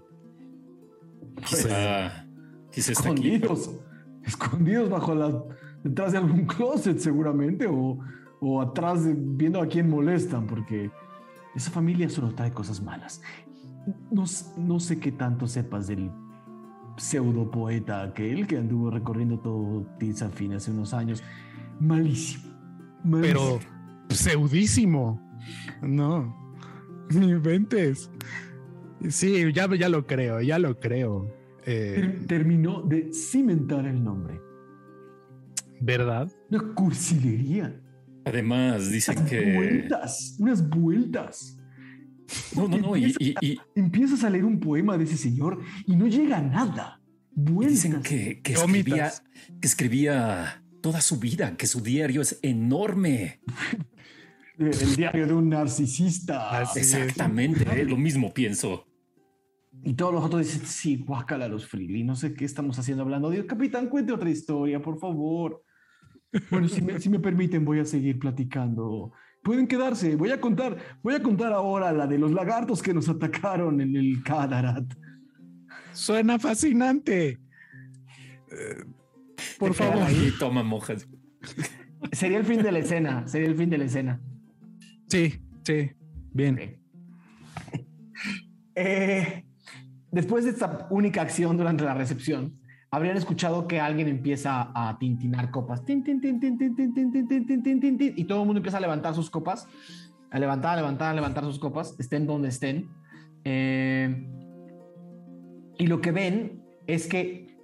Quizá está aquí. Escondidos detrás de algún closet seguramente, o atrás viendo a quién molestan, porque esa familia solo trae cosas malas. No sé qué tanto sepas del pseudo poeta aquel que anduvo recorriendo todo Tirzafin hace unos años. Malísimo. Pero pseudísimo. No inventes. Sí, ya lo creo. Terminó de cimentar el nombre. ¿Verdad? Una cursilería. Además, dicen que... Unas vueltas. No. Empiezas a leer un poema de ese señor y no llega a nada. Vueltas. Dicen que escribía toda su vida, que su diario es enorme. El diario de un narcisista. Exactamente, lo mismo pienso. Y todos los otros dicen, sí, guácala los Freely, no sé qué estamos haciendo hablando. Dios, capitán, cuente otra historia, por favor. Bueno, si me permiten, voy a seguir platicando. Pueden quedarse, voy a contar ahora la de los lagartos que nos atacaron en el Kadarat. Suena fascinante. Por favor. Ahí toma mojas. Sería el fin de la escena. Sí, bien. Okay. Después de esta única acción durante la recepción, habrían escuchado que alguien empieza a tintinar copas. Tin, tin, tin, tin, tin, tin, tin, tin, tin, tin, tin, tin, tin, y todo el mundo empieza a levantar sus copas. A levantar sus copas, estén donde estén. Y lo que ven es que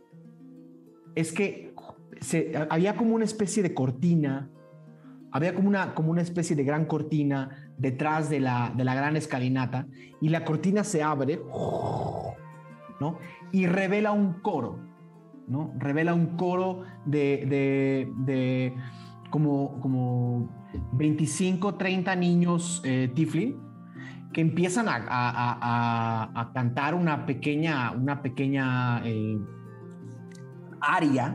había como una especie de cortina. Había como una especie de gran cortina detrás de la gran escalinata, y la cortina se abre, ¿no? Y revela un coro, ¿no? Revela un coro de como 25, 30 niños Tiflin que empiezan a cantar una pequeña aria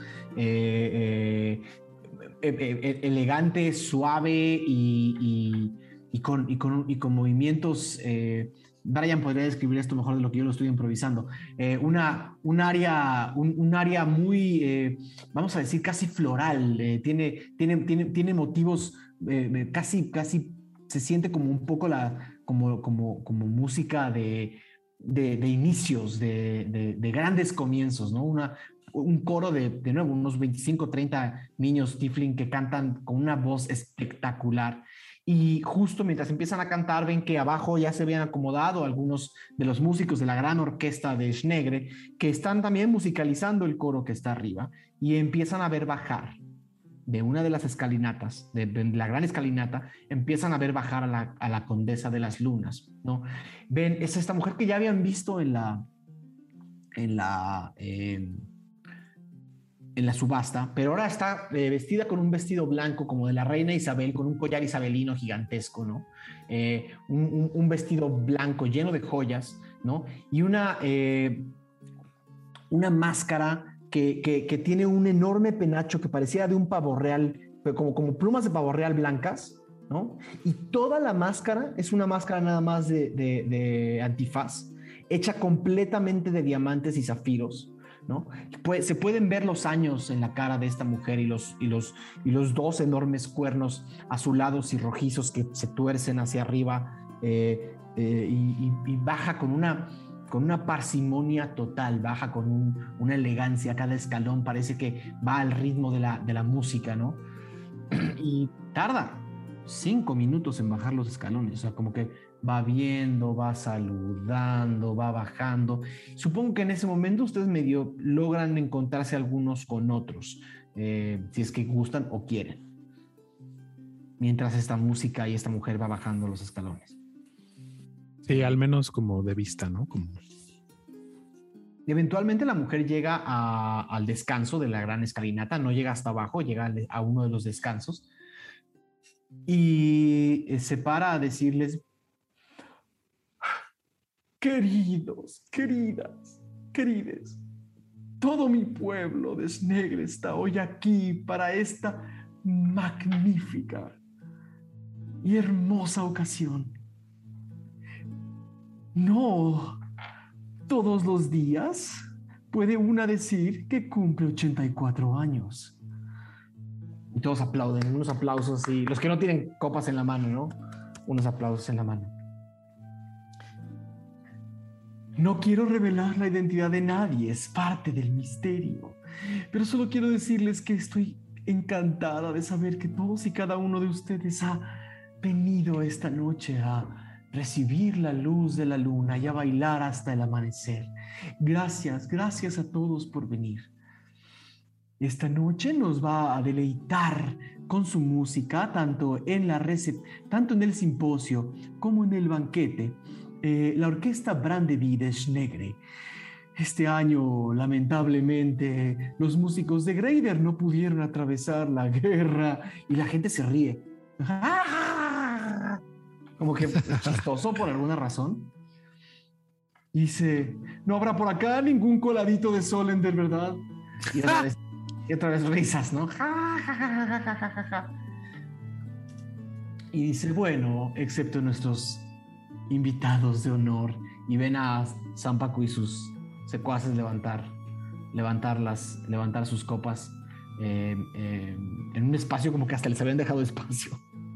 elegante, suave y con movimientos. Brian podría describir esto mejor de lo que yo lo estoy improvisando. Un área muy, vamos a decir, casi floral. Tiene motivos casi se siente como un poco como música de inicios, de grandes comienzos, ¿no? Un coro de nuevo, unos 25, 30 niños Tiflin que cantan con una voz espectacular. Y justo mientras empiezan a cantar, ven que abajo ya se habían acomodado algunos de los músicos de la gran orquesta de Snegre, que están también musicalizando el coro que está arriba, y empiezan a ver bajar de una de las escalinatas, de la gran escalinata, empiezan a ver bajar a la condesa de las lunas, ¿no? Ven, es esta mujer que ya habían visto en la subasta, pero ahora está vestida con un vestido blanco como de la reina Isabel, con un collar isabelino gigantesco, ¿no? Un vestido blanco lleno de joyas, ¿no? Y una máscara que tiene un enorme penacho que parecía de un pavo real, como plumas de pavo real blancas, ¿no? Y toda la máscara es una máscara nada más de antifaz, hecha completamente de diamantes y zafiros, ¿no? Se pueden ver los años en la cara de esta mujer y los dos enormes cuernos azulados y rojizos que se tuercen hacia arriba, y baja con una parsimonia total, baja con una elegancia. Cada escalón parece que va al ritmo de la música, ¿no? Y tarda, 5 minutos en bajar los escalones. O sea, como que va viendo, va saludando, va bajando. Supongo que en ese momento ustedes medio logran encontrarse algunos con otros, si es que gustan o quieren. Mientras esta música y esta mujer va bajando los escalones. Sí, al menos como de vista, ¿no? Como... Eventualmente la mujer llega al descanso de la gran escalinata, no llega hasta abajo, llega a uno de los descansos y se para a decirles: queridos, queridas, querides, todo mi pueblo de Snegre está hoy aquí para esta magnífica y hermosa ocasión. No todos los días puede una decir que cumple 84 años. Y todos aplauden, unos aplausos, y los que no tienen copas en la mano, ¿no? Unos aplausos en la mano. No quiero revelar la identidad de nadie, es parte del misterio. Pero solo quiero decirles que estoy encantada de saber que todos y cada uno de ustedes ha venido esta noche a recibir la luz de la luna y a bailar hasta el amanecer. Gracias, gracias a todos por venir. Esta noche nos va a deleitar con su música, tanto en el simposio como en el banquete, la orquesta Brandeby de Snegre. Este año, lamentablemente, los músicos de Greider no pudieron atravesar la guerra y la gente se ríe. Como que chistoso por alguna razón. Dice: no habrá por acá ningún coladito de Solender, ¿verdad? Y otra vez risas, ¿no? Y dice: bueno, excepto nuestros invitados de honor. Y ven a Zampacu y sus secuaces levantar sus copas en un espacio como que hasta les habían dejado espacio.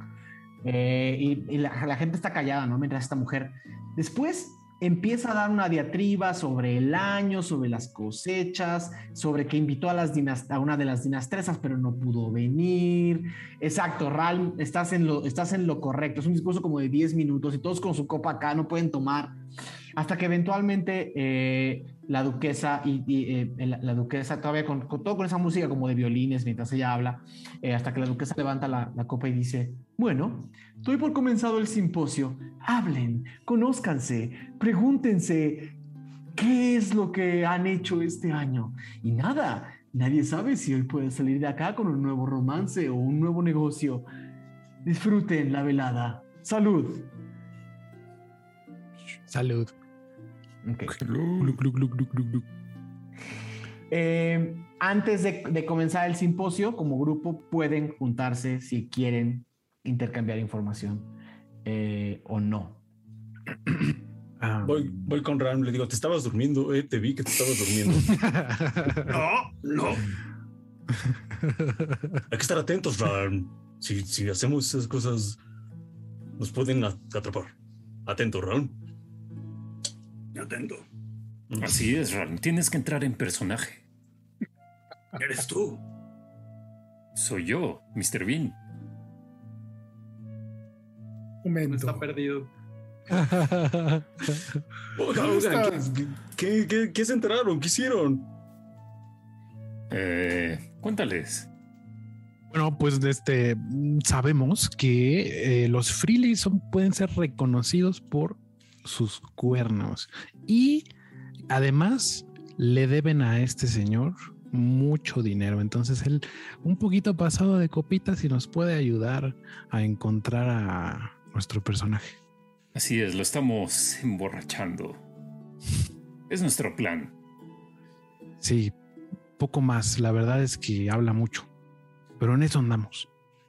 Y la gente está callada, ¿no? Mientras esta mujer después empieza a dar una diatriba sobre el año, sobre las cosechas, sobre que invitó a una de las dinastresas, pero no pudo venir. Exacto, Ral, estás en lo correcto. Es un discurso como de 10 minutos y todos con su copa acá no pueden tomar. Hasta que eventualmente la duquesa la duquesa todavía todo con esa música como de violines mientras ella habla, hasta que la duquesa levanta la copa y dice: bueno, doy por comenzado el simposio. Hablen, conózcanse, pregúntense qué es lo que han hecho este año. Y nada, nadie sabe si hoy puede salir de acá con un nuevo romance o un nuevo negocio. Disfruten la velada. Salud. Salud. Okay. Antes de comenzar el simposio, como grupo pueden juntarse si quieren intercambiar información o no. Voy con Ram, le digo: te estabas durmiendo, te vi que te estabas durmiendo. No. Hay que estar atentos, Ram. Si hacemos esas cosas, nos pueden atrapar. Atento, Ram. Atento. Así es, Ram. Tienes que entrar en personaje. ¿Eres tú? Soy yo, Mr. Bean. Momento. Está perdido. Oigan, ¿qué se enteraron? ¿Qué hicieron? Cuéntales. Bueno, pues sabemos que los Freely pueden ser reconocidos por sus cuernos y además le deben a este señor mucho dinero. Entonces él, un poquito pasado de copitas, y nos puede ayudar a encontrar a nuestro personaje. Así es, lo estamos emborrachando. Es nuestro plan. Sí, poco más. La verdad es que habla mucho, pero en eso andamos.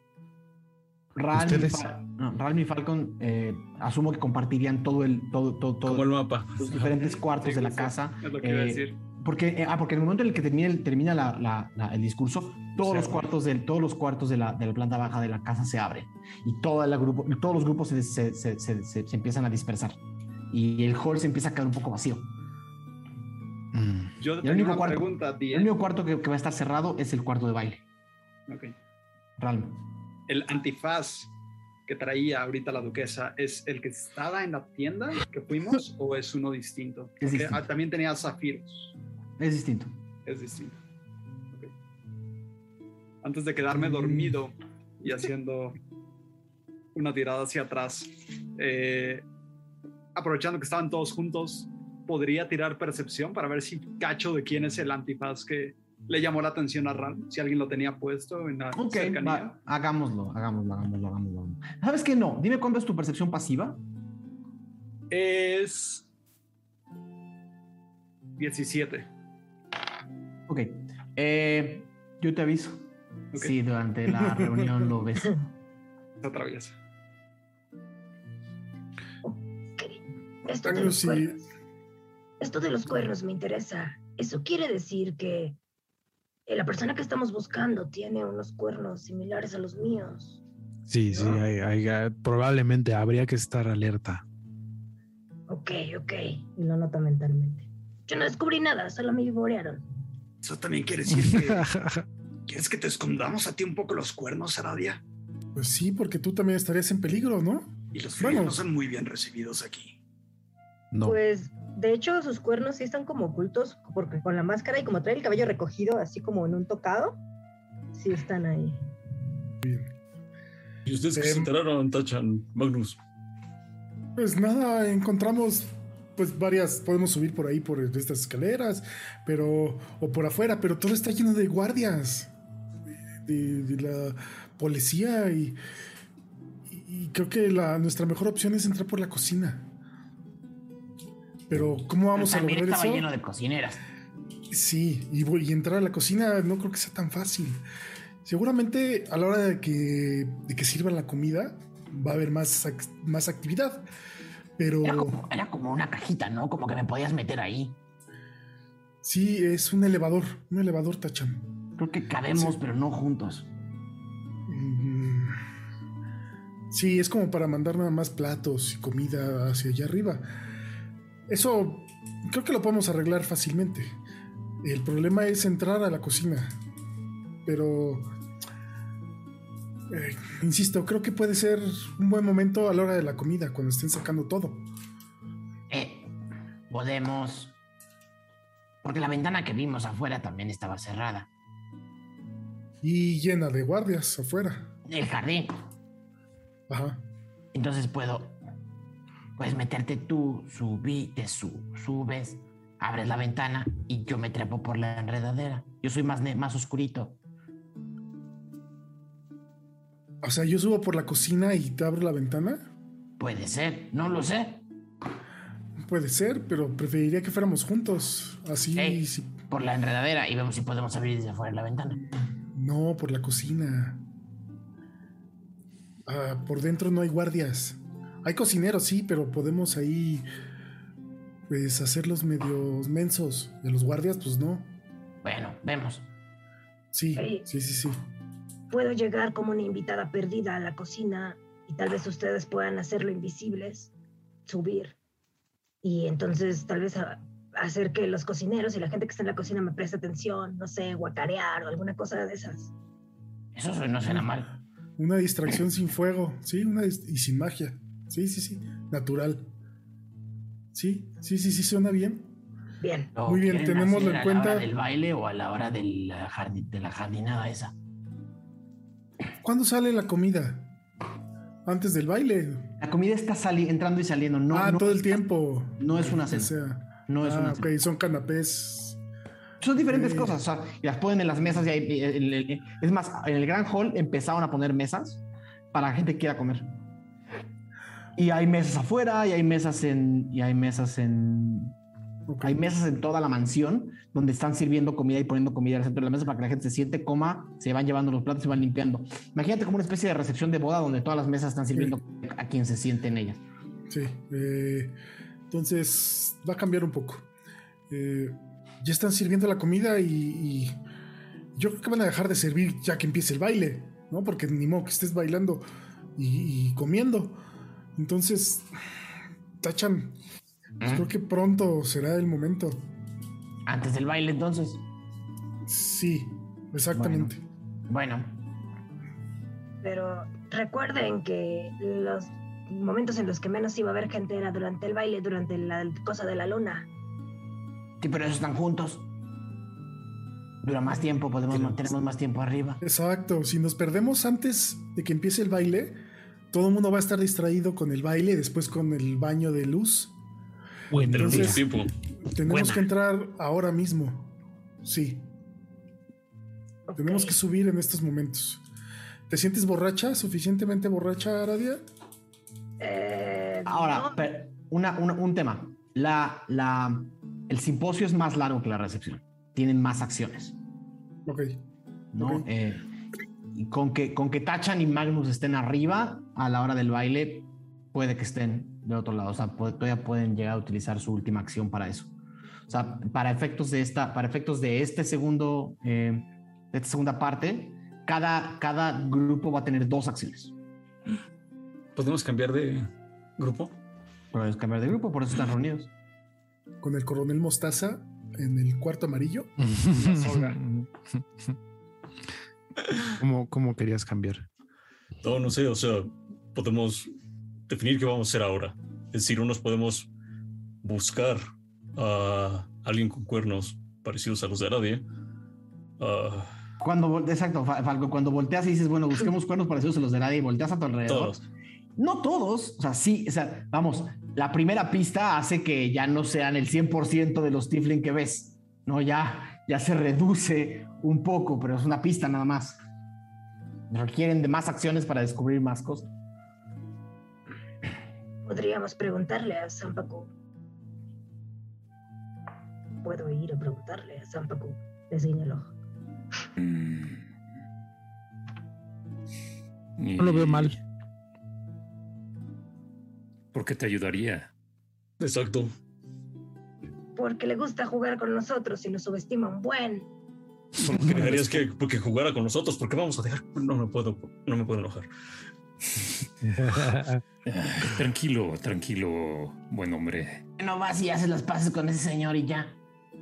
Ralm y Falcon asumo que compartirían todo como el mapa, los diferentes cuartos de la casa. Es lo que iba a decir. Porque en el momento en el que termina el discurso, todos los cuartos de la planta baja de la casa se abren y todos los grupos se empiezan a dispersar y el hall se empieza a quedar un poco vacío. Yo tengo una pregunta. El único cuarto que va a estar cerrado es el cuarto de baile. Okay. Ralm. El antifaz que traía ahorita la duquesa es el que estaba en la tienda que fuimos o es uno distinto? Es Porque distinto. también tenía zafiros. Es distinto. Es distinto. Okay. Antes de quedarme dormido y haciendo una tirada hacia atrás, aprovechando que estaban todos juntos, ¿podría tirar percepción para ver si cacho de quién es el antifaz que le llamó la atención a Ral? Si alguien lo tenía puesto en la cercanía. Hagámoslo. ¿Sabes qué? No. Dime cuánto es tu percepción pasiva. Es 17. Ok. Yo te aviso. Okay. Si durante la reunión lo ves. Se atraviesa. Esto de los cuernos me interesa. Eso quiere decir que la persona que estamos buscando tiene unos cuernos similares a los míos. Sí, probablemente habría que estar alerta. Ok. Y lo nota mentalmente. Yo no descubrí nada, solo me vivorearon. Eso también quiere decir que... ¿Quieres que te escondamos a ti un poco los cuernos, Aradia? Pues sí, porque tú también estarías en peligro, ¿no? Y los fríos no son muy bien recibidos aquí. No. Pues, de hecho, sus cuernos sí están como ocultos, porque con la máscara y como trae el cabello recogido, así como en un tocado, sí están ahí. Bien. ¿Y ustedes qué se enteraron, Tachan, Magnus? Pues nada, encontramos pues varias, podemos subir por ahí por estas escaleras, o por afuera, pero todo está lleno de guardias de la policía y creo que nuestra mejor opción es entrar por la cocina. Pero ¿cómo vamos a lograr eso? También estaba lleno de cocineras. Sí, y entrar a la cocina no creo que sea tan fácil. Seguramente a la hora de que sirvan la comida va a haber más actividad. Pero... Era como una cajita, ¿no? Como que me podías meter ahí. Sí, es un elevador Tachan. Creo que cabemos, sí. Pero no juntos. Sí, es como para mandar nada más platos y comida hacia allá arriba. Eso creo que lo podemos arreglar fácilmente. El problema es entrar a la cocina. Pero... insisto, creo que puede ser un buen momento a la hora de la comida, cuando estén sacando todo. Podemos... Porque la ventana que vimos afuera también estaba cerrada. Y llena de guardias afuera. El jardín. Ajá. Entonces puedes meterte tú, subes, abres la ventana y yo me trepo por la enredadera. Yo soy más oscurito. O sea, yo subo por la cocina y te abro la ventana. Puede ser, no lo sé. Puede ser, pero preferiría que fuéramos juntos. Así. Sí, por la enredadera y vemos si podemos abrir desde afuera la ventana. No, por la cocina. Por dentro no hay guardias. Hay cocineros, sí, pero podemos ahí pues hacerlos medios mensos. Y a los guardias, pues no. Bueno, vemos. Sí, sí. Puedo llegar como una invitada perdida a la cocina y tal vez ustedes puedan hacerlo invisibles, subir. Y entonces tal vez hacer que los cocineros y la gente que está en la cocina me preste atención, no sé, guacarear o alguna cosa de esas. Eso no suena mal. Una distracción sin fuego, sí, y sin magia. Sí, natural. Sí, suena bien. Bien. Muy bien, tenémoslo en cuenta. ¿A la hora del baile o a la hora de la jardinada esa? ¿Cuándo sale la comida? Antes del baile. La comida está entrando y saliendo. No, todo el tiempo. No es una cena. O sea, no es una cena. Ok, son canapés. Son diferentes cosas, o sea, y las ponen en las mesas. Es más, en el gran hall empezaron a poner mesas para la gente que quiera comer. Y hay mesas afuera, y hay mesas en toda la mansión donde están sirviendo comida y poniendo comida al centro de la mesa para que la gente se siente, coma, se van llevando los platos y van limpiando. Imagínate como una especie de recepción de boda donde todas las mesas están sirviendo a quien se siente en ellas. Sí, entonces va a cambiar un poco. Ya están sirviendo la comida y yo creo que van a dejar de servir ya que empiece el baile, ¿no? Porque ni modo que estés bailando y comiendo. Entonces, Tachan, pues creo que pronto será el momento. ¿Antes del baile, entonces? Sí, exactamente. Bueno. Pero Recuerden que los momentos en los que menos iba a haber gente era durante el baile, durante la cosa de la luna. Sí, pero esos están juntos. Dura más tiempo, tenemos más tiempo arriba. Exacto, si nos perdemos antes de que empiece el baile, todo el mundo va a estar distraído con el baile y después con el baño de luz. Bueno, entonces tiempo. Tenemos que entrar ahora mismo. Sí. Okay. Tenemos que subir en estos momentos. ¿Te sientes borracha? ¿Suficientemente borracha, Aradia? Ahora, un tema. El simposio es más largo que la recepción. Tienen más acciones. Ok. ¿No? Okay. Con que Tachan y Magnus estén arriba a la hora del baile, puede que estén del otro lado. O sea, todavía pueden llegar a utilizar su última acción para eso. O sea, para efectos de esta segunda parte, cada grupo va a tener 2 acciones. ¿Podemos cambiar de grupo? Podemos cambiar de grupo, por eso están reunidos. Con el coronel Mostaza en el cuarto amarillo. ¿Cómo querías cambiar? No sé, o sea, podemos definir qué vamos a hacer ahora. Es decir, unos podemos buscar a alguien con cuernos parecidos a los de Aradia. Exacto, Falco, cuando volteas y dices, bueno, busquemos cuernos parecidos a los de Aradia y volteas a tu alrededor. Todos. No todos, o sea, sí, o sea, vamos, la primera pista hace que ya no sean el 100% de los tiefling que ves, ¿no? Ya se reduce un poco, pero es una pista nada más. Requieren de más acciones para descubrir más cosas. Podríamos preguntarle a Zanpaku. Puedo ir a preguntarle a Zanpaku. Le señaló. No lo veo mal. ¿Por qué te ayudaría? Exacto. Porque le gusta jugar con nosotros y nos subestima un buen. ¿Por qué dejarías que jugara con nosotros? ¿Por qué vamos a dejar? No me puedo enojar. Tranquilo, buen hombre. No vas y haces las paces con ese señor y ya.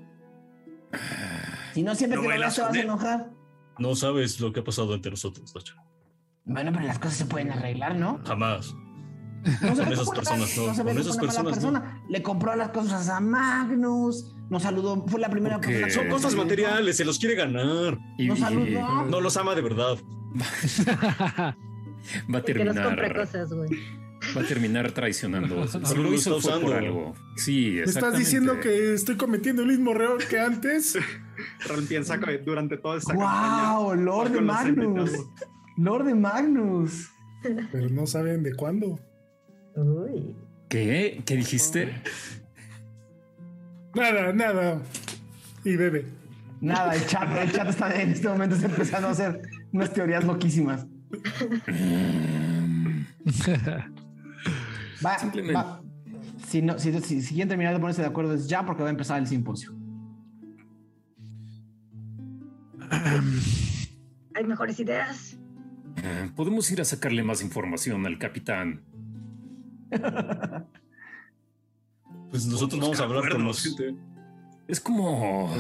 Si no, siempre que lo veas te vas a enojar. No sabes lo que ha pasado entre nosotros, Tacha. Bueno, pero las cosas se pueden arreglar, ¿no? Jamás. No con esas personas, no. Con esas personas, no. Le compró las cosas a Magnus, nos saludó, fue la primera persona. Son cosas materiales, se los quiere ganar. Nos saludó. No los ama de verdad. Va a terminar. Que nos compre cosas, güey. Va a terminar traicionando. Si lo hizo fue por algo. Sí, exactamente. ¿Me estás diciendo que estoy cometiendo el mismo error que antes? Ron piensa que durante toda esta campaña... ¡Wow! Lord de Magnus. Lord de Magnus. Pero no saben de cuándo. Uy. ¿Qué? ¿Qué dijiste? Nada. Y bebe. Nada, el chat está en este momento está empezando a hacer unas teorías loquísimas. Va. Si quieren terminar de ponerse de acuerdo es ya, porque va a empezar el simposio. ¿Hay mejores ideas? Podemos ir a sacarle más información al capitán. Pues nosotros vamos a hablar con los... Es como...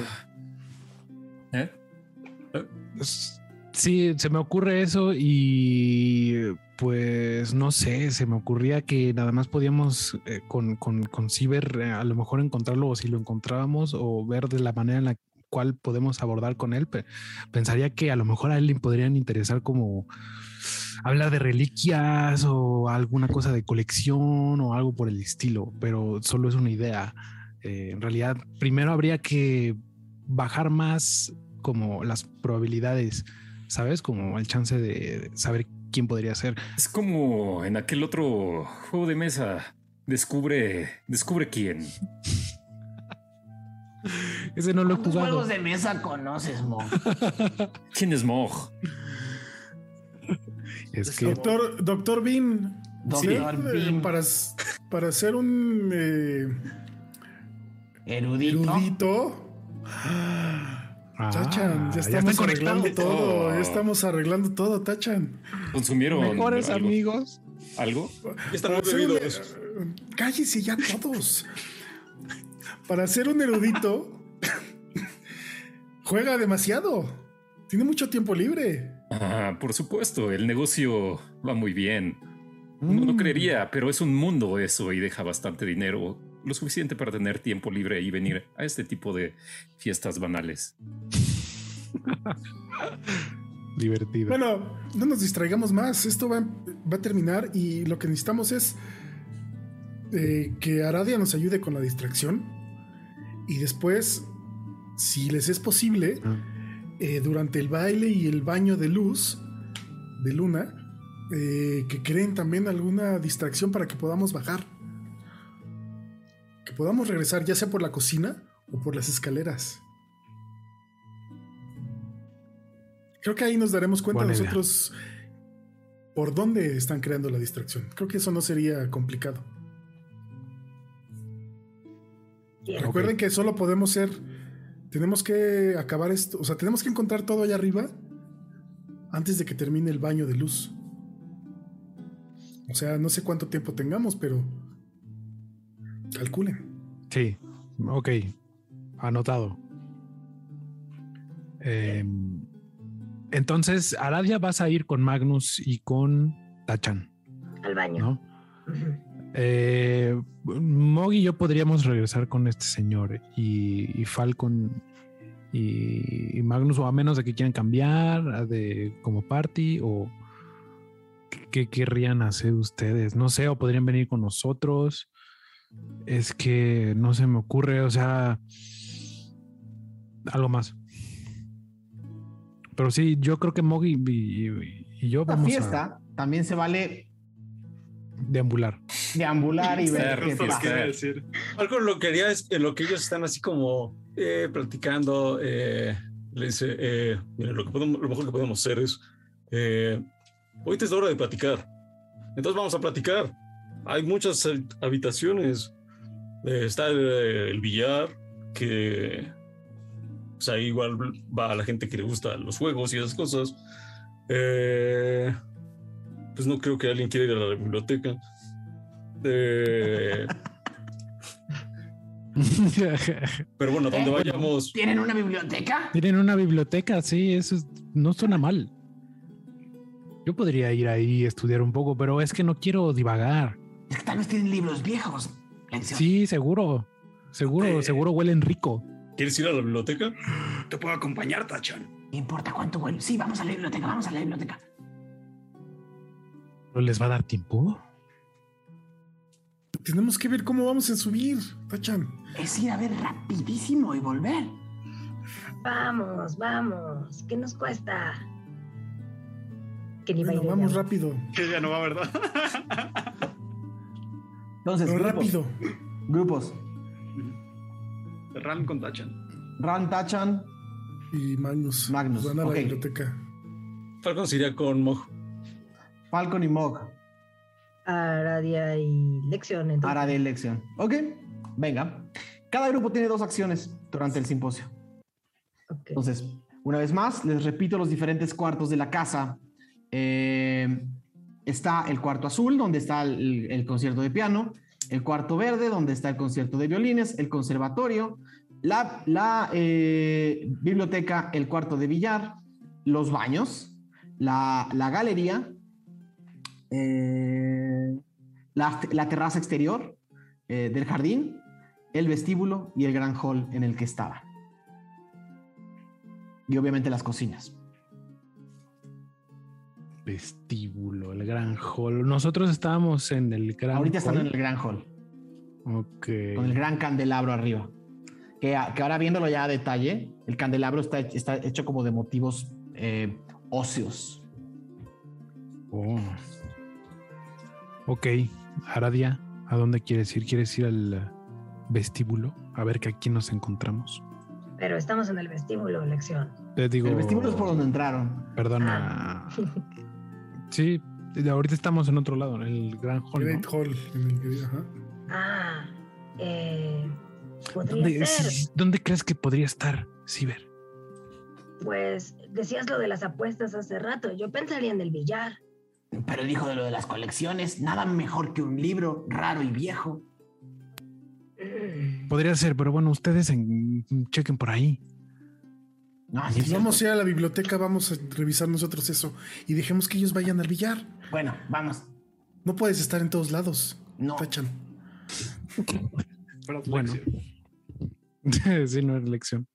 Sí, se me ocurre eso y pues no sé, se me ocurría que nada más podíamos con Ciber a lo mejor encontrarlo, o si lo encontrábamos, o ver de la manera en la cual podemos abordar con él. Pensaría que a lo mejor a él le podrían interesar como hablar de reliquias o alguna cosa de colección o algo por el estilo, pero solo es una idea. En realidad, primero habría que bajar más como las probabilidades, ¿sabes? Como el chance de saber quién podría ser. Es como en aquel otro juego de mesa. Descubre quién. Ese no lo he jugado. ¿Cuántos juegos de mesa conoces, Mog? ¿Quién es Mog? Es que... Doctor Bean. Bean. Para ser un erudito. Tachan, ya estamos arreglando todo. Ya estamos arreglando todo, Tachan. ¿Consumieron mejores algo? Amigos? ¿Algo? Están bebidos. Cállese ya todos. Para ser un erudito, juega demasiado. Tiene mucho tiempo libre. Por supuesto, el negocio va muy bien. Uno no creería, pero es un mundo eso y deja bastante dinero. Lo suficiente para tener tiempo libre y venir a este tipo de fiestas banales. Divertido. Bueno, no nos distraigamos más. Esto va a terminar y lo que necesitamos es que Aradia nos ayude con la distracción. Y después, si les es posible, durante el baile y el baño de luz de Luna, que creen también alguna distracción para que podamos bajar. Que podamos regresar ya sea por la cocina o por las escaleras. Creo que ahí nos daremos cuenta nosotros por dónde están creando la distracción. Creo que eso no sería complicado. Recuerden que solo podemos tenemos que acabar esto, o sea, tenemos que encontrar todo allá arriba antes de que termine el baño de luz. O sea, no sé cuánto tiempo tengamos, pero calculen. Sí, ok, anotado. Entonces, Aradia, vas a ir con Magnus y con Tachan. Al baño. ¿No? Mog y yo podríamos regresar con este señor y Falcon y Magnus, o a menos de que quieran cambiar como party, o qué querrían hacer ustedes, no sé, o podrían venir con nosotros. Es que no se me ocurre, o sea, algo más. Pero sí, yo creo que Mog y yo vamos fiesta también se vale deambular y ver qué pasa. Algo lo que haría es lo que ellos están así como platicando. Le dice, miren, lo mejor que podemos hacer es ahorita es la hora de platicar, entonces vamos a platicar. Hay muchas habitaciones, está el billar, que o sea, igual va a la gente que le gusta los juegos y esas cosas. Pues no creo que alguien quiera ir a la biblioteca. Pero bueno, donde vayamos. ¿Tienen una biblioteca? Tienen una biblioteca, sí, eso no suena mal. Yo podría ir ahí y estudiar un poco, pero es que no quiero divagar. Es que tal vez tienen libros viejos. Sí, seguro huelen rico. ¿Quieres ir a la biblioteca? Te puedo acompañar, Tachan. No importa cuánto huele. Sí, vamos a la biblioteca. ¿No les va a dar tiempo? Tenemos que ver cómo vamos a subir, Tachan. Es ir a ver rapidísimo y volver. Vamos. ¿Qué nos cuesta? Que ni bueno, vamos rápido. Que ya no va, ¿verdad? Entonces, grupos. Ran con Tachan. Ran, Tachan y Magnus. Van a la biblioteca. Falcon se iría con Mog. Falcon y Mog. Aradia y Lección. Entonces. Aradia y Lección. Ok, venga. Cada grupo tiene 2 acciones durante el simposio. Okay. Entonces, una vez más, les repito los diferentes cuartos de la casa. Está el cuarto azul, donde está el concierto de piano. El cuarto verde, donde está el concierto de violines. El conservatorio. La biblioteca. El cuarto de billar. Los baños. La galería. La terraza exterior del jardín, el vestíbulo y el gran hall en el que estaba. Y obviamente las cocinas. Vestíbulo, el gran hall. Nosotros estábamos en el gran Ahorita hall. Están en el gran hall. Ok. Con el gran candelabro arriba. Que ahora viéndolo ya a detalle, el candelabro está hecho como de motivos óseos. Oh. Ok, Aradia, ¿a dónde quieres ir? ¿Quieres ir al vestíbulo? A ver que aquí nos encontramos. Pero estamos en el vestíbulo, Lección. Te digo, el vestíbulo es por donde entraron. Perdona. Sí, ahorita estamos en otro lado, en el gran hall. Great Hall, en el que, ajá. Podría ser. ¿Dónde crees que podría estar, Ciber? Pues decías lo de las apuestas hace rato. Yo pensaría en el billar. Pero dijo de lo de las colecciones. Nada mejor que un libro raro y viejo. Podría ser, pero bueno, ustedes chequen por ahí. Vamos a ir a la biblioteca, vamos a revisar nosotros eso y dejemos que ellos vayan al billar. Bueno, vamos. No puedes estar en todos lados. No. Tachan. Bueno. Sí, no es lección.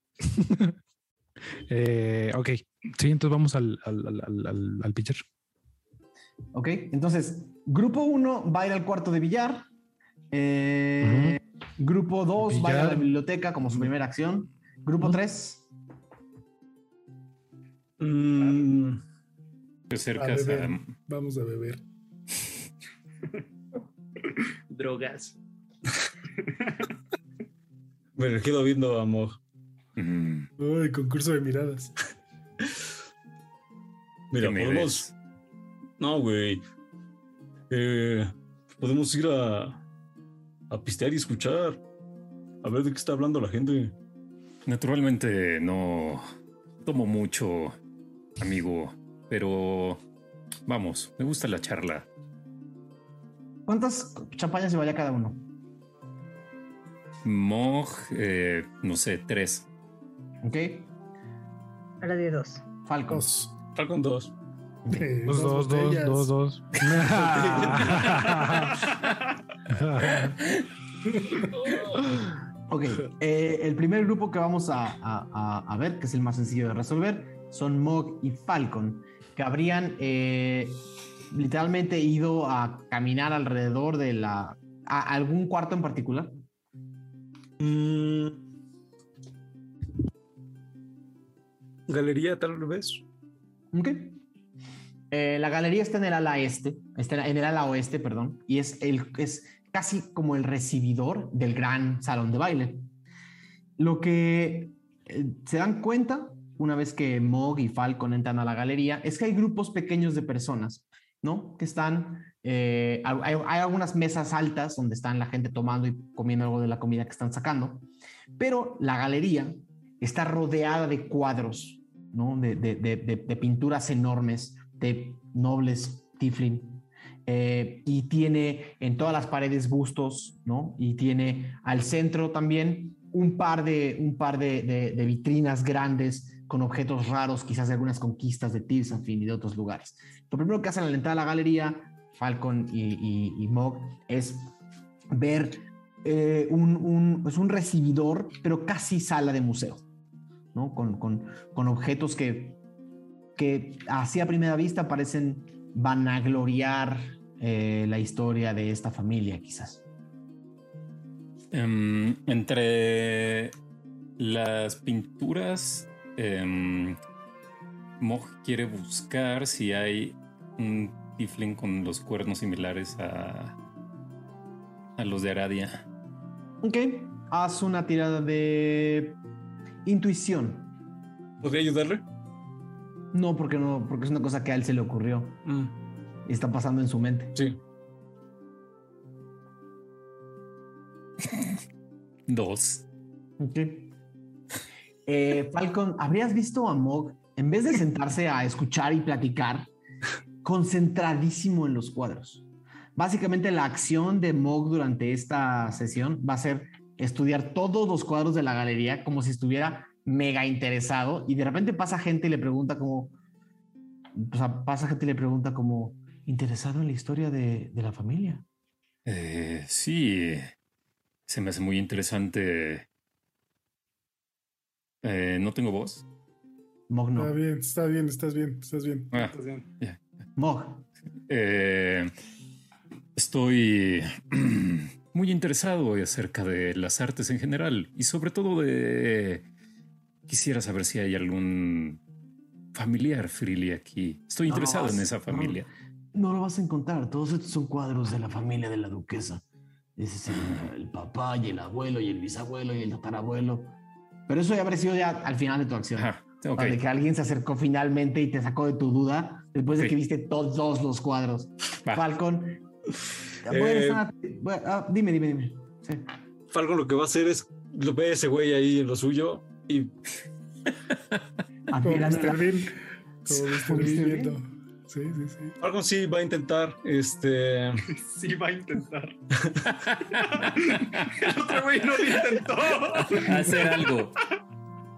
Ok. Sí, entonces vamos al pitcher. Ok, entonces, grupo 1 va a ir al cuarto de billar. Grupo 2 va a ir a la biblioteca como su primera acción. Grupo 3. Te acercas a... Vamos a beber. Drogas. Me quedo viendo a Mog. Uy, concurso de miradas. Mira, podemos... No, güey. Podemos ir a pistear y escuchar. A ver de qué está hablando la gente. Naturalmente no tomo mucho, amigo, pero vamos, me gusta la charla. ¿Cuántas champañas llevaría cada uno? Mog, no sé, 3. Ok. Ahora de 2. Falcon. Falcon 2. Dos. Ok, el primer grupo que vamos a ver, que es el más sencillo de resolver, son Mog y Falcon, que habrían literalmente ido a caminar alrededor de a algún cuarto en particular. Galería, tal vez. Ok. La galería está en el ala en el ala oeste, perdón, y es casi como el recibidor del gran salón de baile. Lo que se dan cuenta una vez que Mog y Falcon entran a la galería es que hay grupos pequeños de personas, ¿no? Que están, hay algunas mesas altas donde están la gente tomando y comiendo algo de la comida que están sacando, pero la galería está rodeada de cuadros, ¿no? De pinturas enormes de nobles tiefling. Y tiene en todas las paredes bustos, ¿no? Y tiene al centro también un par de vitrinas grandes con objetos raros, quizás de algunas conquistas de Tirsafin y de otros lugares. Lo primero que hacen al entrar a la galería, Falcon y Mog, es ver un recibidor, pero casi sala de museo, ¿no? Con objetos que así a primera vista parecen vanagloriar la historia de esta familia, quizás. Entre las pinturas, Mog quiere buscar si hay un tiefling con los cuernos similares a los de Aradia. Ok, haz una tirada de intuición. ¿Podría ayudarle? No, porque es una cosa que a él se le ocurrió. Y está pasando en su mente. Sí. 2. Ok. Falcon, ¿habrías visto a Mog, en vez de sentarse a escuchar y platicar, concentradísimo en los cuadros? Básicamente la acción de Mog durante esta sesión va a ser estudiar todos los cuadros de la galería como si estuviera mega interesado, y de repente pasa gente y le pregunta como, ¿interesado en la historia de la familia? Sí, se me hace muy interesante. ¿No tengo voz? Mog no. Estás bien. Ah, Estás bien. Yeah. Mog. Estoy muy interesado acerca de las artes en general y sobre todo quisiera saber si hay algún familiar Freely aquí. Estoy interesado en esa familia. No lo vas a encontrar. Todos estos son cuadros de la familia de la duquesa. Ese es el papá y el abuelo y el bisabuelo y el tatarabuelo. Pero eso ya habría sido ya al final de tu acción. Ajá, okay. De que alguien se acercó finalmente y te sacó de tu duda después de que viste todos los cuadros. Va. Falcon. Dime. Sí. Falcon lo que va a hacer es, lo ve ese güey ahí en lo suyo y... Como Mr. Bean viendo. Sí. Falcon sí va a intentar, Sí va a intentar. El otro güey no lo intentó. Hacer algo.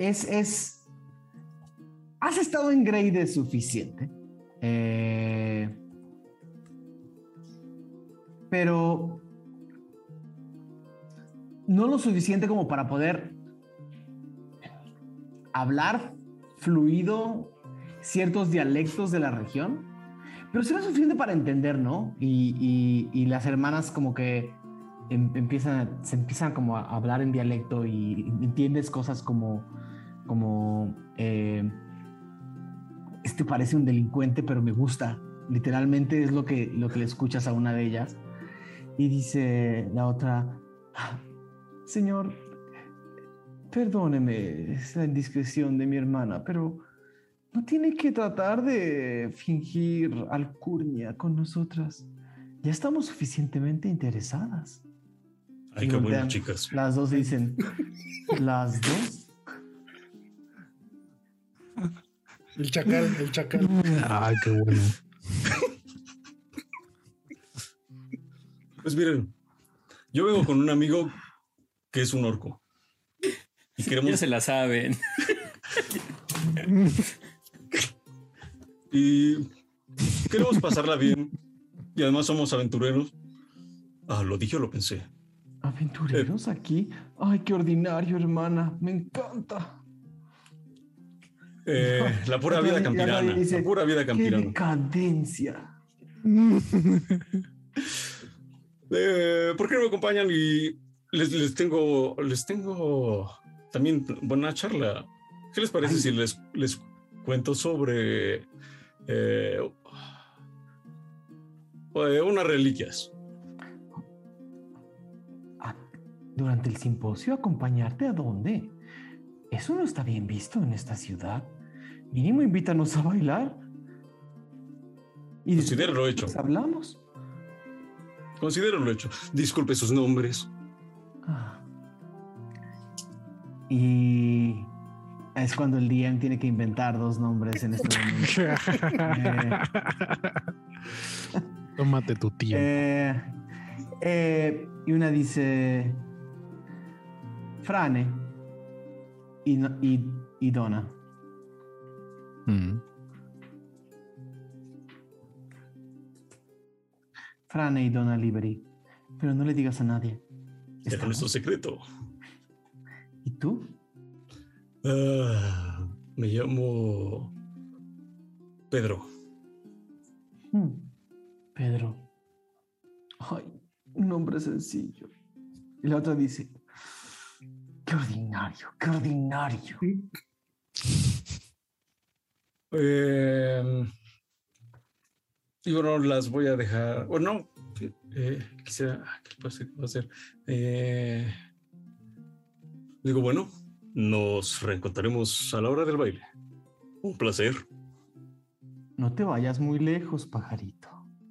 Has estado en Grade suficiente. Pero no lo suficiente como para poder hablar fluido ciertos dialectos de la región, pero será suficiente para entender, ¿no? Y las hermanas como que se empiezan como a hablar en dialecto y entiendes cosas como este parece un delincuente, pero me gusta. Literalmente es lo que le escuchas a una de ellas. Y dice la otra: Señor, perdóneme la indiscreción de mi hermana, pero no tiene que tratar de fingir alcurnia con nosotras. Ya estamos suficientemente interesadas. Ay, qué bueno, chicas. Las dos dicen: ¿las dos? El chacal. Ay, qué bueno. Pues miren, yo vengo con un amigo que es un orco. Y queremos... Ya se la saben. Y queremos pasarla bien. Y además somos aventureros. Lo dije o lo pensé. ¿Aventureros aquí? Ay, qué ordinario, hermana. Me encanta. La pura vida campirana. La pura vida campirana. ¡Qué decadencia! ¿Por qué no me acompañan? Y les tengo también buena charla. ¿Qué les parece si les cuento sobre unas reliquias? ¿Durante el simposio acompañarte a dónde? Eso no está bien visto en esta ciudad. Mínimo invítanos a bailar. Y considero lo hecho. Hablamos. Considero lo hecho. Disculpe sus nombres. Y es cuando el DM tiene que inventar 2 nombres en este momento. Tómate tu tiempo. Y una dice Frane y Donna. Frane y Donna Liberty. Pero no le digas a nadie. Es nuestro secreto. ¿Y tú? Me llamo Pedro. Pedro. Ay, un nombre sencillo. Y la otra dice: ¡qué ordinario, qué ordinario! Y bueno, las voy a dejar. O no, quisiera. ¿Qué va a hacer? Digo, bueno, nos reencontraremos a la hora del baile. Un placer. No te vayas muy lejos, pajarito.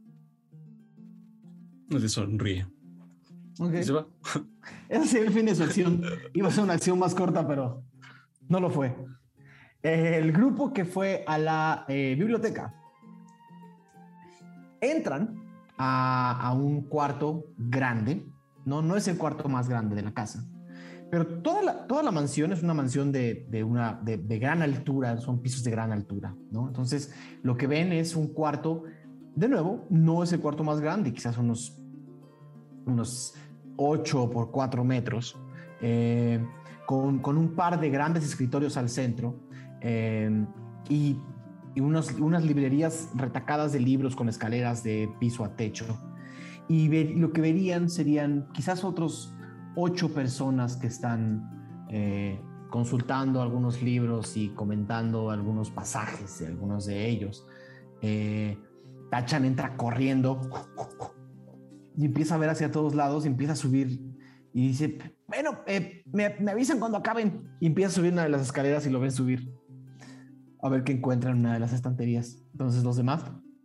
Le sonríe. Okay. ¿Y se va? Ese sería el fin de su acción. Iba a ser una acción más corta, pero no lo fue. El grupo que fue a la biblioteca entran a un cuarto grande. No es el cuarto más grande de la casa, pero toda la mansión es una mansión de gran altura. Son pisos de gran altura, ¿no? Entonces lo que ven es un cuarto. De nuevo, no es el cuarto más grande, quizás unos 8 por 4 metros, con un par de grandes escritorios al centro, y unas librerías retacadas de libros con escaleras de piso a techo. Y lo que verían serían quizás otros 8 personas que están consultando algunos libros y comentando algunos pasajes de algunos de ellos. Tachan entra corriendo y empieza a ver hacia todos lados y empieza a subir y dice: bueno, me avisan cuando acaben. Y empieza a subir una de las escaleras y lo ven subir a ver qué encuentran en una de las estanterías. Entonces los demás,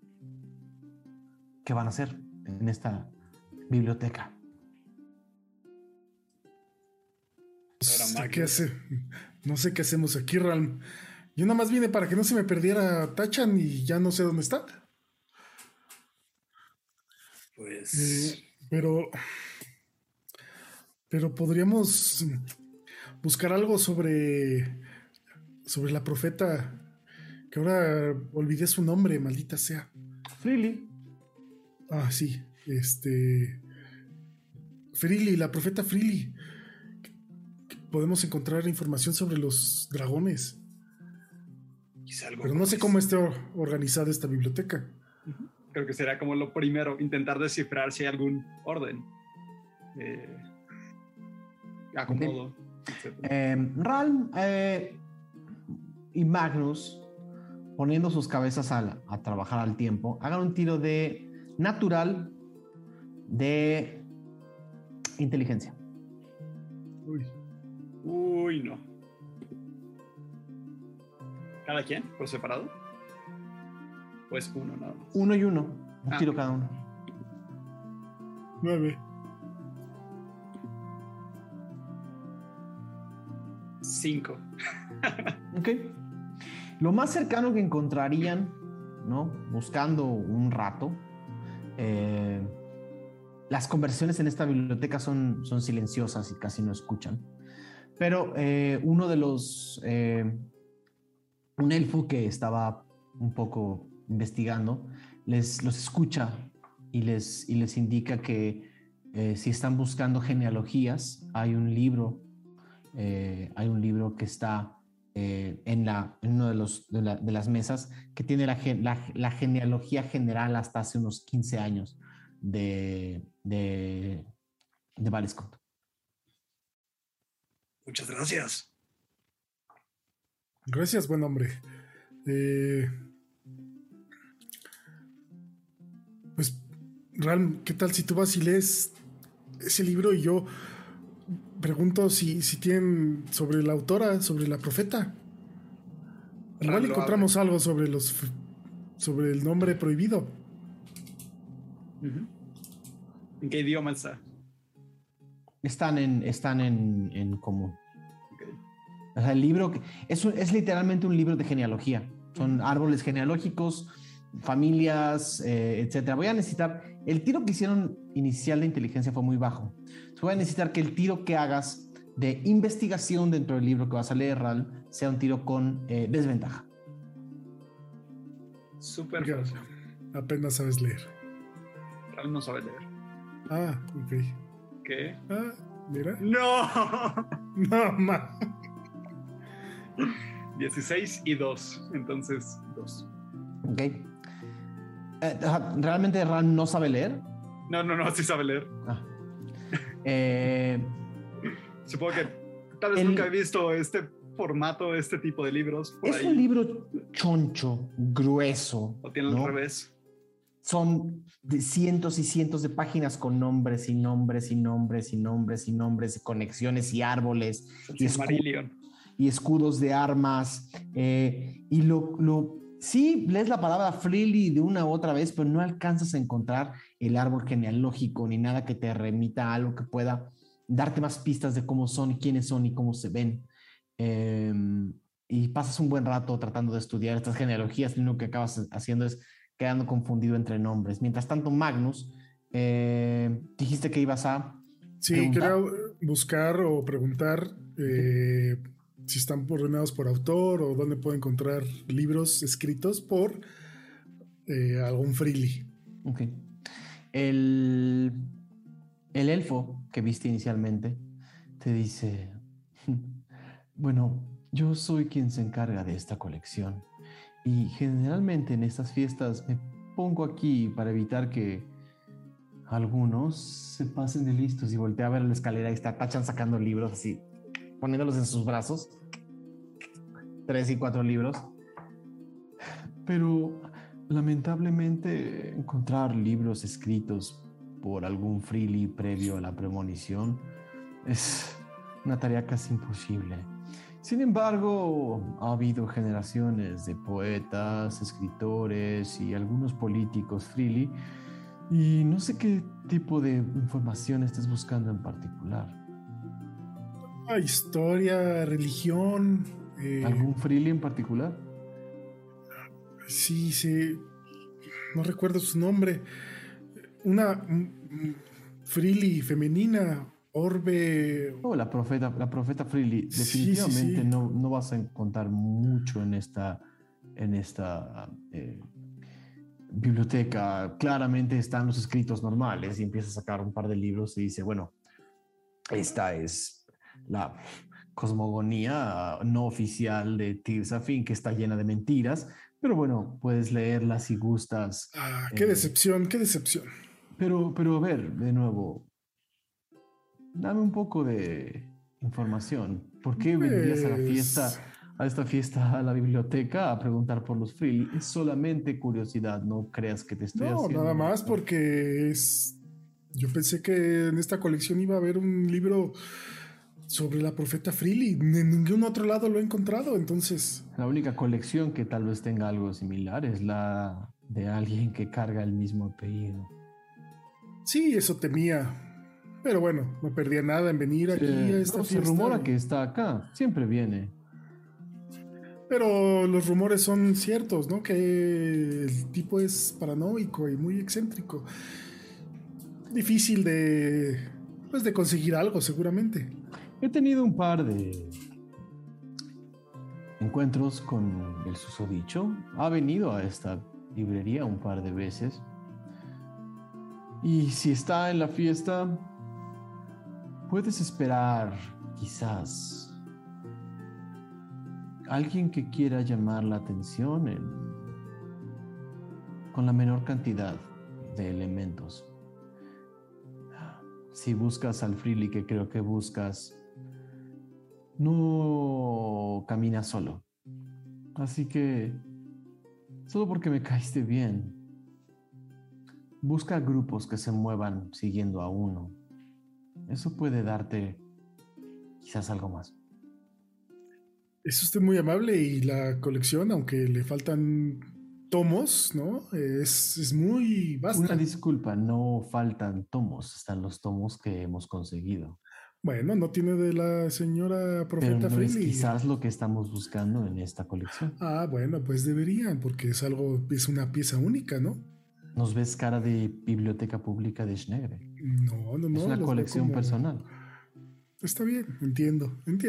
¿qué van a hacer en esta biblioteca? ¿Qué hace? No sé qué hacemos aquí, Ralm. Yo nada más vine para que no se me perdiera Tachan y ya no sé dónde está. Pues... Pero podríamos buscar algo sobre sobre la profeta, que ahora olvidé su nombre, maldita sea. Freely. Ah, sí, Freely, la profeta Freely. Podemos encontrar información sobre los dragones. Pero no sé cómo esté organizada esta biblioteca. Creo que será como lo primero, intentar descifrar si hay algún orden. Acomodo. Ralm y Magnus, poniendo sus cabezas a trabajar al tiempo, hagan un tiro de natural de inteligencia. Uy, no. ¿Cada quien? ¿Por separado? Pues uno nada más. 1 y 1. Un tiro cada uno. 9. 5. Ok. Lo más cercano que encontrarían, ¿no? Buscando un rato. Las conversaciones en esta biblioteca son silenciosas y casi no escuchan. Pero uno de los... un elfo que estaba un poco investigando, los escucha y les indica que si están buscando genealogías, hay un libro que está en una de las mesas que tiene la genealogía general hasta hace unos 15 años de Valescont. Muchas gracias. Gracias, buen hombre. Pues, Ralm, ¿qué tal si tú vas y lees ese libro y yo pregunto si tienen sobre la autora, sobre la profeta? Igual encontramos algo sobre el nombre prohibido. ¿En qué idioma está? Están en común. O sea, el libro es literalmente un libro de genealogía. Son árboles genealógicos, familias, etcétera. Voy a necesitar... El tiro que hicieron inicial de inteligencia fue muy bajo. Voy a necesitar que el tiro que hagas de investigación dentro del libro que vas a leer, Ral, sea un tiro con desventaja. Súper fácil. Apenas sabes leer. Ral no sabe leer. Ah, ok. ¿Qué? Ah, mira. ¡No! No, ma. 16 y 2. Entonces, 2. Ok. ¿Realmente Ran no sabe leer? No, sí sabe leer. Supongo que tal vez nunca he visto este formato, este tipo de libros. Es un libro choncho, grueso. ¿O tiene al revés? Son de cientos y cientos de páginas con nombres y nombres y nombres y nombres y nombres, conexiones y árboles y escudos de armas. Sí, lees la palabra Freely de una u otra vez, pero no alcanzas a encontrar el árbol genealógico ni nada que te remita a algo que pueda darte más pistas de cómo son, quiénes son y cómo se ven. Y pasas un buen rato tratando de estudiar estas genealogías y lo que acabas haciendo es quedando confundido entre nombres. Mientras tanto, Magnus, dijiste que ibas a... Sí, quería buscar o preguntar si están ordenados por autor o dónde puedo encontrar libros escritos por algún Freely. Ok. El elfo que viste inicialmente te dice, bueno, yo soy quien se encarga de esta colección y generalmente en estas fiestas me pongo aquí para evitar que algunos se pasen de listos. Y voltea a ver la escalera y está Tachan sacando libros así, poniéndolos en sus brazos, 3 y 4 libros. Pero lamentablemente encontrar libros escritos por algún Freely previo a la premonición es una tarea casi imposible. Sin embargo, ha habido generaciones de poetas, escritores y algunos políticos Freely, y no sé qué tipo de información estés buscando en particular. Historia, religión. ¿Algún Freely en particular? Sí. No recuerdo su nombre. Una Freely femenina Orbe. Oh, la profeta Freely. Definitivamente sí. No vas a encontrar mucho en esta biblioteca. Claramente están los escritos normales y empieza a sacar un par de libros y dice, bueno, esta es la cosmogonía no oficial de Tirsafin, que está llena de mentiras, pero bueno, puedes leerla si gustas. Qué decepción. Pero a ver, de nuevo, dame un poco de información. ¿Por qué vendrías a esta fiesta a la biblioteca a preguntar por los Freely? Es solamente curiosidad, no creas que te estoy haciendo... No, nada más porque yo pensé que en esta colección iba a haber un libro sobre la profeta Freely. En ningún otro lado lo he encontrado, entonces... La única colección que tal vez tenga algo similar es la de alguien que carga el mismo apellido. Sí, eso temía. Pero bueno, no perdía nada en venir aquí a esta fiesta. Se rumora que está acá, siempre viene. Pero los rumores son ciertos, ¿no? Que el tipo es paranoico y muy excéntrico. Difícil de conseguir algo, seguramente. He tenido un par de encuentros con el susodicho. Ha venido a esta librería un par de veces. Y si está en la fiesta, puedes esperar, quizás, alguien que quiera llamar la atención con la menor cantidad de elementos. Si buscas al Freely que creo que buscas, no caminas solo. Así que, solo porque me caíste bien, busca grupos que se muevan siguiendo a uno. Eso puede darte quizás algo más. Es usted muy amable y la colección, aunque le faltan tomos, ¿no? Es muy vasta. Una disculpa, no faltan tomos, están los tomos que hemos conseguido. Bueno, no tiene de la señora profeta Freely. Es quizás lo que estamos buscando en esta colección. Bueno, pues deberían, porque es una pieza única, ¿no? ¿Nos ves cara de biblioteca pública de Schnegre? No. Es una colección personal. Está bien, entiendo.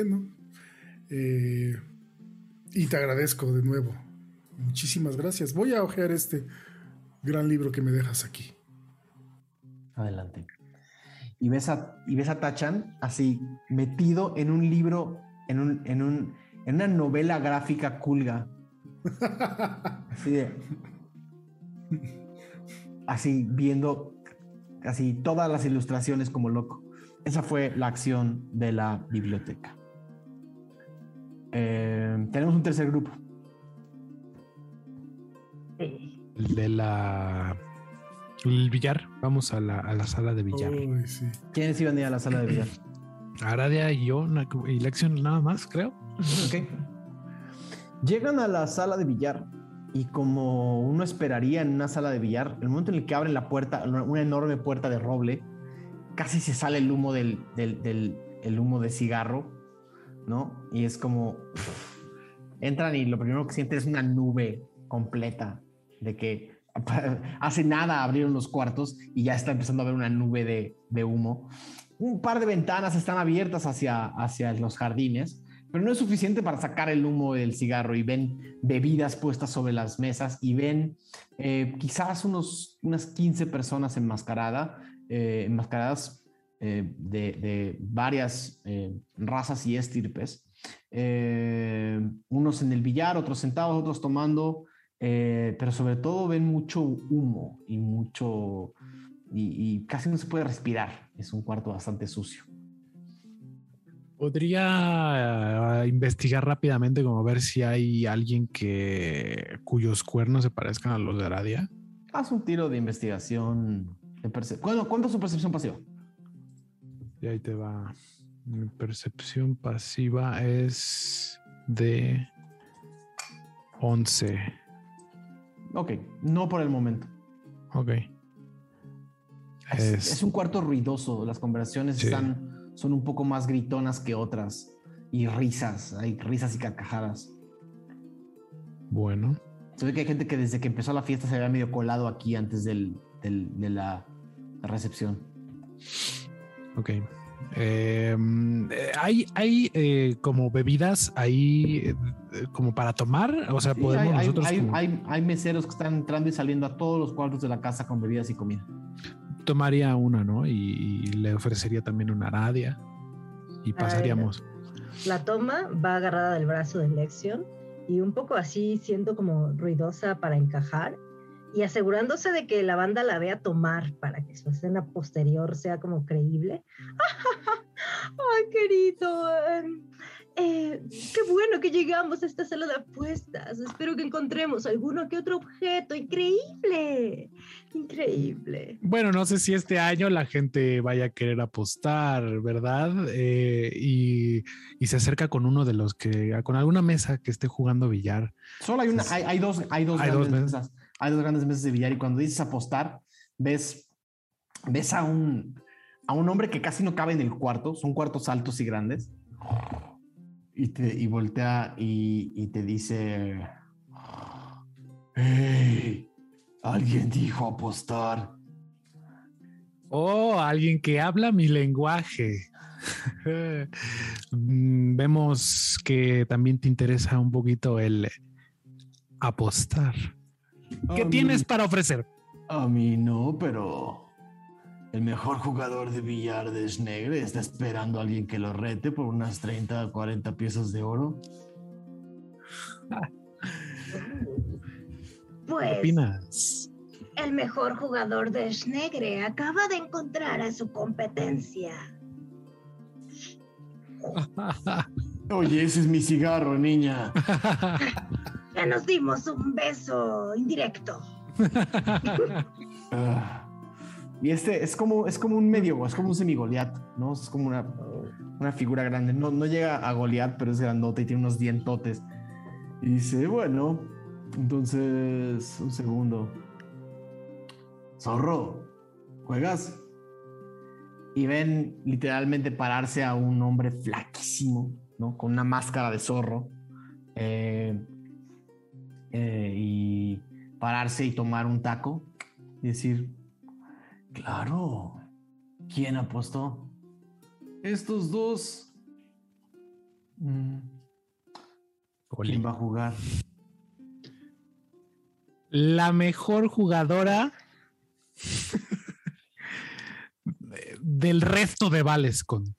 Y te agradezco de nuevo. Muchísimas gracias. Voy a hojear este gran libro que me dejas aquí. Adelante. Y ves a Tachan así metido en un libro, en una novela gráfica culga. Así viendo así todas las ilustraciones como loco. Esa fue la acción de la biblioteca. Tenemos un tercer grupo. El billar. Vamos a la sala de billar. Sí. ¿Quiénes iban a ir a la sala de billar? Aradia y yo, y la acción nada más, creo. Ok. Llegan a la sala de billar y como uno esperaría en una sala de billar, el momento en el que abren la puerta, una enorme puerta de roble, casi se sale el humo el humo de cigarro, ¿no? Y es como entran y lo primero que sienten es una nube completa de que hace nada abrieron los cuartos y ya está empezando a haber una nube de humo. Un par de ventanas están abiertas hacia los jardines, pero no es suficiente para sacar el humo del cigarro, y ven bebidas puestas sobre las mesas y ven quizás unas 15 personas enmascaradas de varias razas y estirpes, unos en el billar, otros sentados, otros tomando, pero sobre todo ven mucho humo y casi no se puede respirar. Es un cuarto bastante sucio. Podría investigar rápidamente, como ver si hay alguien cuyos cuernos se parezcan a los de Aradia. Haz un tiro de investigación. ¿Cuánto es su percepción pasiva? Y ahí te va. Mi percepción pasiva es de 11. Ok, no por el momento. Ok. Es un cuarto ruidoso. Las conversaciones son un poco más gritonas que otras. Y risas. Hay risas y carcajadas. Bueno. Se ve que hay gente que desde que empezó la fiesta se había medio colado aquí antes de la recepción. Ok. Hay como bebidas ahí como para tomar, o sea, Sí, podemos nosotros hay meseros que están entrando y saliendo a todos los cuartos de la casa con bebidas y comida. tomaría una, ¿no? Y le ofrecería también una Aradia y pasaríamos. La toma, va agarrada del brazo de Lexion y un poco así siendo como ruidosa para encajar y asegurándose de que la banda la vea tomar para que su escena posterior sea como creíble. ¡Ay, querido! ¡Qué bueno que llegamos a esta sala de apuestas! Espero que encontremos alguno que otro objeto. ¡Increíble! ¡Increíble! Bueno, no sé si este año la gente vaya a querer apostar, ¿verdad? Y se acerca con uno de los que, con alguna mesa que esté jugando billar. Solo hay una, hay dos grandes mesas. Hay dos grandes mesas de billar y cuando dices apostar, ves a un hombre que casi no cabe en el cuarto. Son cuartos altos y grandes. Y voltea y te dice: ¡Hey! Alguien dijo apostar. Oh, alguien que habla mi lenguaje. Vemos que también te interesa un poquito el apostar. ¿Qué tienes para ofrecer? A mí no, pero el mejor jugador de billar de Snegre está esperando a alguien que lo rete por unas 30 o 40 piezas de oro. Pues, ¿qué opinas? El mejor jugador de Snegre acaba de encontrar a su competencia. Oye, ese es mi cigarro, niña. Ya nos dimos un beso indirecto. Y es como un medio, es como un semi-Goliat, ¿no? Es como una figura grande. No llega a Goliat, pero es grandote y tiene unos dientotes. Y dice, bueno, entonces, un segundo. Zorro, ¿juegas? Y ven literalmente pararse a un hombre flaquísimo, ¿no? Con una máscara de zorro. Y pararse y tomar un taco y decir, claro, ¿quién apostó? Estos dos. ¿Quién va a jugar? La mejor jugadora del resto de Valescont.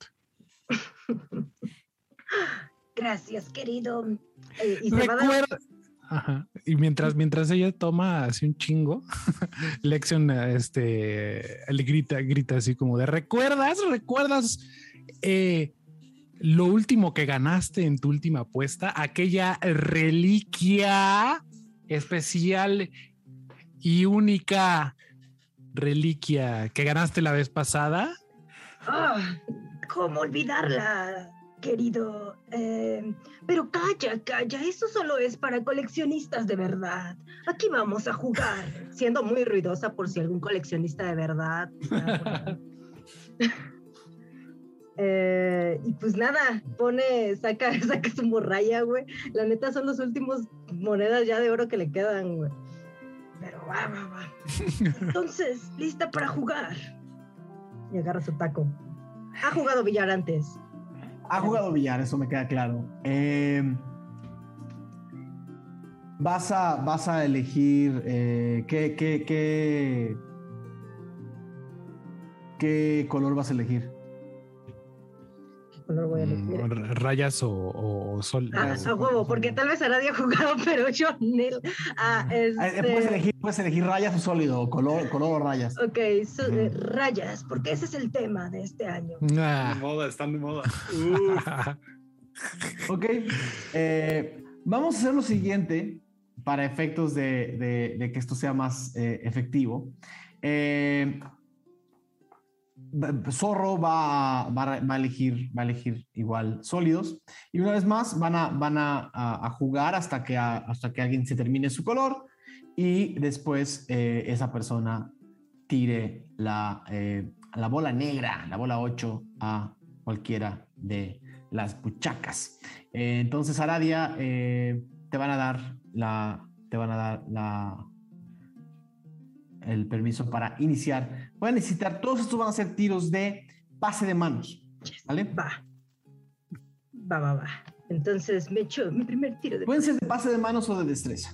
Gracias, querido. Recuerda. Ajá. Y mientras ella toma así un chingo, Lexion le grita así como de ¿recuerdas lo último que ganaste en tu última apuesta? Aquella reliquia especial y única reliquia que ganaste la vez pasada. ¿Cómo olvidarla, querido? Pero calla, eso solo es para coleccionistas de verdad. Aquí vamos a jugar. Siendo muy ruidosa por si algún coleccionista de verdad. Y pues nada, saca su morralla, güey. La neta son los últimos monedas ya de oro que le quedan, güey. Pero va. Entonces, lista para jugar. Y agarra su taco. Ha jugado billar antes. Ha jugado billar, eso me queda claro. Vas a elegir ¿qué color vas a elegir? ¿Qué color voy a elegir? Rayas o sol. A huevo, porque tal vez Aradia ha jugado, pero yo no. Puedes elegir rayas o sólido, color o rayas. Ok, rayas, porque ese es el tema de este año. Están de moda. Ok, vamos a hacer lo siguiente para efectos de que esto sea más efectivo. Zorro va a elegir igual sólidos y una vez más van a jugar hasta que alguien se termine su color y después esa persona tire la bola negra, la bola 8 a cualquiera de las buchacas. Entonces Aradia te van a dar el permiso para iniciar. Voy a necesitar, todos estos van a ser tiros de pase de manos. ¿Vale? Va. Entonces me echo mi primer tiro de... Pueden ser de pase de manos o de destreza.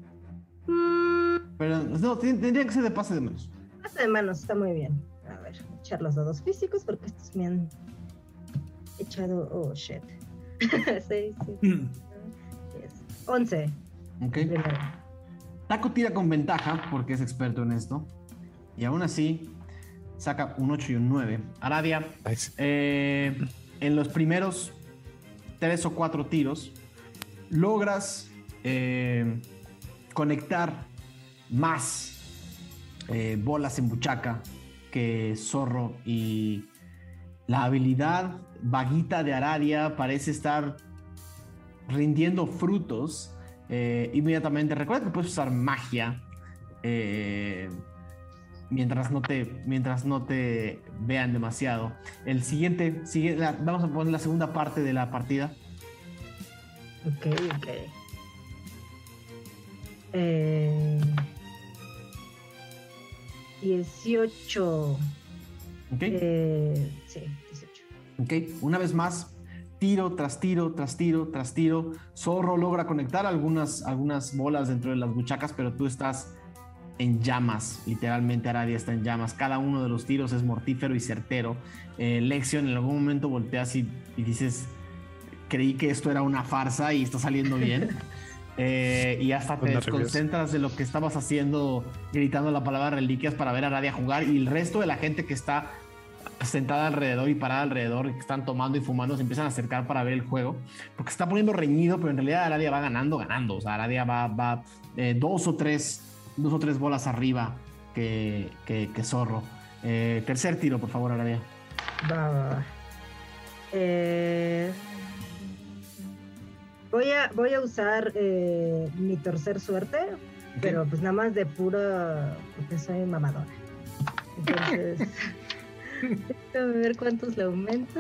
Pero no, tendría que ser de pase de manos. Pase de manos, está muy bien. A ver, echar los dados físicos porque estos me han echado... Oh, shit. 6, 7, 10, 11. Ok. Taco tira con ventaja porque es experto en esto. Y aún así, saca un 8 y un 9. Aradia, en los primeros 3 o 4 tiros, logras conectar más bolas en buchaca que Zorro, y la habilidad vaguita de Aradia parece estar rindiendo frutos. Inmediatamente recuerda que puedes usar magia mientras no te vean demasiado. El siguiente vamos a poner la segunda parte de la partida. Ok. 18. Ok. Sí, 18. Ok, una vez más, tiro tras tiro, tras tiro, tras tiro. Zorro logra conectar algunas bolas dentro de las buchacas, pero tú estás en llamas. Literalmente Aradia está en llamas. Cada uno de los tiros es mortífero y certero. Lexion, en algún momento volteas y dices, creí que esto era una farsa y está saliendo bien. Y hasta te desconcentras de lo que estabas haciendo, gritando la palabra reliquias para ver a Aradia jugar, y el resto de la gente que está sentada alrededor y parada alrededor, que están tomando y fumando, se empiezan a acercar para ver el juego, porque se está poniendo reñido, pero en realidad Aradia va ganando. O sea, Aradia va 2 o 3 bolas arriba que Zorro. Tercer tiro, por favor, Aradia. Va. Voy a usar mi tercer suerte, pero pues nada más de puro, porque soy mamadora. Entonces, déjame ver cuántos le aumento.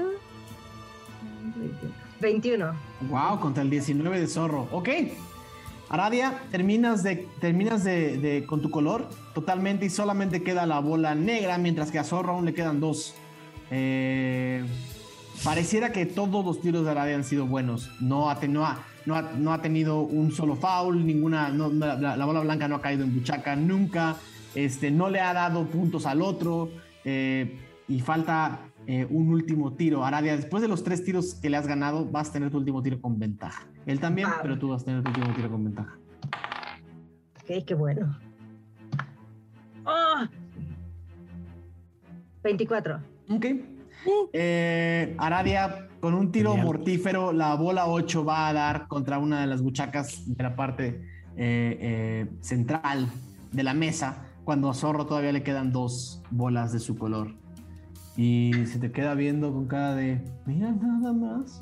21. Wow, contra el 19 de Zorro. Ok. Aradia, terminas con tu color totalmente y solamente queda la bola negra, mientras que a Zorro aún le quedan 2. Pareciera que todos los tiros de Aradia han sido buenos. No ha tenido un solo foul, la bola blanca no ha caído en buchaca nunca. No le ha dado puntos al otro. Y falta un último tiro. Aradia, después de los 3 tiros que le has ganado, vas a tener tu último tiro con ventaja. Él también, pero tú vas a tener tu último tiro con ventaja. Ok, qué bueno. ¡Oh! 24. Ok. Aradia, con un tiro mortífero, la bola 8 va a dar contra una de las buchacas de la parte central de la mesa, cuando a Zorro todavía le quedan 2 bolas de su color. Y se te queda viendo con cara de, mira nada más.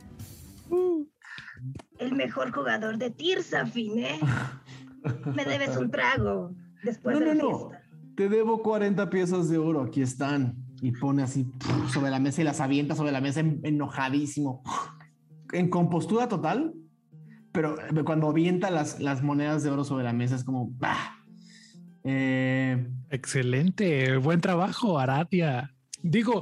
El mejor jugador de Tirsafin, ¿eh? Me debes un trago después de la fiesta. Te debo 40 piezas de oro, aquí están. Y pone así sobre la mesa y las avienta sobre la mesa enojadísimo. En compostura total, pero cuando avienta las monedas de oro sobre la mesa es como... Excelente, buen trabajo, Aradia. Digo,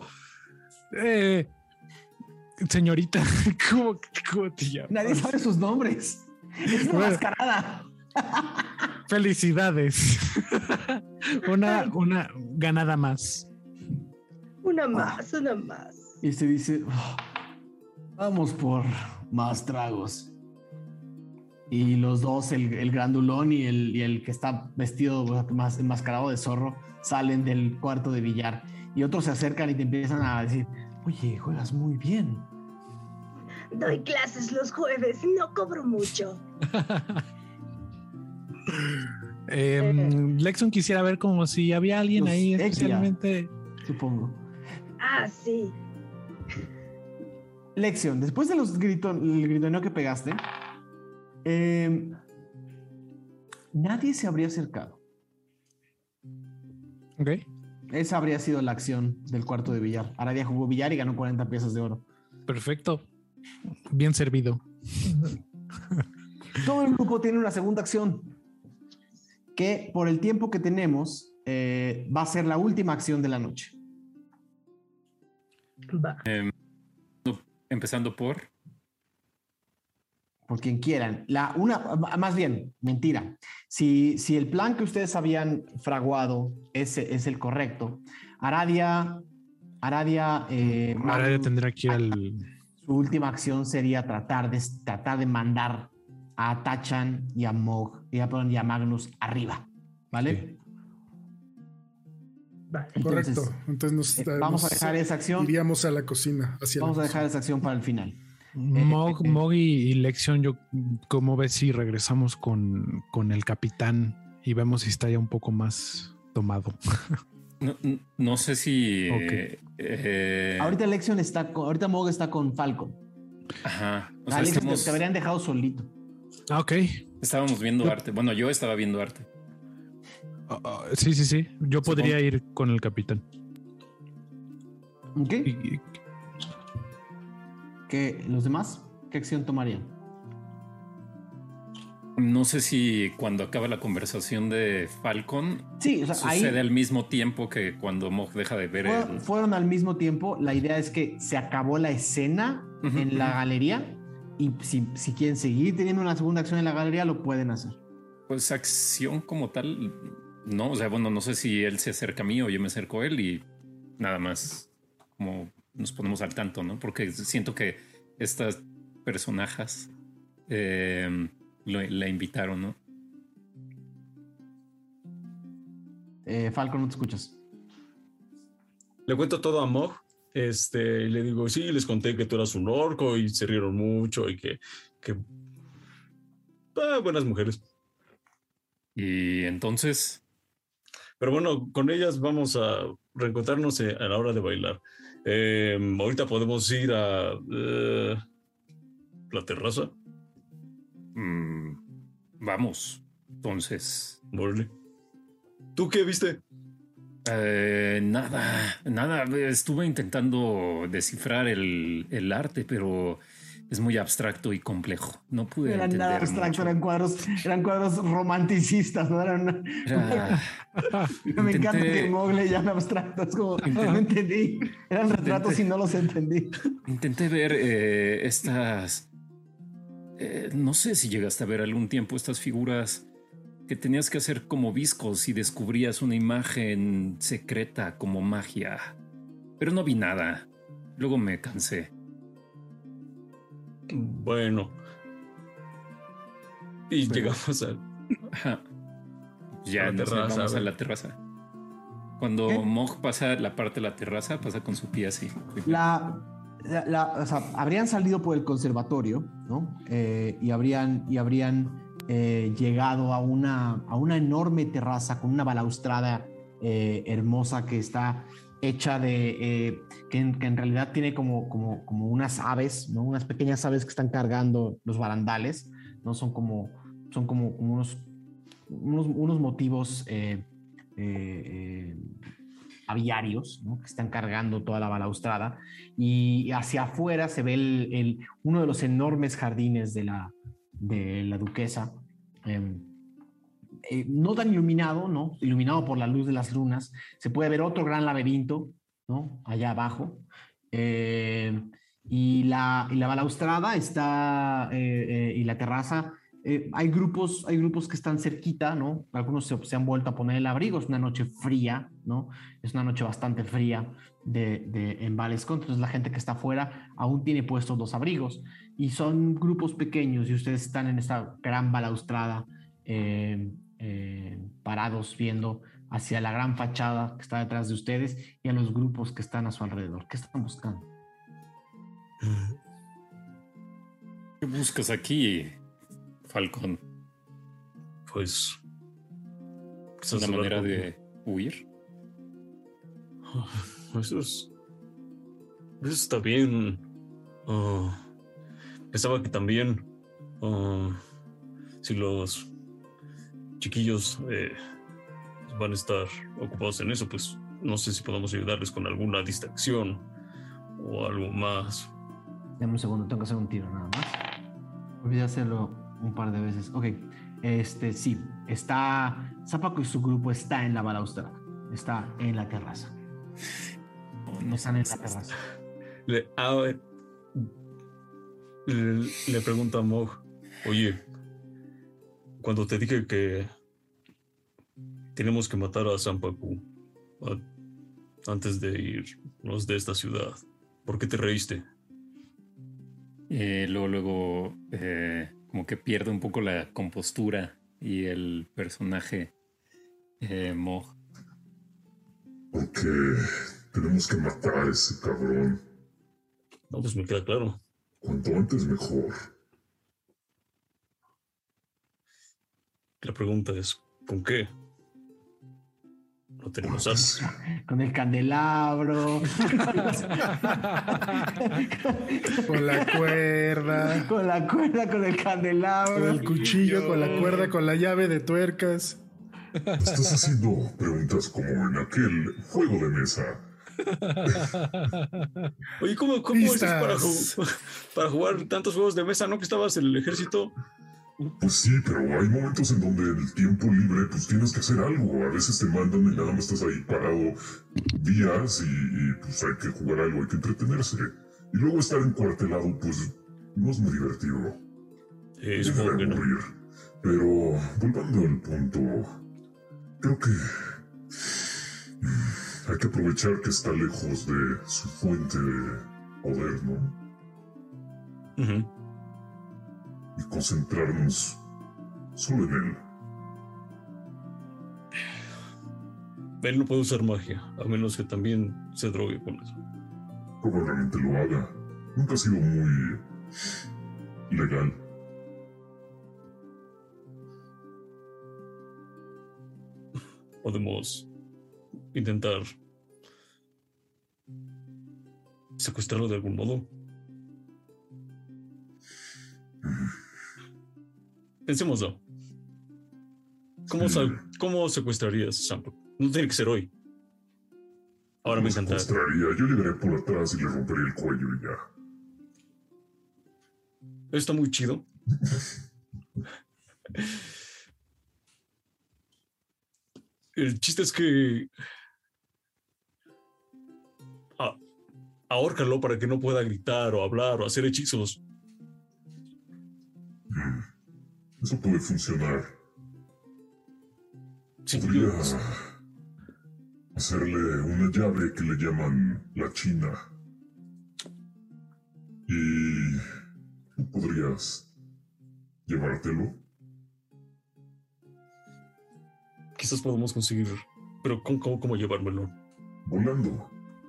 señorita, ¿cómo te llamas? Nadie sabe sus nombres. Es una mascarada. Felicidades. Una ganada más. Una más. Y se dice, vamos por más tragos. Y los dos, el grandulón y el que está vestido más enmascarado de Zorro, salen del cuarto de billar. Y otros se acercan y te empiezan a decir, oye, juegas muy bien. Doy clases los jueves, no cobro mucho. Lexion quisiera ver como si había alguien ahí especialmente. Supongo. Ah, sí. Lexion, después de el gritoneo que pegaste, nadie se habría acercado. Ok. Esa habría sido la acción del cuarto de billar. Aradia jugó billar y ganó 40 piezas de oro. Perfecto. Bien servido. Todo el grupo tiene una segunda acción que, por el tiempo que tenemos, va a ser la última acción de la noche. Va. Empezando por quien quieran. Más bien, mentira. Si el plan que ustedes habían fraguado es el correcto, Aradia tendrá que ir al... Su última acción sería tratar de mandar a Tachan y a Mog y a Magnus arriba, ¿vale? Sí. Vale. Correcto. Entonces vamos a dejar esa acción. Iríamos a la cocina. Vamos a dejar esa acción para el final. Mog y Lexion, ¿cómo ves si regresamos con el capitán y vemos si está ya un poco más tomado? No sé si... Okay. Ahorita Lexion ahorita Mog está con Falcon. Ajá. O sea, te habrían dejado solito. Ok. Estábamos viendo arte. Bueno, yo estaba viendo arte. Sí. Yo podría ir con el capitán. Ok. ¿Los demás? ¿Qué acción tomarían? No sé si cuando acaba la conversación de Falcon sucede al mismo tiempo que cuando Mog deja de ver fueron al mismo tiempo. La idea es que se acabó la escena en la galería y si quieren seguir teniendo una segunda acción en la galería lo pueden hacer. Pues acción como tal, no, o sea, bueno, no sé si él se acerca a mí o yo me acerco a él y nada más como nos ponemos al tanto, ¿no? Porque siento que estas personajes la invitaron, ¿no? Falcon, no te escuchas. Le cuento todo a Mog. Le digo, sí, les conté que tú eras un orco y se rieron mucho y que buenas mujeres. Y entonces... Pero bueno, con ellas vamos a reencontrarnos a la hora de bailar. Ahorita podemos ir a la terraza. Vamos, entonces. Borle. ¿Tú qué viste? Nada. Estuve intentando descifrar el arte, pero es muy abstracto y complejo. No pude entender nada abstracto, eran cuadros romanticistas, ¿no? Me encanta que Mog le llame abstracto. Es como, no entendí. Eran retratos y no los entendí. Intenté ver estas... no sé si llegaste a ver algún tiempo estas figuras que tenías que hacer como viscos y descubrías una imagen secreta como magia. Pero no vi nada. Luego me cansé. Bueno. Y llegamos a... Ya a la terraza, vamos a la terraza. Cuando Mog pasa la parte de la terraza, pasa con su pie así. O sea, habrían salido por el conservatorio, ¿no? Y habrían llegado a una enorme terraza con una balaustrada hermosa que está hecha de que en realidad tiene como unas aves, ¿no? Unas pequeñas aves que están cargando los barandales, ¿no? Son como unos motivos aviarios, ¿no? Que están cargando toda la balaustrada, y hacia afuera se ve uno de los enormes jardines de la duquesa, no tan iluminado, ¿no? Iluminado por la luz de las lunas. Se puede ver otro gran laberinto, ¿no? Allá abajo, y la balaustrada está y la terraza. Hay grupos que están cerquita, ¿no? Algunos se han vuelto a poner el abrigo. Es una noche fría, ¿no? Es una noche bastante fría en Valescon. Entonces la gente que está afuera aún tiene puestos los abrigos. Y son grupos pequeños y ustedes están en esta gran balaustrada parados viendo hacia la gran fachada que está detrás de ustedes y a los grupos que están a su alrededor. ¿Qué están buscando? ¿Qué buscas aquí, Falcon? Pues... ¿Es una manera de huir? Eso está bien. Pensaba que también si los chiquillos van a estar ocupados en eso, pues no sé si podemos ayudarles con alguna distracción o algo más. Dame un segundo, tengo que hacer un tiro nada más. Olvidé hacerlo un par de veces. Ok, sí, Zapaco y su grupo está en la balaustrada, está en la terraza. No están en la terraza. Le pregunto a Mog, oye, cuando te dije que tenemos que matar a Zanpakuh antes de irnos de esta ciudad, ¿por qué te reíste? Luego como que pierde un poco la compostura y el personaje Mog. Porque tenemos que matar a ese cabrón. No, pues me queda claro. Cuanto antes mejor. La pregunta es, ¿con qué? No tenemos armas. Con el candelabro. Con la cuerda. Con la cuerda, con el candelabro. Con el cuchillo, con la cuerda, con la llave de tuercas. Estás haciendo preguntas como en aquel juego de mesa. Oye, ¿cómo es para jugar tantos juegos de mesa? ¿No que estabas en el ejército? Pues sí, pero hay momentos en donde en el tiempo libre pues tienes que hacer algo. A veces te mandan y nada más estás ahí parado días y pues hay que jugar algo, hay que entretenerse. Y luego estar encuartelado pues no es muy divertido. Es muy bueno. Pero volviendo al punto, creo que hay que aprovechar que está lejos de su fuente de poder, ¿no? Y concentrarnos solo en él. Él no puede usar magia, a menos que también se drogue con eso. Probablemente lo haga. Nunca ha sido muy legal. Podemos intentar secuestrarlo de algún modo. Pensémoslo. ¿Cómo secuestrarías a Zanpakuh? No tiene que ser hoy. Ahora me encantaría. Yo llegaré por atrás y le rompería el cuello y ya. Está muy chido. El chiste es que ahórcalo para que no pueda gritar o hablar o hacer hechizos. Eso puede funcionar. Sí, podría hacerle una llave que le llaman la China. Y tú podrías llevártelo. Quizás podamos conseguir, pero ¿cómo llevármelo? Volando.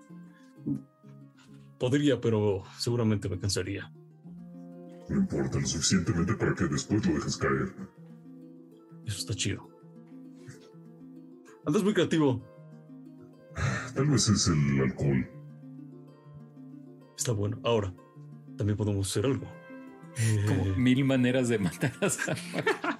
Podría, pero seguramente me cansaría. No importa, lo suficientemente para que después lo dejes caer. Eso está chido. Andas muy creativo. Tal vez es el alcohol. Está bueno. Ahora, también podemos hacer algo. Como 1000 maneras de matar a Zanpakuh.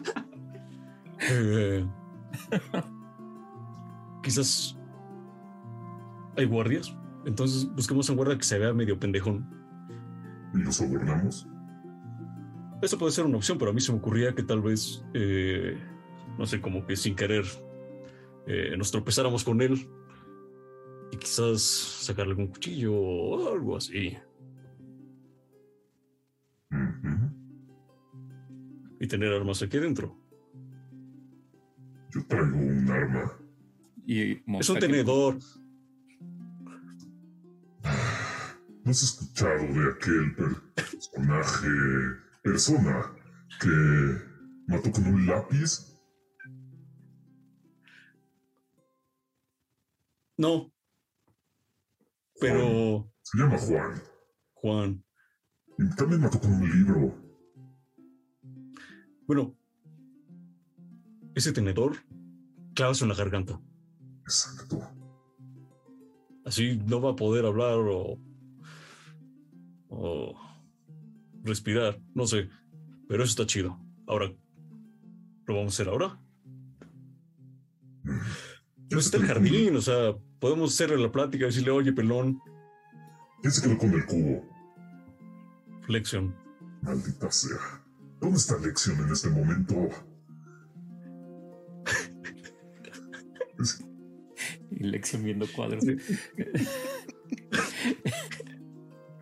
Quizás hay guardias. Entonces busquemos un guardia que se vea medio pendejón. ¿Y lo sobornamos? Eso puede ser una opción, pero a mí se me ocurría que tal vez, no sé, como que sin querer nos tropezáramos con él y quizás sacarle algún cuchillo o algo así. Y tener armas aquí adentro. Yo traigo un arma. Es un tenedor. ¿No has escuchado de aquel persona que mató con un lápiz? No. Pero... Se llama Juan. Juan. Y también mató con un libro. Bueno. Ese tenedor clavas en la garganta. Exacto. Así no va a poder hablar o respirar, no sé. Pero eso está chido. Ahora, ¿lo vamos a hacer ahora? No está el jardín, o sea, podemos hacerle la plática y decirle, oye, pelón. ¿Quién se quedó con el cubo? Lexion. Maldita sea. ¿Dónde está Lexion en este momento? Y Lexion viendo cuadros.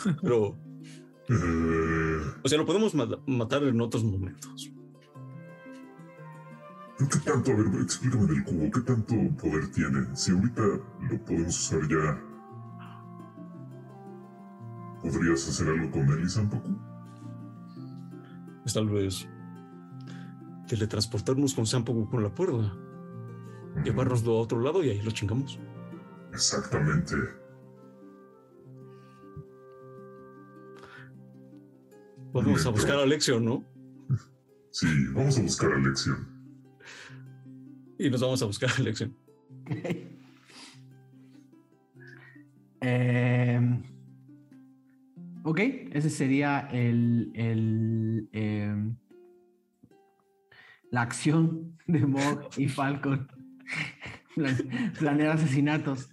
Pero... o sea, lo podemos matar en otros momentos. ¿Qué tanto? A ver, explícame del cubo. ¿Qué tanto poder tiene? Si ahorita lo podemos usar ya... ¿Podrías hacer algo con él, Zanpaku? Pues tal vez... teletransportarnos con Zanpaku con la cuerda. Llevárnoslo a otro lado y ahí lo chingamos. Exactamente. Vamos a buscar a Lexion, ¿no? Sí, vamos a buscar a Lexion. Y nos vamos a buscar a Lexion. Ok, ese sería la acción de Mog y Falcon. Planear asesinatos.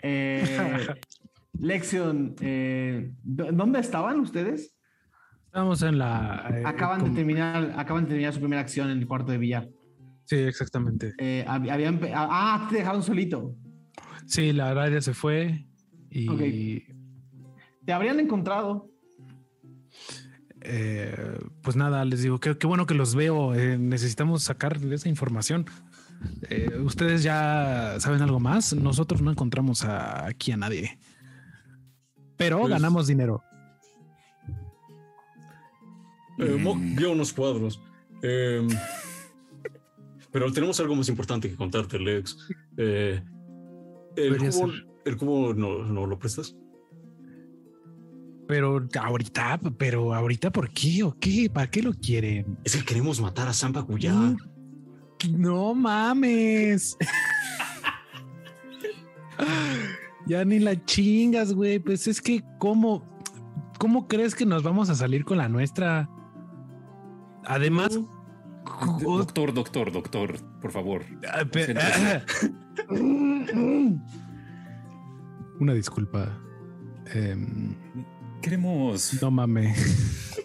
Lexion, ¿dónde estaban ustedes? Estamos en la... acaban de terminar su primera acción en el cuarto de billar. Sí, exactamente. Te dejaron solito. Sí, la Aradia se fue y... Okay. ¿Te habrían encontrado? Pues nada, les digo, qué bueno que los veo. Necesitamos sacar esa información. ¿Ustedes ya saben algo más? Nosotros no encontramos aquí a nadie. Pero pues, ganamos dinero. Mog vio unos cuadros. Pero tenemos algo más importante que contarte, Lex. ¿El cubo no lo prestas? Pero ahorita, ¿por qué o qué? ¿Para qué lo quieren? Es que queremos matar a Zanpaku ya. No mames. Ya ni la chingas, güey. Pues es que, ¿cómo crees que nos vamos a salir con la nuestra? Además... Doctor, por favor. Una disculpa. Queremos... No mames.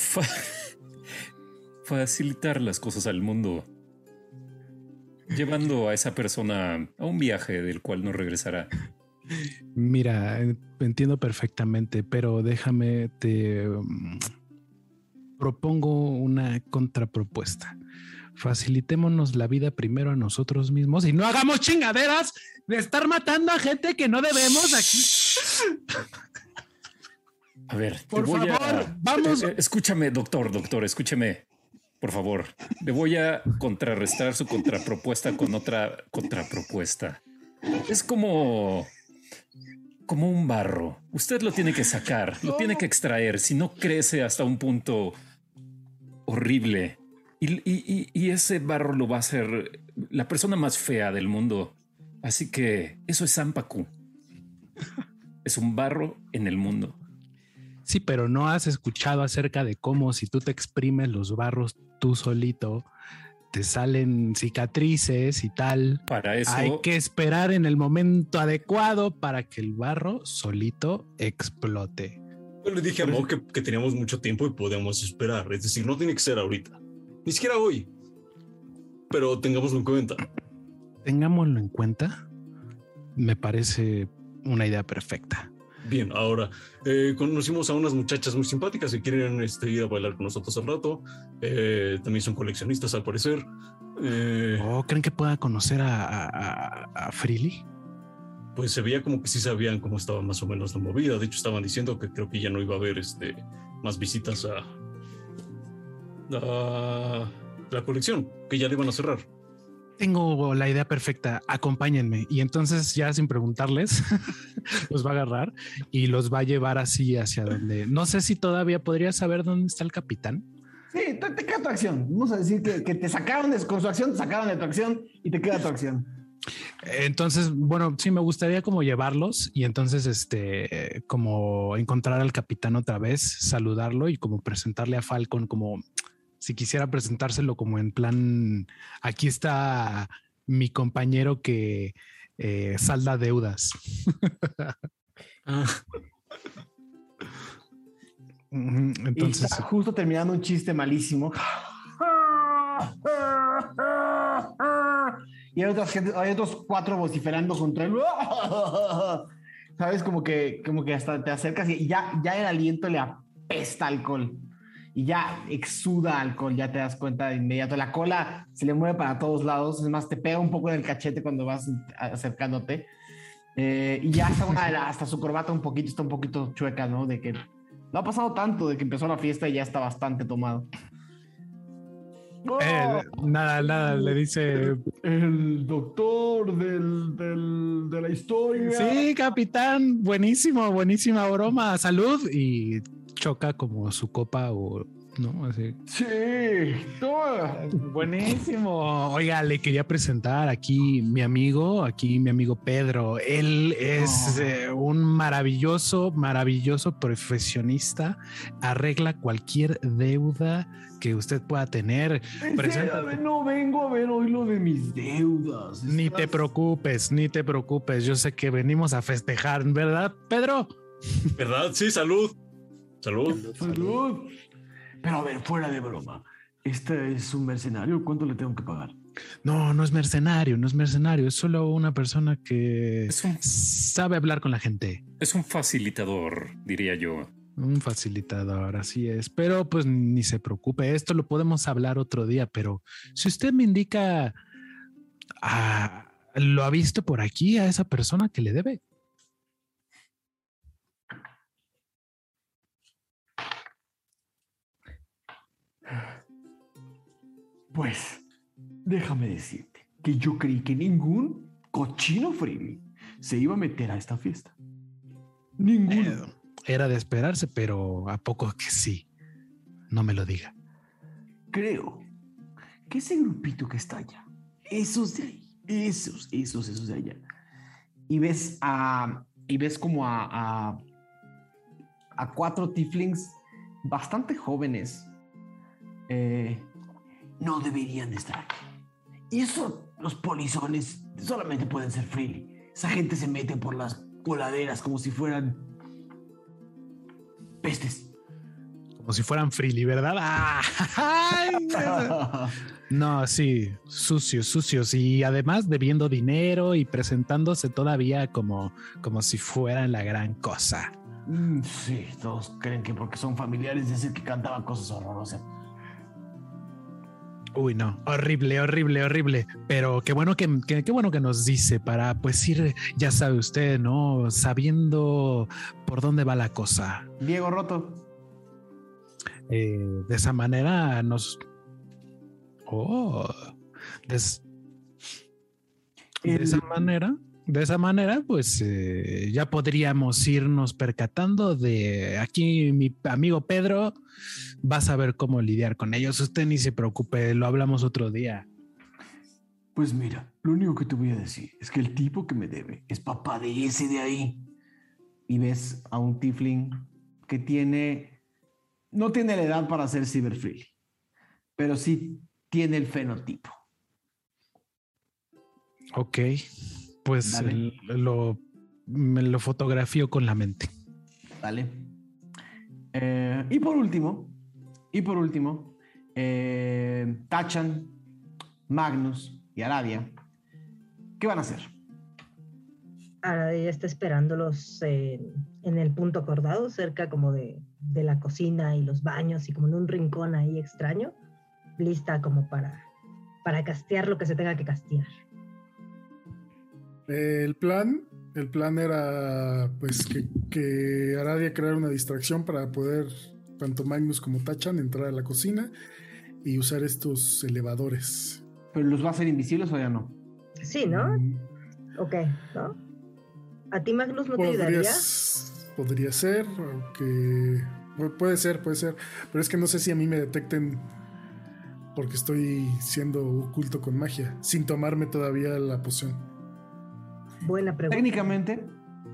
Facilitar las cosas al mundo. Llevando a esa persona a un viaje del cual no regresará. Mira, entiendo perfectamente, pero déjame, te propongo una contrapropuesta. Facilitémonos la vida primero a nosotros mismos y no hagamos chingaderas de estar matando a gente que no debemos aquí. A ver, por favor, vamos. Escúchame, doctor, escúcheme. Por favor, le voy a contrarrestar su contrapropuesta con otra contrapropuesta. Es como un barro. Usted lo tiene que sacar, lo tiene que extraer. Si no crece hasta un punto horrible. Y ese barro lo va a hacer la persona más fea del mundo. Así que eso es Zanpaku. Es un barro en el mundo. Sí, pero no has escuchado acerca de cómo si tú te exprimes los barros tú solito, te salen cicatrices y tal. Para eso hay que esperar en el momento adecuado para que el barro solito explote. Yo le dije a Mo que teníamos mucho tiempo y podemos esperar. Es decir, no tiene que ser ahorita. Ni siquiera hoy. Pero tengámoslo en cuenta. Tengámoslo en cuenta. Me parece una idea perfecta. Bien, ahora conocimos a unas muchachas muy simpáticas que quieren ir a bailar con nosotros al rato. También son coleccionistas, al parecer. ¿Creen que pueda conocer a Freely? Pues se veía como que sí sabían cómo estaba más o menos la movida. De hecho, estaban diciendo que creo que ya no iba a haber más visitas a la colección, que ya le iban a cerrar. Tengo la idea perfecta, acompáñenme. Y entonces ya sin preguntarles, los va a agarrar y los va a llevar así hacia donde... No sé si todavía podría saber dónde está el capitán. Sí, te queda tu acción. Vamos a decir que te sacaron con su acción, te sacaron de tu acción y te queda tu acción. Entonces, bueno, sí, me gustaría como llevarlos y entonces como encontrar al capitán otra vez, saludarlo y como presentarle a Falcon como... Si quisiera presentárselo como en plan, aquí está mi compañero que salda deudas. Entonces, y está justo terminando un chiste malísimo. Y hay otros 4 vociferando contra él. ¿Sabes? Como que hasta te acercas y ya el aliento le apesta alcohol. Y ya exuda alcohol, ya te das cuenta de inmediato. La cola se le mueve para todos lados. Es más, te pega un poco en el cachete cuando vas acercándote. Y ya hasta su corbata está un poquito chueca, ¿no? De que no ha pasado tanto de que empezó la fiesta y ya está bastante tomado. Nada, le dice... El doctor de la historia. Sí, capitán, buenísima broma, salud. Y choca como su copa o... ¿no? Así. Sí, toma. Buenísimo. Oiga, le quería presentar aquí mi amigo Pedro. Él es un maravilloso profesionista. Arregla cualquier deuda que usted pueda tener. No vengo a ver hoy lo de mis deudas. Ni te preocupes. Yo sé que venimos a festejar, ¿verdad, Pedro? ¿Verdad? Sí, salud. Pero a ver, fuera de broma, ¿este es un mercenario? ¿Cuánto le tengo que pagar? No es mercenario, es solo una persona que sabe hablar con la gente. Es un facilitador, diría yo. Un facilitador, así es. Pero pues ni se preocupe, esto lo podemos hablar otro día, pero si usted me indica, ¿lo ha visto por aquí a esa persona que le debe? Pues, déjame decirte que yo creí que ningún cochino Freely se iba a meter a esta fiesta. Ninguno. Era de esperarse, pero ¿a poco que sí? No me lo diga. Creo que ese grupito que está allá, esos de ahí, esos de allá, y ves como a 4 tieflings bastante jóvenes, no deberían de estar aquí. Y eso, los polizones solamente pueden ser Freely. Esa gente se mete por las coladeras como si fueran pestes. Como si fueran Freely, ¿verdad? No, sí, sucios. Y además debiendo dinero y presentándose todavía como si fueran la gran cosa. Sí, todos creen que porque son familiares de ese que cantaba cosas horrorosas. Uy, no, horrible. Pero qué bueno que nos dice para pues ir, ya sabe usted, ¿no? Sabiendo por dónde va la cosa. Diego Roto. De esa manera nos... De esa manera, pues ya podríamos irnos percatando de aquí mi amigo Pedro va a saber cómo lidiar con ellos. Usted ni se preocupe, lo hablamos otro día. Pues mira, lo único que te voy a decir es que el tipo que me debe es papá de ese de ahí. Y ves a un tiefling que no tiene la edad para ser Cyber Freely, pero sí tiene el fenotipo. Ok, pues me lo fotografío con la mente. Vale. Y por último, Tachan, Magnus y Aradia, ¿qué van a hacer? Aradia está esperándolos en el punto acordado, cerca como de la cocina y los baños y como en un rincón ahí extraño, lista como para castear lo que se tenga que castear. El plan era pues que Aradia creara una distracción para poder tanto Magnus como Tachan entrar a la cocina y usar estos elevadores. ¿Pero los va a hacer invisibles o ya no? Sí, ¿no? Ok, ¿no? ¿A ti Magnus no te ayudaría? Podría ser, aunque puede ser, pero es que no sé si a mí me detecten porque estoy siendo oculto con magia, sin tomarme todavía la poción. Buena pregunta. Técnicamente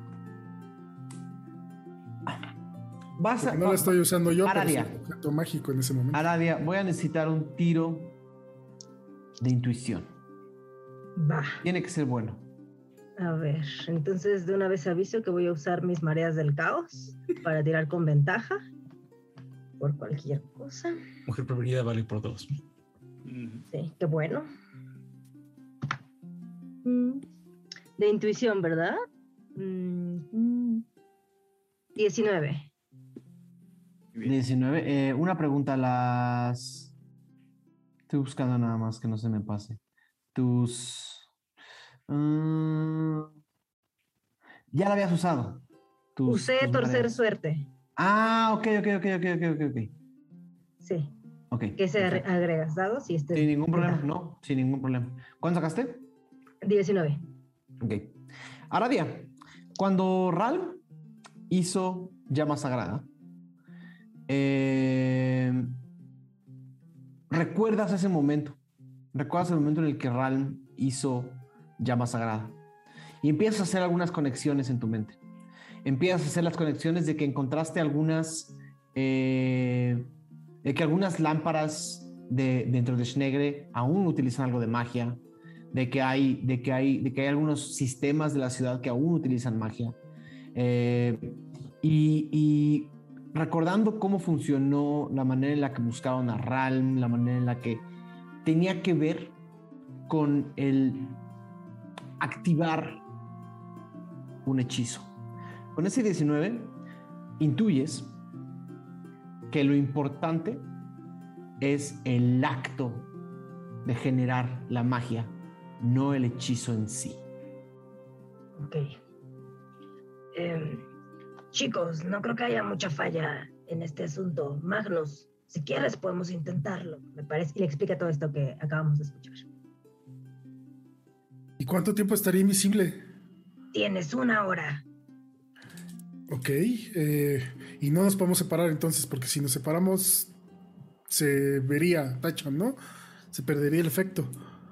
no la estoy usando yo, Aradia, pero es un objeto mágico en ese momento. Aradia, voy a necesitar un tiro de intuición. Va. Tiene que ser bueno. A ver, entonces de una vez aviso que voy a usar mis mareas del caos para tirar con ventaja por cualquier cosa. Mujer preferida vale por 2. Sí, qué bueno. De intuición, ¿verdad? 19. 19. Una pregunta, Estoy buscando nada más que no se me pase. Ya la habías usado. Usé torcer suerte. Ok. Sí. Ok. ¿Qué se agregas? ¿Dados? Sin ningún problema, no, sin ningún problema. ¿Cuánto sacaste? 19. Ok. Aradia, cuando Ralm hizo llama sagrada, ¿recuerdas ese momento? ¿Recuerdas el momento en el que Ralm hizo llama sagrada? Y empiezas a hacer algunas conexiones en tu mente. Empiezas a hacer las conexiones de que encontraste algunas lámparas dentro de Schnegre aún utilizan algo de magia, de que hay algunos sistemas de la ciudad que aún utilizan magia. Y recordando cómo funcionó, la manera en la que buscaron a Ralm, la manera en la que tenía que ver con el activar un hechizo. Con ese 19 intuyes que lo importante es el acto de generar la magia, no el hechizo en sí. Ok. Chicos, no creo que haya mucha falla en este asunto. Magnus, si quieres podemos intentarlo, me parece. Y le explica todo esto que acabamos de escuchar. ¿Y cuánto tiempo estaría invisible? Tienes 1 hora. Ok. Y no nos podemos separar entonces, porque si nos separamos se vería Tachan, ¿no? Se perdería el efecto.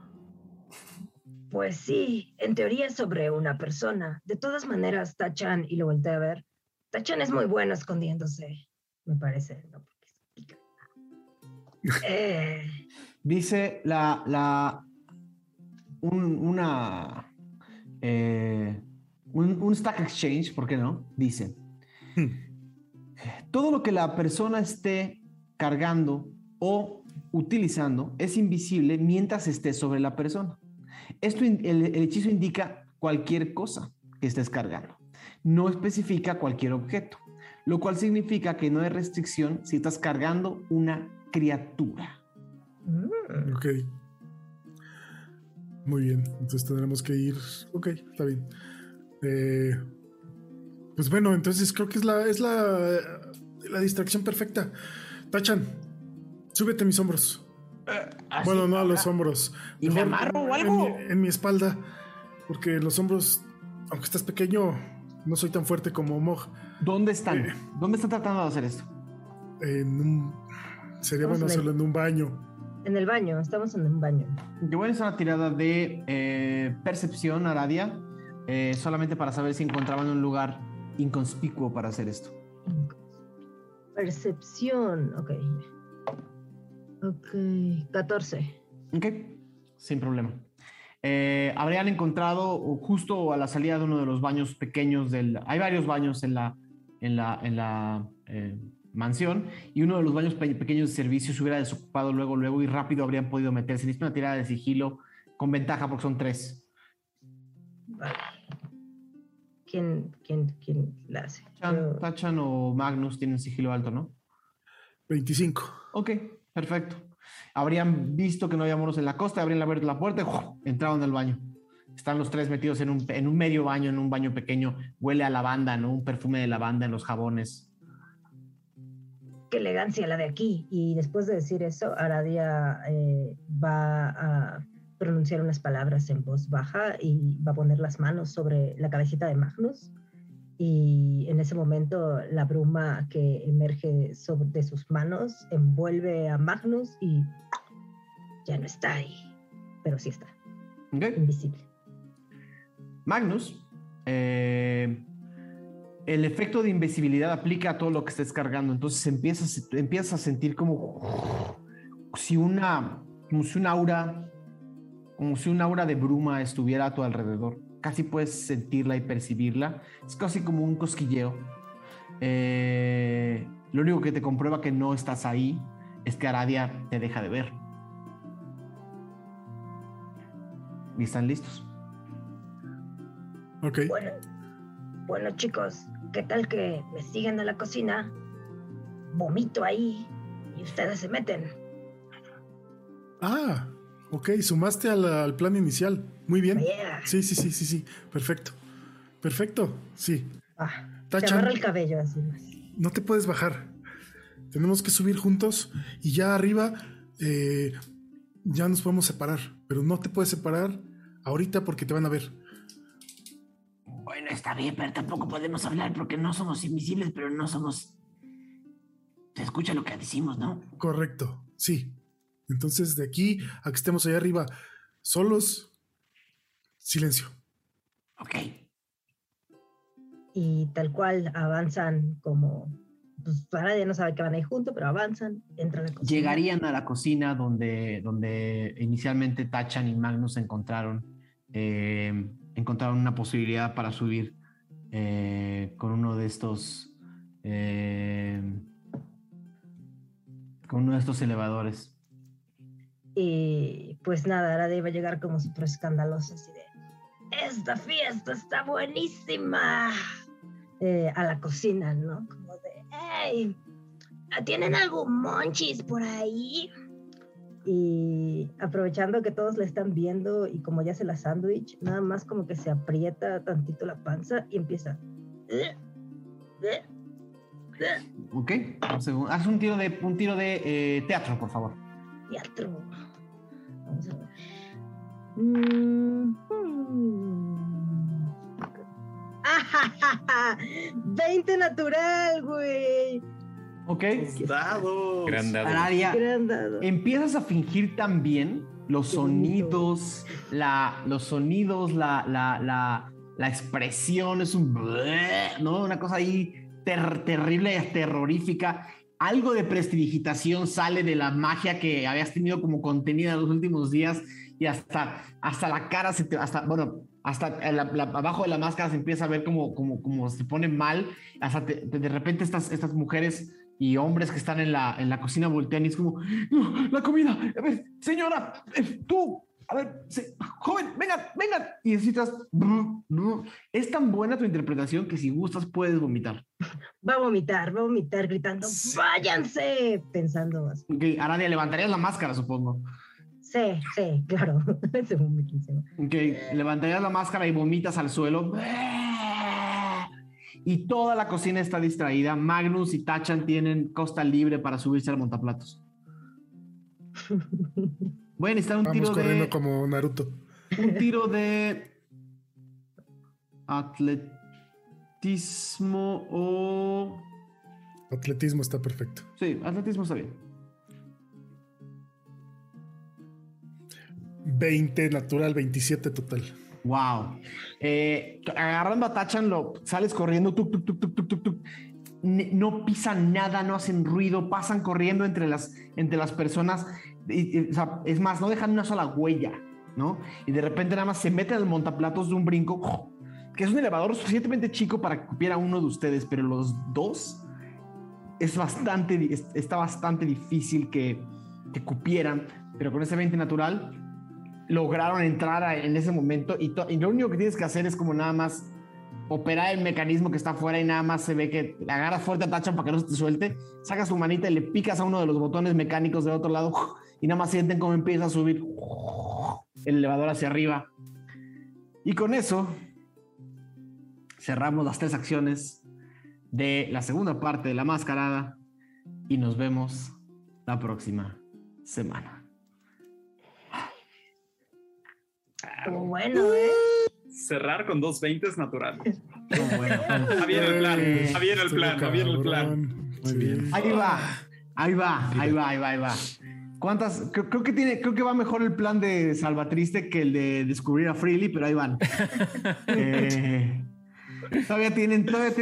Pues sí, en teoría es sobre una persona. De todas maneras, Tachan, y lo volteé a ver, Tachan es muy bueno escondiéndose, me parece. No, porque se pica. Dice un Stack Exchange, ¿por qué no? Dice, todo lo que la persona esté cargando o utilizando es invisible mientras esté sobre la persona. El hechizo indica cualquier cosa que estés cargando. No especifica cualquier objeto, lo cual significa que no hay restricción si estás cargando una criatura. Ok. Muy bien, entonces tendremos que ir. Ok, está bien. Pues bueno, entonces creo que es la distracción perfecta. Tachan, súbete a mis hombros. Bueno, no a los hombros. ¿Y me amarro o algo? En mi espalda. Porque los hombros, aunque estás pequeño, no soy tan fuerte como Mog. ¿Dónde están? ¿Dónde están tratando de hacer esto? Sería bueno hacerlo en un baño. En el baño, estamos en un baño. Yo voy a hacer una tirada de percepción, Aradia, solamente para saber si encontraban un lugar inconspicuo para hacer esto. Percepción, ok. 14. Ok, sin problema. Habrían encontrado justo a la salida de uno de los baños pequeños hay varios baños en la mansión, y uno de los baños pequeños de servicio se hubiera desocupado luego y rápido habrían podido meterse. Necesito una tirada de sigilo con ventaja porque son 3. Vale. ¿Quién la hace? Tachan o Magnus tienen sigilo alto, ¿no? 25. Ok, perfecto. Habrían visto que no había monos en la costa, habrían abierto la puerta y entraron al baño. Están los 3 metidos en un medio baño, en un baño pequeño. Huele a lavanda, ¿no? Un perfume de lavanda en los jabones. Qué elegancia la de aquí. Y después de decir eso, Aradia va a pronunciar unas palabras en voz baja y va a poner las manos sobre la cabecita de Magnus. Y en ese momento la bruma que emerge de sus manos envuelve a Magnus y ya no está ahí, pero sí está. Okay. Invisible. Magnus, el efecto de invisibilidad aplica a todo lo que estés cargando, entonces empiezas a sentir como si un aura de bruma estuviera a tu alrededor. Casi puedes sentirla y percibirla. Es casi como un cosquilleo. Lo único que te comprueba que no estás ahí es que Aradia te deja de ver. ¿Y están listos? Ok. Bueno, Bueno, chicos, ¿qué tal que me siguen a la cocina? Vomito ahí y ustedes se meten. Ah, ok, sumaste al plan inicial. Muy bien. Yeah. Sí. Perfecto, sí. Te agarra el cabello así. No te puedes bajar. Tenemos que subir juntos y ya arriba ya nos podemos separar. Pero no te puedes separar ahorita porque te van a ver. Bueno, está bien, pero tampoco podemos hablar porque no somos invisibles, pero no somos... Se escucha lo que decimos, ¿no? Correcto, sí. Entonces, de aquí a que estemos allá arriba solos, silencio. Ok. Y tal cual avanzan como... Pues ahora ya no sabe que van a ir juntos, pero avanzan, entran a la cocina. Llegarían a la cocina donde inicialmente Tachan y Magnus se encontraron. Encontraron una posibilidad para subir con uno de estos elevadores. Y pues nada, ahora iba a llegar como súper escandalosa, así de ¡esta fiesta está buenísima! A la cocina, ¿no? Como de ¡hey! ¿Tienen algún monchis por ahí? Y aprovechando que todos la están viendo y como ya hace la sándwich, nada más como que se aprieta tantito la panza y empieza. Ok, un segundo. Haz un tiro de teatro, por favor. Teatro. Vamos a ver. 20 natural, güey. Ok. Dados. Gran dado. Aradia, Gran dado. empiezas a fingir también los sonidos, la expresión, es un... ¿no? Una cosa ahí terrible, terrorífica. Algo de prestidigitación sale de la magia que habías tenido como contenida en los últimos días y hasta la cara hasta abajo de la máscara se empieza a ver como se pone mal. Hasta de repente estas mujeres y hombres que están en la cocina voltean y es como, no, la comida, a ver, señora, tú, a ver, joven, vengan. Y necesitas, es tan buena tu interpretación que si gustas puedes vomitar. Va a vomitar gritando, ¡váyanse! Pensando así. Ok, Aradia, levantarías la máscara, supongo. Sí, claro. Ok, levantarías la máscara y vomitas al suelo. Y toda la cocina está distraída. Magnus y Tachan tienen costa libre para subirse al montaplatos. Voy a necesitar un tiro corriendo como Naruto. Un tiro de atletismo o... Atletismo está perfecto. Sí, atletismo está bien. 20 natural, 27 total. Wow. Agarrando a Tachan, sales corriendo, tuk. No pisan nada, no hacen ruido, pasan corriendo entre las personas. O sea, es más, no dejan una sola huella, ¿no? Y de repente nada más se meten al montaplatos de un brinco, que es un elevador suficientemente chico para que cupiera uno de ustedes, pero los dos está bastante difícil que cupieran, pero con ese 20 natural lograron entrar en ese momento y lo único que tienes que hacer es como nada más operar el mecanismo que está afuera y nada más se ve que le agarras fuerte a Tachan para que no se te suelte, sacas tu manita y le picas a uno de los botones mecánicos del otro lado y nada más sienten cómo empieza a subir el elevador hacia arriba. Y con eso cerramos las 3 acciones de la segunda parte de la mascarada y nos vemos la próxima semana. Bueno, Cerrar con 2 20 es natural. Bueno. Está bien el plan. Muy bien. Ahí va. ¿Cuántas? Creo que va mejor el plan de Salvatriste que el de descubrir a Freely, pero ahí van. Todavía tienen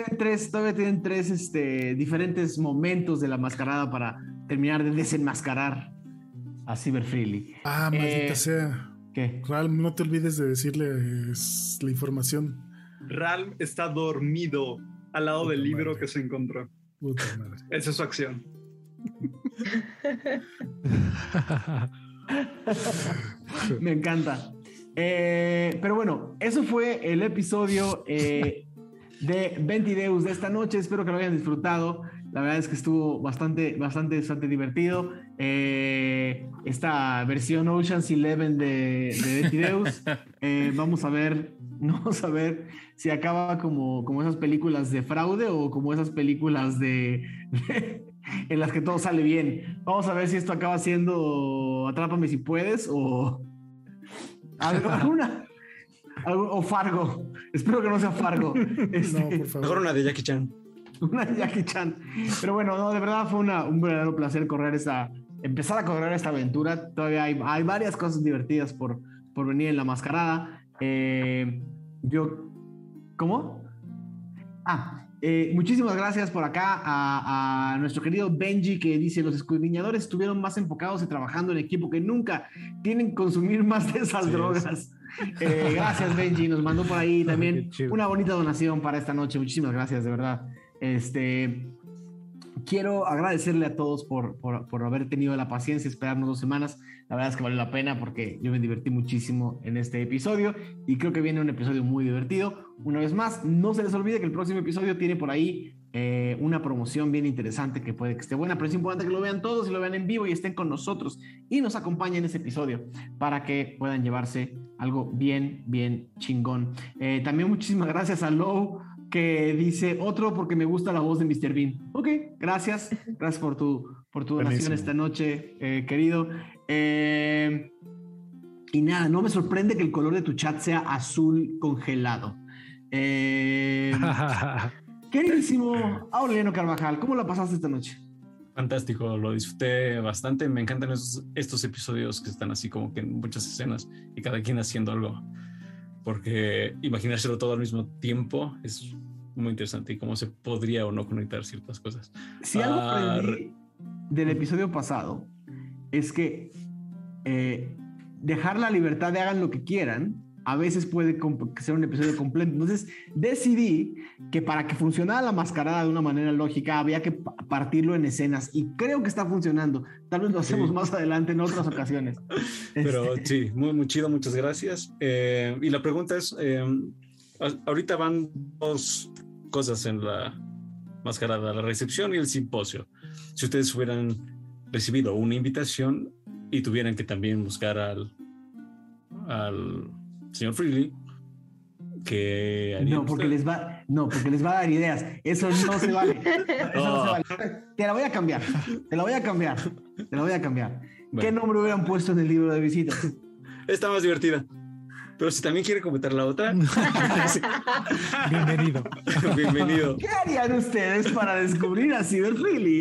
3 diferentes momentos de la mascarada para terminar de desenmascarar a Cyber Freely. Maldita sea. ¿Qué? Ralm, no te olvides de decirles la información. Ralm está dormido al lado del libro que se encontró. Puta madre. Esa es su acción. Me encanta. Pero bueno, eso fue el episodio de Ventideus de esta noche. Espero que lo hayan disfrutado. La verdad es que estuvo bastante divertido. Esta versión Ocean's 11 de Ventideus. Vamos a ver si acaba como esas películas de fraude o como esas películas en las que todo sale bien. Vamos a ver si esto acaba siendo Atrápame si puedes o alguna. O Fargo. Espero que no sea Fargo. No, por favor. Mejor una de Jackie Chan. Una de Jackie Chan. Pero bueno, no, de verdad fue un verdadero placer empezar a correr esta aventura. Todavía hay varias cosas divertidas por venir en la mascarada. ¿Cómo? Muchísimas gracias por acá a nuestro querido Benji, que dice: los escudriñadores estuvieron más enfocados y trabajando en equipo que nunca. Tienen que consumir más de esas drogas. Gracias, Benji. Nos mandó por ahí también una bonita donación para esta noche. Muchísimas gracias, de verdad. Quiero agradecerle a todos por haber tenido la paciencia de esperarnos 2 semanas. La verdad es que valió la pena porque yo me divertí muchísimo en este episodio y creo que viene un episodio muy divertido. Una vez más, no se les olvide que el próximo episodio tiene por ahí una promoción bien interesante que puede que esté buena, pero es importante que lo vean todos y lo vean en vivo y estén con nosotros y nos acompañen en ese episodio para que puedan llevarse algo bien chingón. También muchísimas gracias a Low, que dice: otro porque me gusta la voz de Mr. Bean. Ok, gracias por tu donación esta noche, querido. Y nada, no me sorprende que el color de tu chat sea azul congelado. Queridísimo Aureliano Carvajal, ¿cómo la pasaste esta noche? Fantástico, lo disfruté bastante. Me encantan estos episodios que están así como que en muchas escenas y cada quien haciendo algo, porque imaginárselo todo al mismo tiempo es muy interesante y cómo se podría o no conectar ciertas cosas. Si algo aprendí del episodio pasado es que dejar la libertad de hagan lo que quieran a veces puede ser un episodio completo. Entonces decidí que para que funcionara la mascarada de una manera lógica había que partirlo en escenas y creo que está funcionando. Tal vez lo hacemos más adelante en otras ocasiones. Pero sí, muy chido, muchas gracias. Y la pregunta es, ahorita van 2 cosas en la mascarada: la recepción y el simposio. Si ustedes hubieran recibido una invitación y tuvieran que también buscar al señor Freely, ¿qué harían? No, porque les va a dar ideas. Eso no se vale. No se vale. Te la voy a cambiar. Bueno. ¿Qué nombre hubieran puesto en el libro de visitas? Está más divertida. Pero si también quiere comentar la otra, bienvenido. ¿Qué harían ustedes para descubrir a Cyber Freely?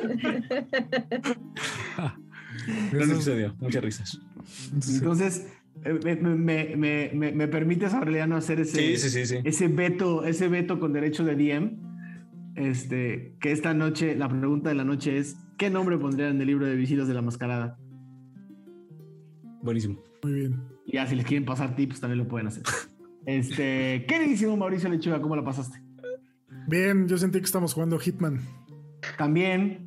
Gran episodio, muchas risas. Entonces, me permites, Aureliano, hacer ese veto con derecho de DM. Que esta noche, la pregunta de la noche es: ¿qué nombre pondrían en el libro de visitas de la mascarada? Buenísimo. Muy bien. Ya, si les quieren pasar tips, también lo pueden hacer. Queridísimo Mauricio Lechuga, ¿cómo la pasaste? Bien, yo sentí que estamos jugando Hitman. También.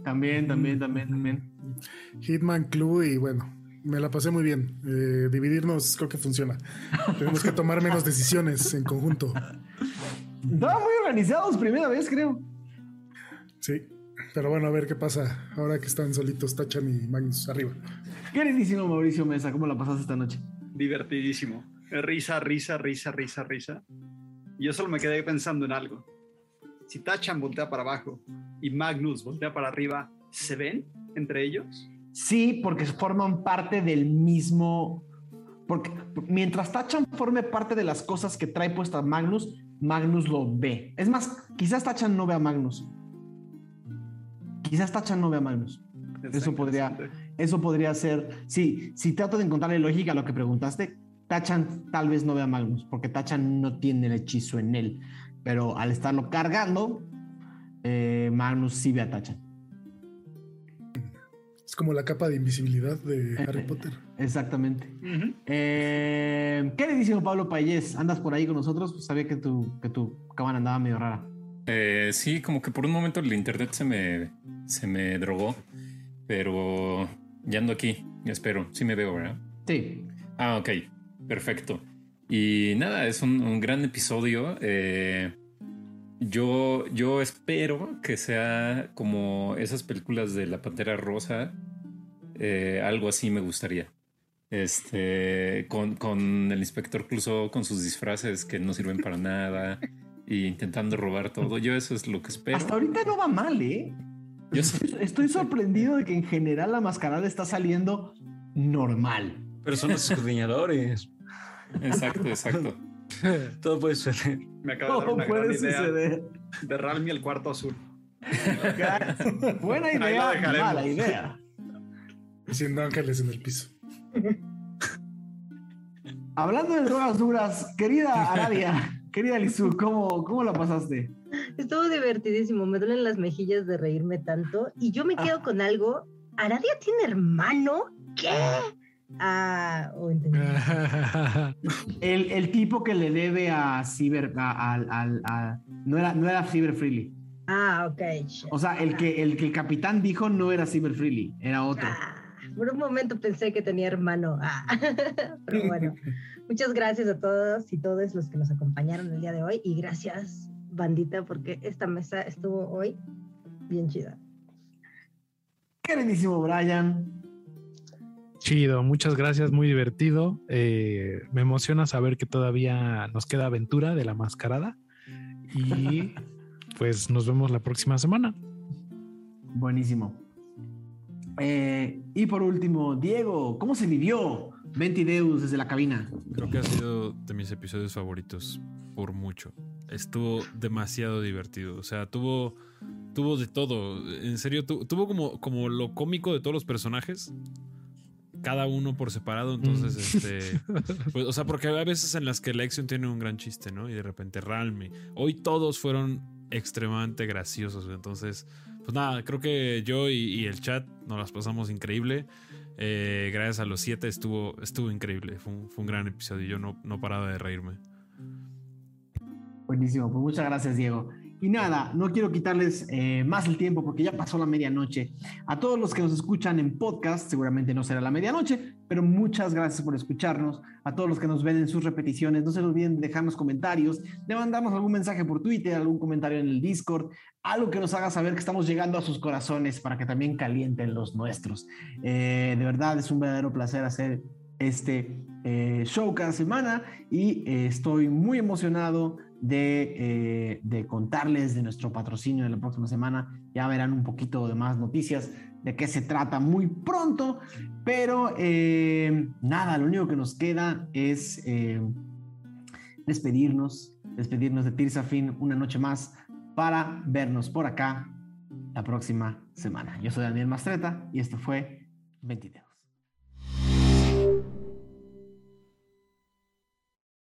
Hitman Club, y bueno, me la pasé muy bien. Dividirnos creo que funciona. Tenemos que tomar menos decisiones en conjunto. Estaban muy organizados, primera vez, creo. Sí, pero bueno, a ver qué pasa ahora que están solitos Tachan y Magnus arriba. Queridísimo Mauricio Mesa, ¿cómo la pasaste esta noche? Divertidísimo. Risa. Y yo solo me quedé pensando en algo. Si Tachan voltea para abajo y Magnus voltea para arriba, ¿se ven entre ellos? Sí, porque forman parte del mismo... Porque mientras Tachan forme parte de las cosas que trae puesta Magnus lo ve. Es más, quizás Tachan no ve a Magnus. Eso podría ser... Sí, si trato de encontrarle lógica a lo que preguntaste, Tachan tal vez no vea a Magnus, porque Tachan no tiene el hechizo en él. Pero al estarlo cargando, Magnus sí ve a Tachan. Es como la capa de invisibilidad de Harry Potter. Exactamente. Queridísimo Pablo Payés, ¿andas por ahí con nosotros? Pues sabía que tu cámara andaba medio rara. Sí, como que por un momento el internet se me drogó, pero ya ando aquí, ya espero. Sí me veo, ¿verdad? Sí. Ok, perfecto. Y nada, es un gran episodio. Yo espero que sea como esas películas de la Pantera Rosa. Algo así me gustaría. Con el inspector Clouseau con sus disfraces que no sirven para nada y intentando robar todo. Yo eso es lo que espero. Hasta ahorita no va mal, ¿eh? Estoy sorprendido de que en general la mascarada está saliendo normal. Pero son los escudriñadores. Exacto. Todo puede suceder. Me acaba de dar una gran idea de Ralmi el cuarto azul. Buena idea, mala idea. Haciendo ángeles en el piso. Hablando de drogas duras, querida Aradia, querida Lizu, ¿cómo la pasaste? Estuvo divertidísimo, me duelen las mejillas de reírme tanto. Y yo me quedo con algo. ¿Aradia tiene hermano? ¿Qué? Entendí. El tipo que le debe a Cyber, no era Cyber Freely. Ok. O sea, el que el capitán dijo no era Cyber Freely, era otro. Por un momento pensé que tenía hermano. Pero bueno, muchas gracias a todos y todos los que nos acompañaron el día de hoy. Y gracias, bandita, porque esta mesa estuvo hoy bien chida. Queridísimo Brian. Chido, muchas gracias, muy divertido. Me emociona saber que todavía nos queda aventura de la mascarada. Y pues nos vemos la próxima semana. Buenísimo. Y por último, Diego, ¿cómo se vivió Ventideus desde la cabina? Creo que ha sido de mis episodios favoritos por mucho. Estuvo demasiado divertido. O sea, tuvo de todo. En serio, tuvo como lo cómico de todos los personajes. Cada uno por separado, entonces, pues, o sea, porque hay veces en las que Lexion tiene un gran chiste, ¿no? Y de repente Ralmi. Hoy todos fueron extremadamente graciosos, entonces, pues nada, creo que yo y el chat nos las pasamos increíble. Gracias a los 7 estuvo increíble. Fue un gran episodio. Yo no paraba de reírme. Buenísimo, pues muchas gracias, Diego. Y nada, no quiero quitarles más el tiempo porque ya pasó la medianoche. A todos los que nos escuchan en podcast, seguramente no será la medianoche, pero muchas gracias por escucharnos. A todos los que nos ven en sus repeticiones, no se olviden de dejarnos comentarios, de mandarnos algún mensaje por Twitter, algún comentario en el Discord, algo que nos haga saber que estamos llegando a sus corazones para que también calienten los nuestros. De verdad, es un verdadero placer hacer este show cada semana y estoy muy emocionado de contarles de nuestro patrocinio de la próxima semana. Ya verán un poquito de más noticias de qué se trata muy pronto, pero nada, lo único que nos queda es despedirnos de Tirsafin una noche más para vernos por acá la próxima semana. Yo soy Daniel Mastreta y esto fue 22.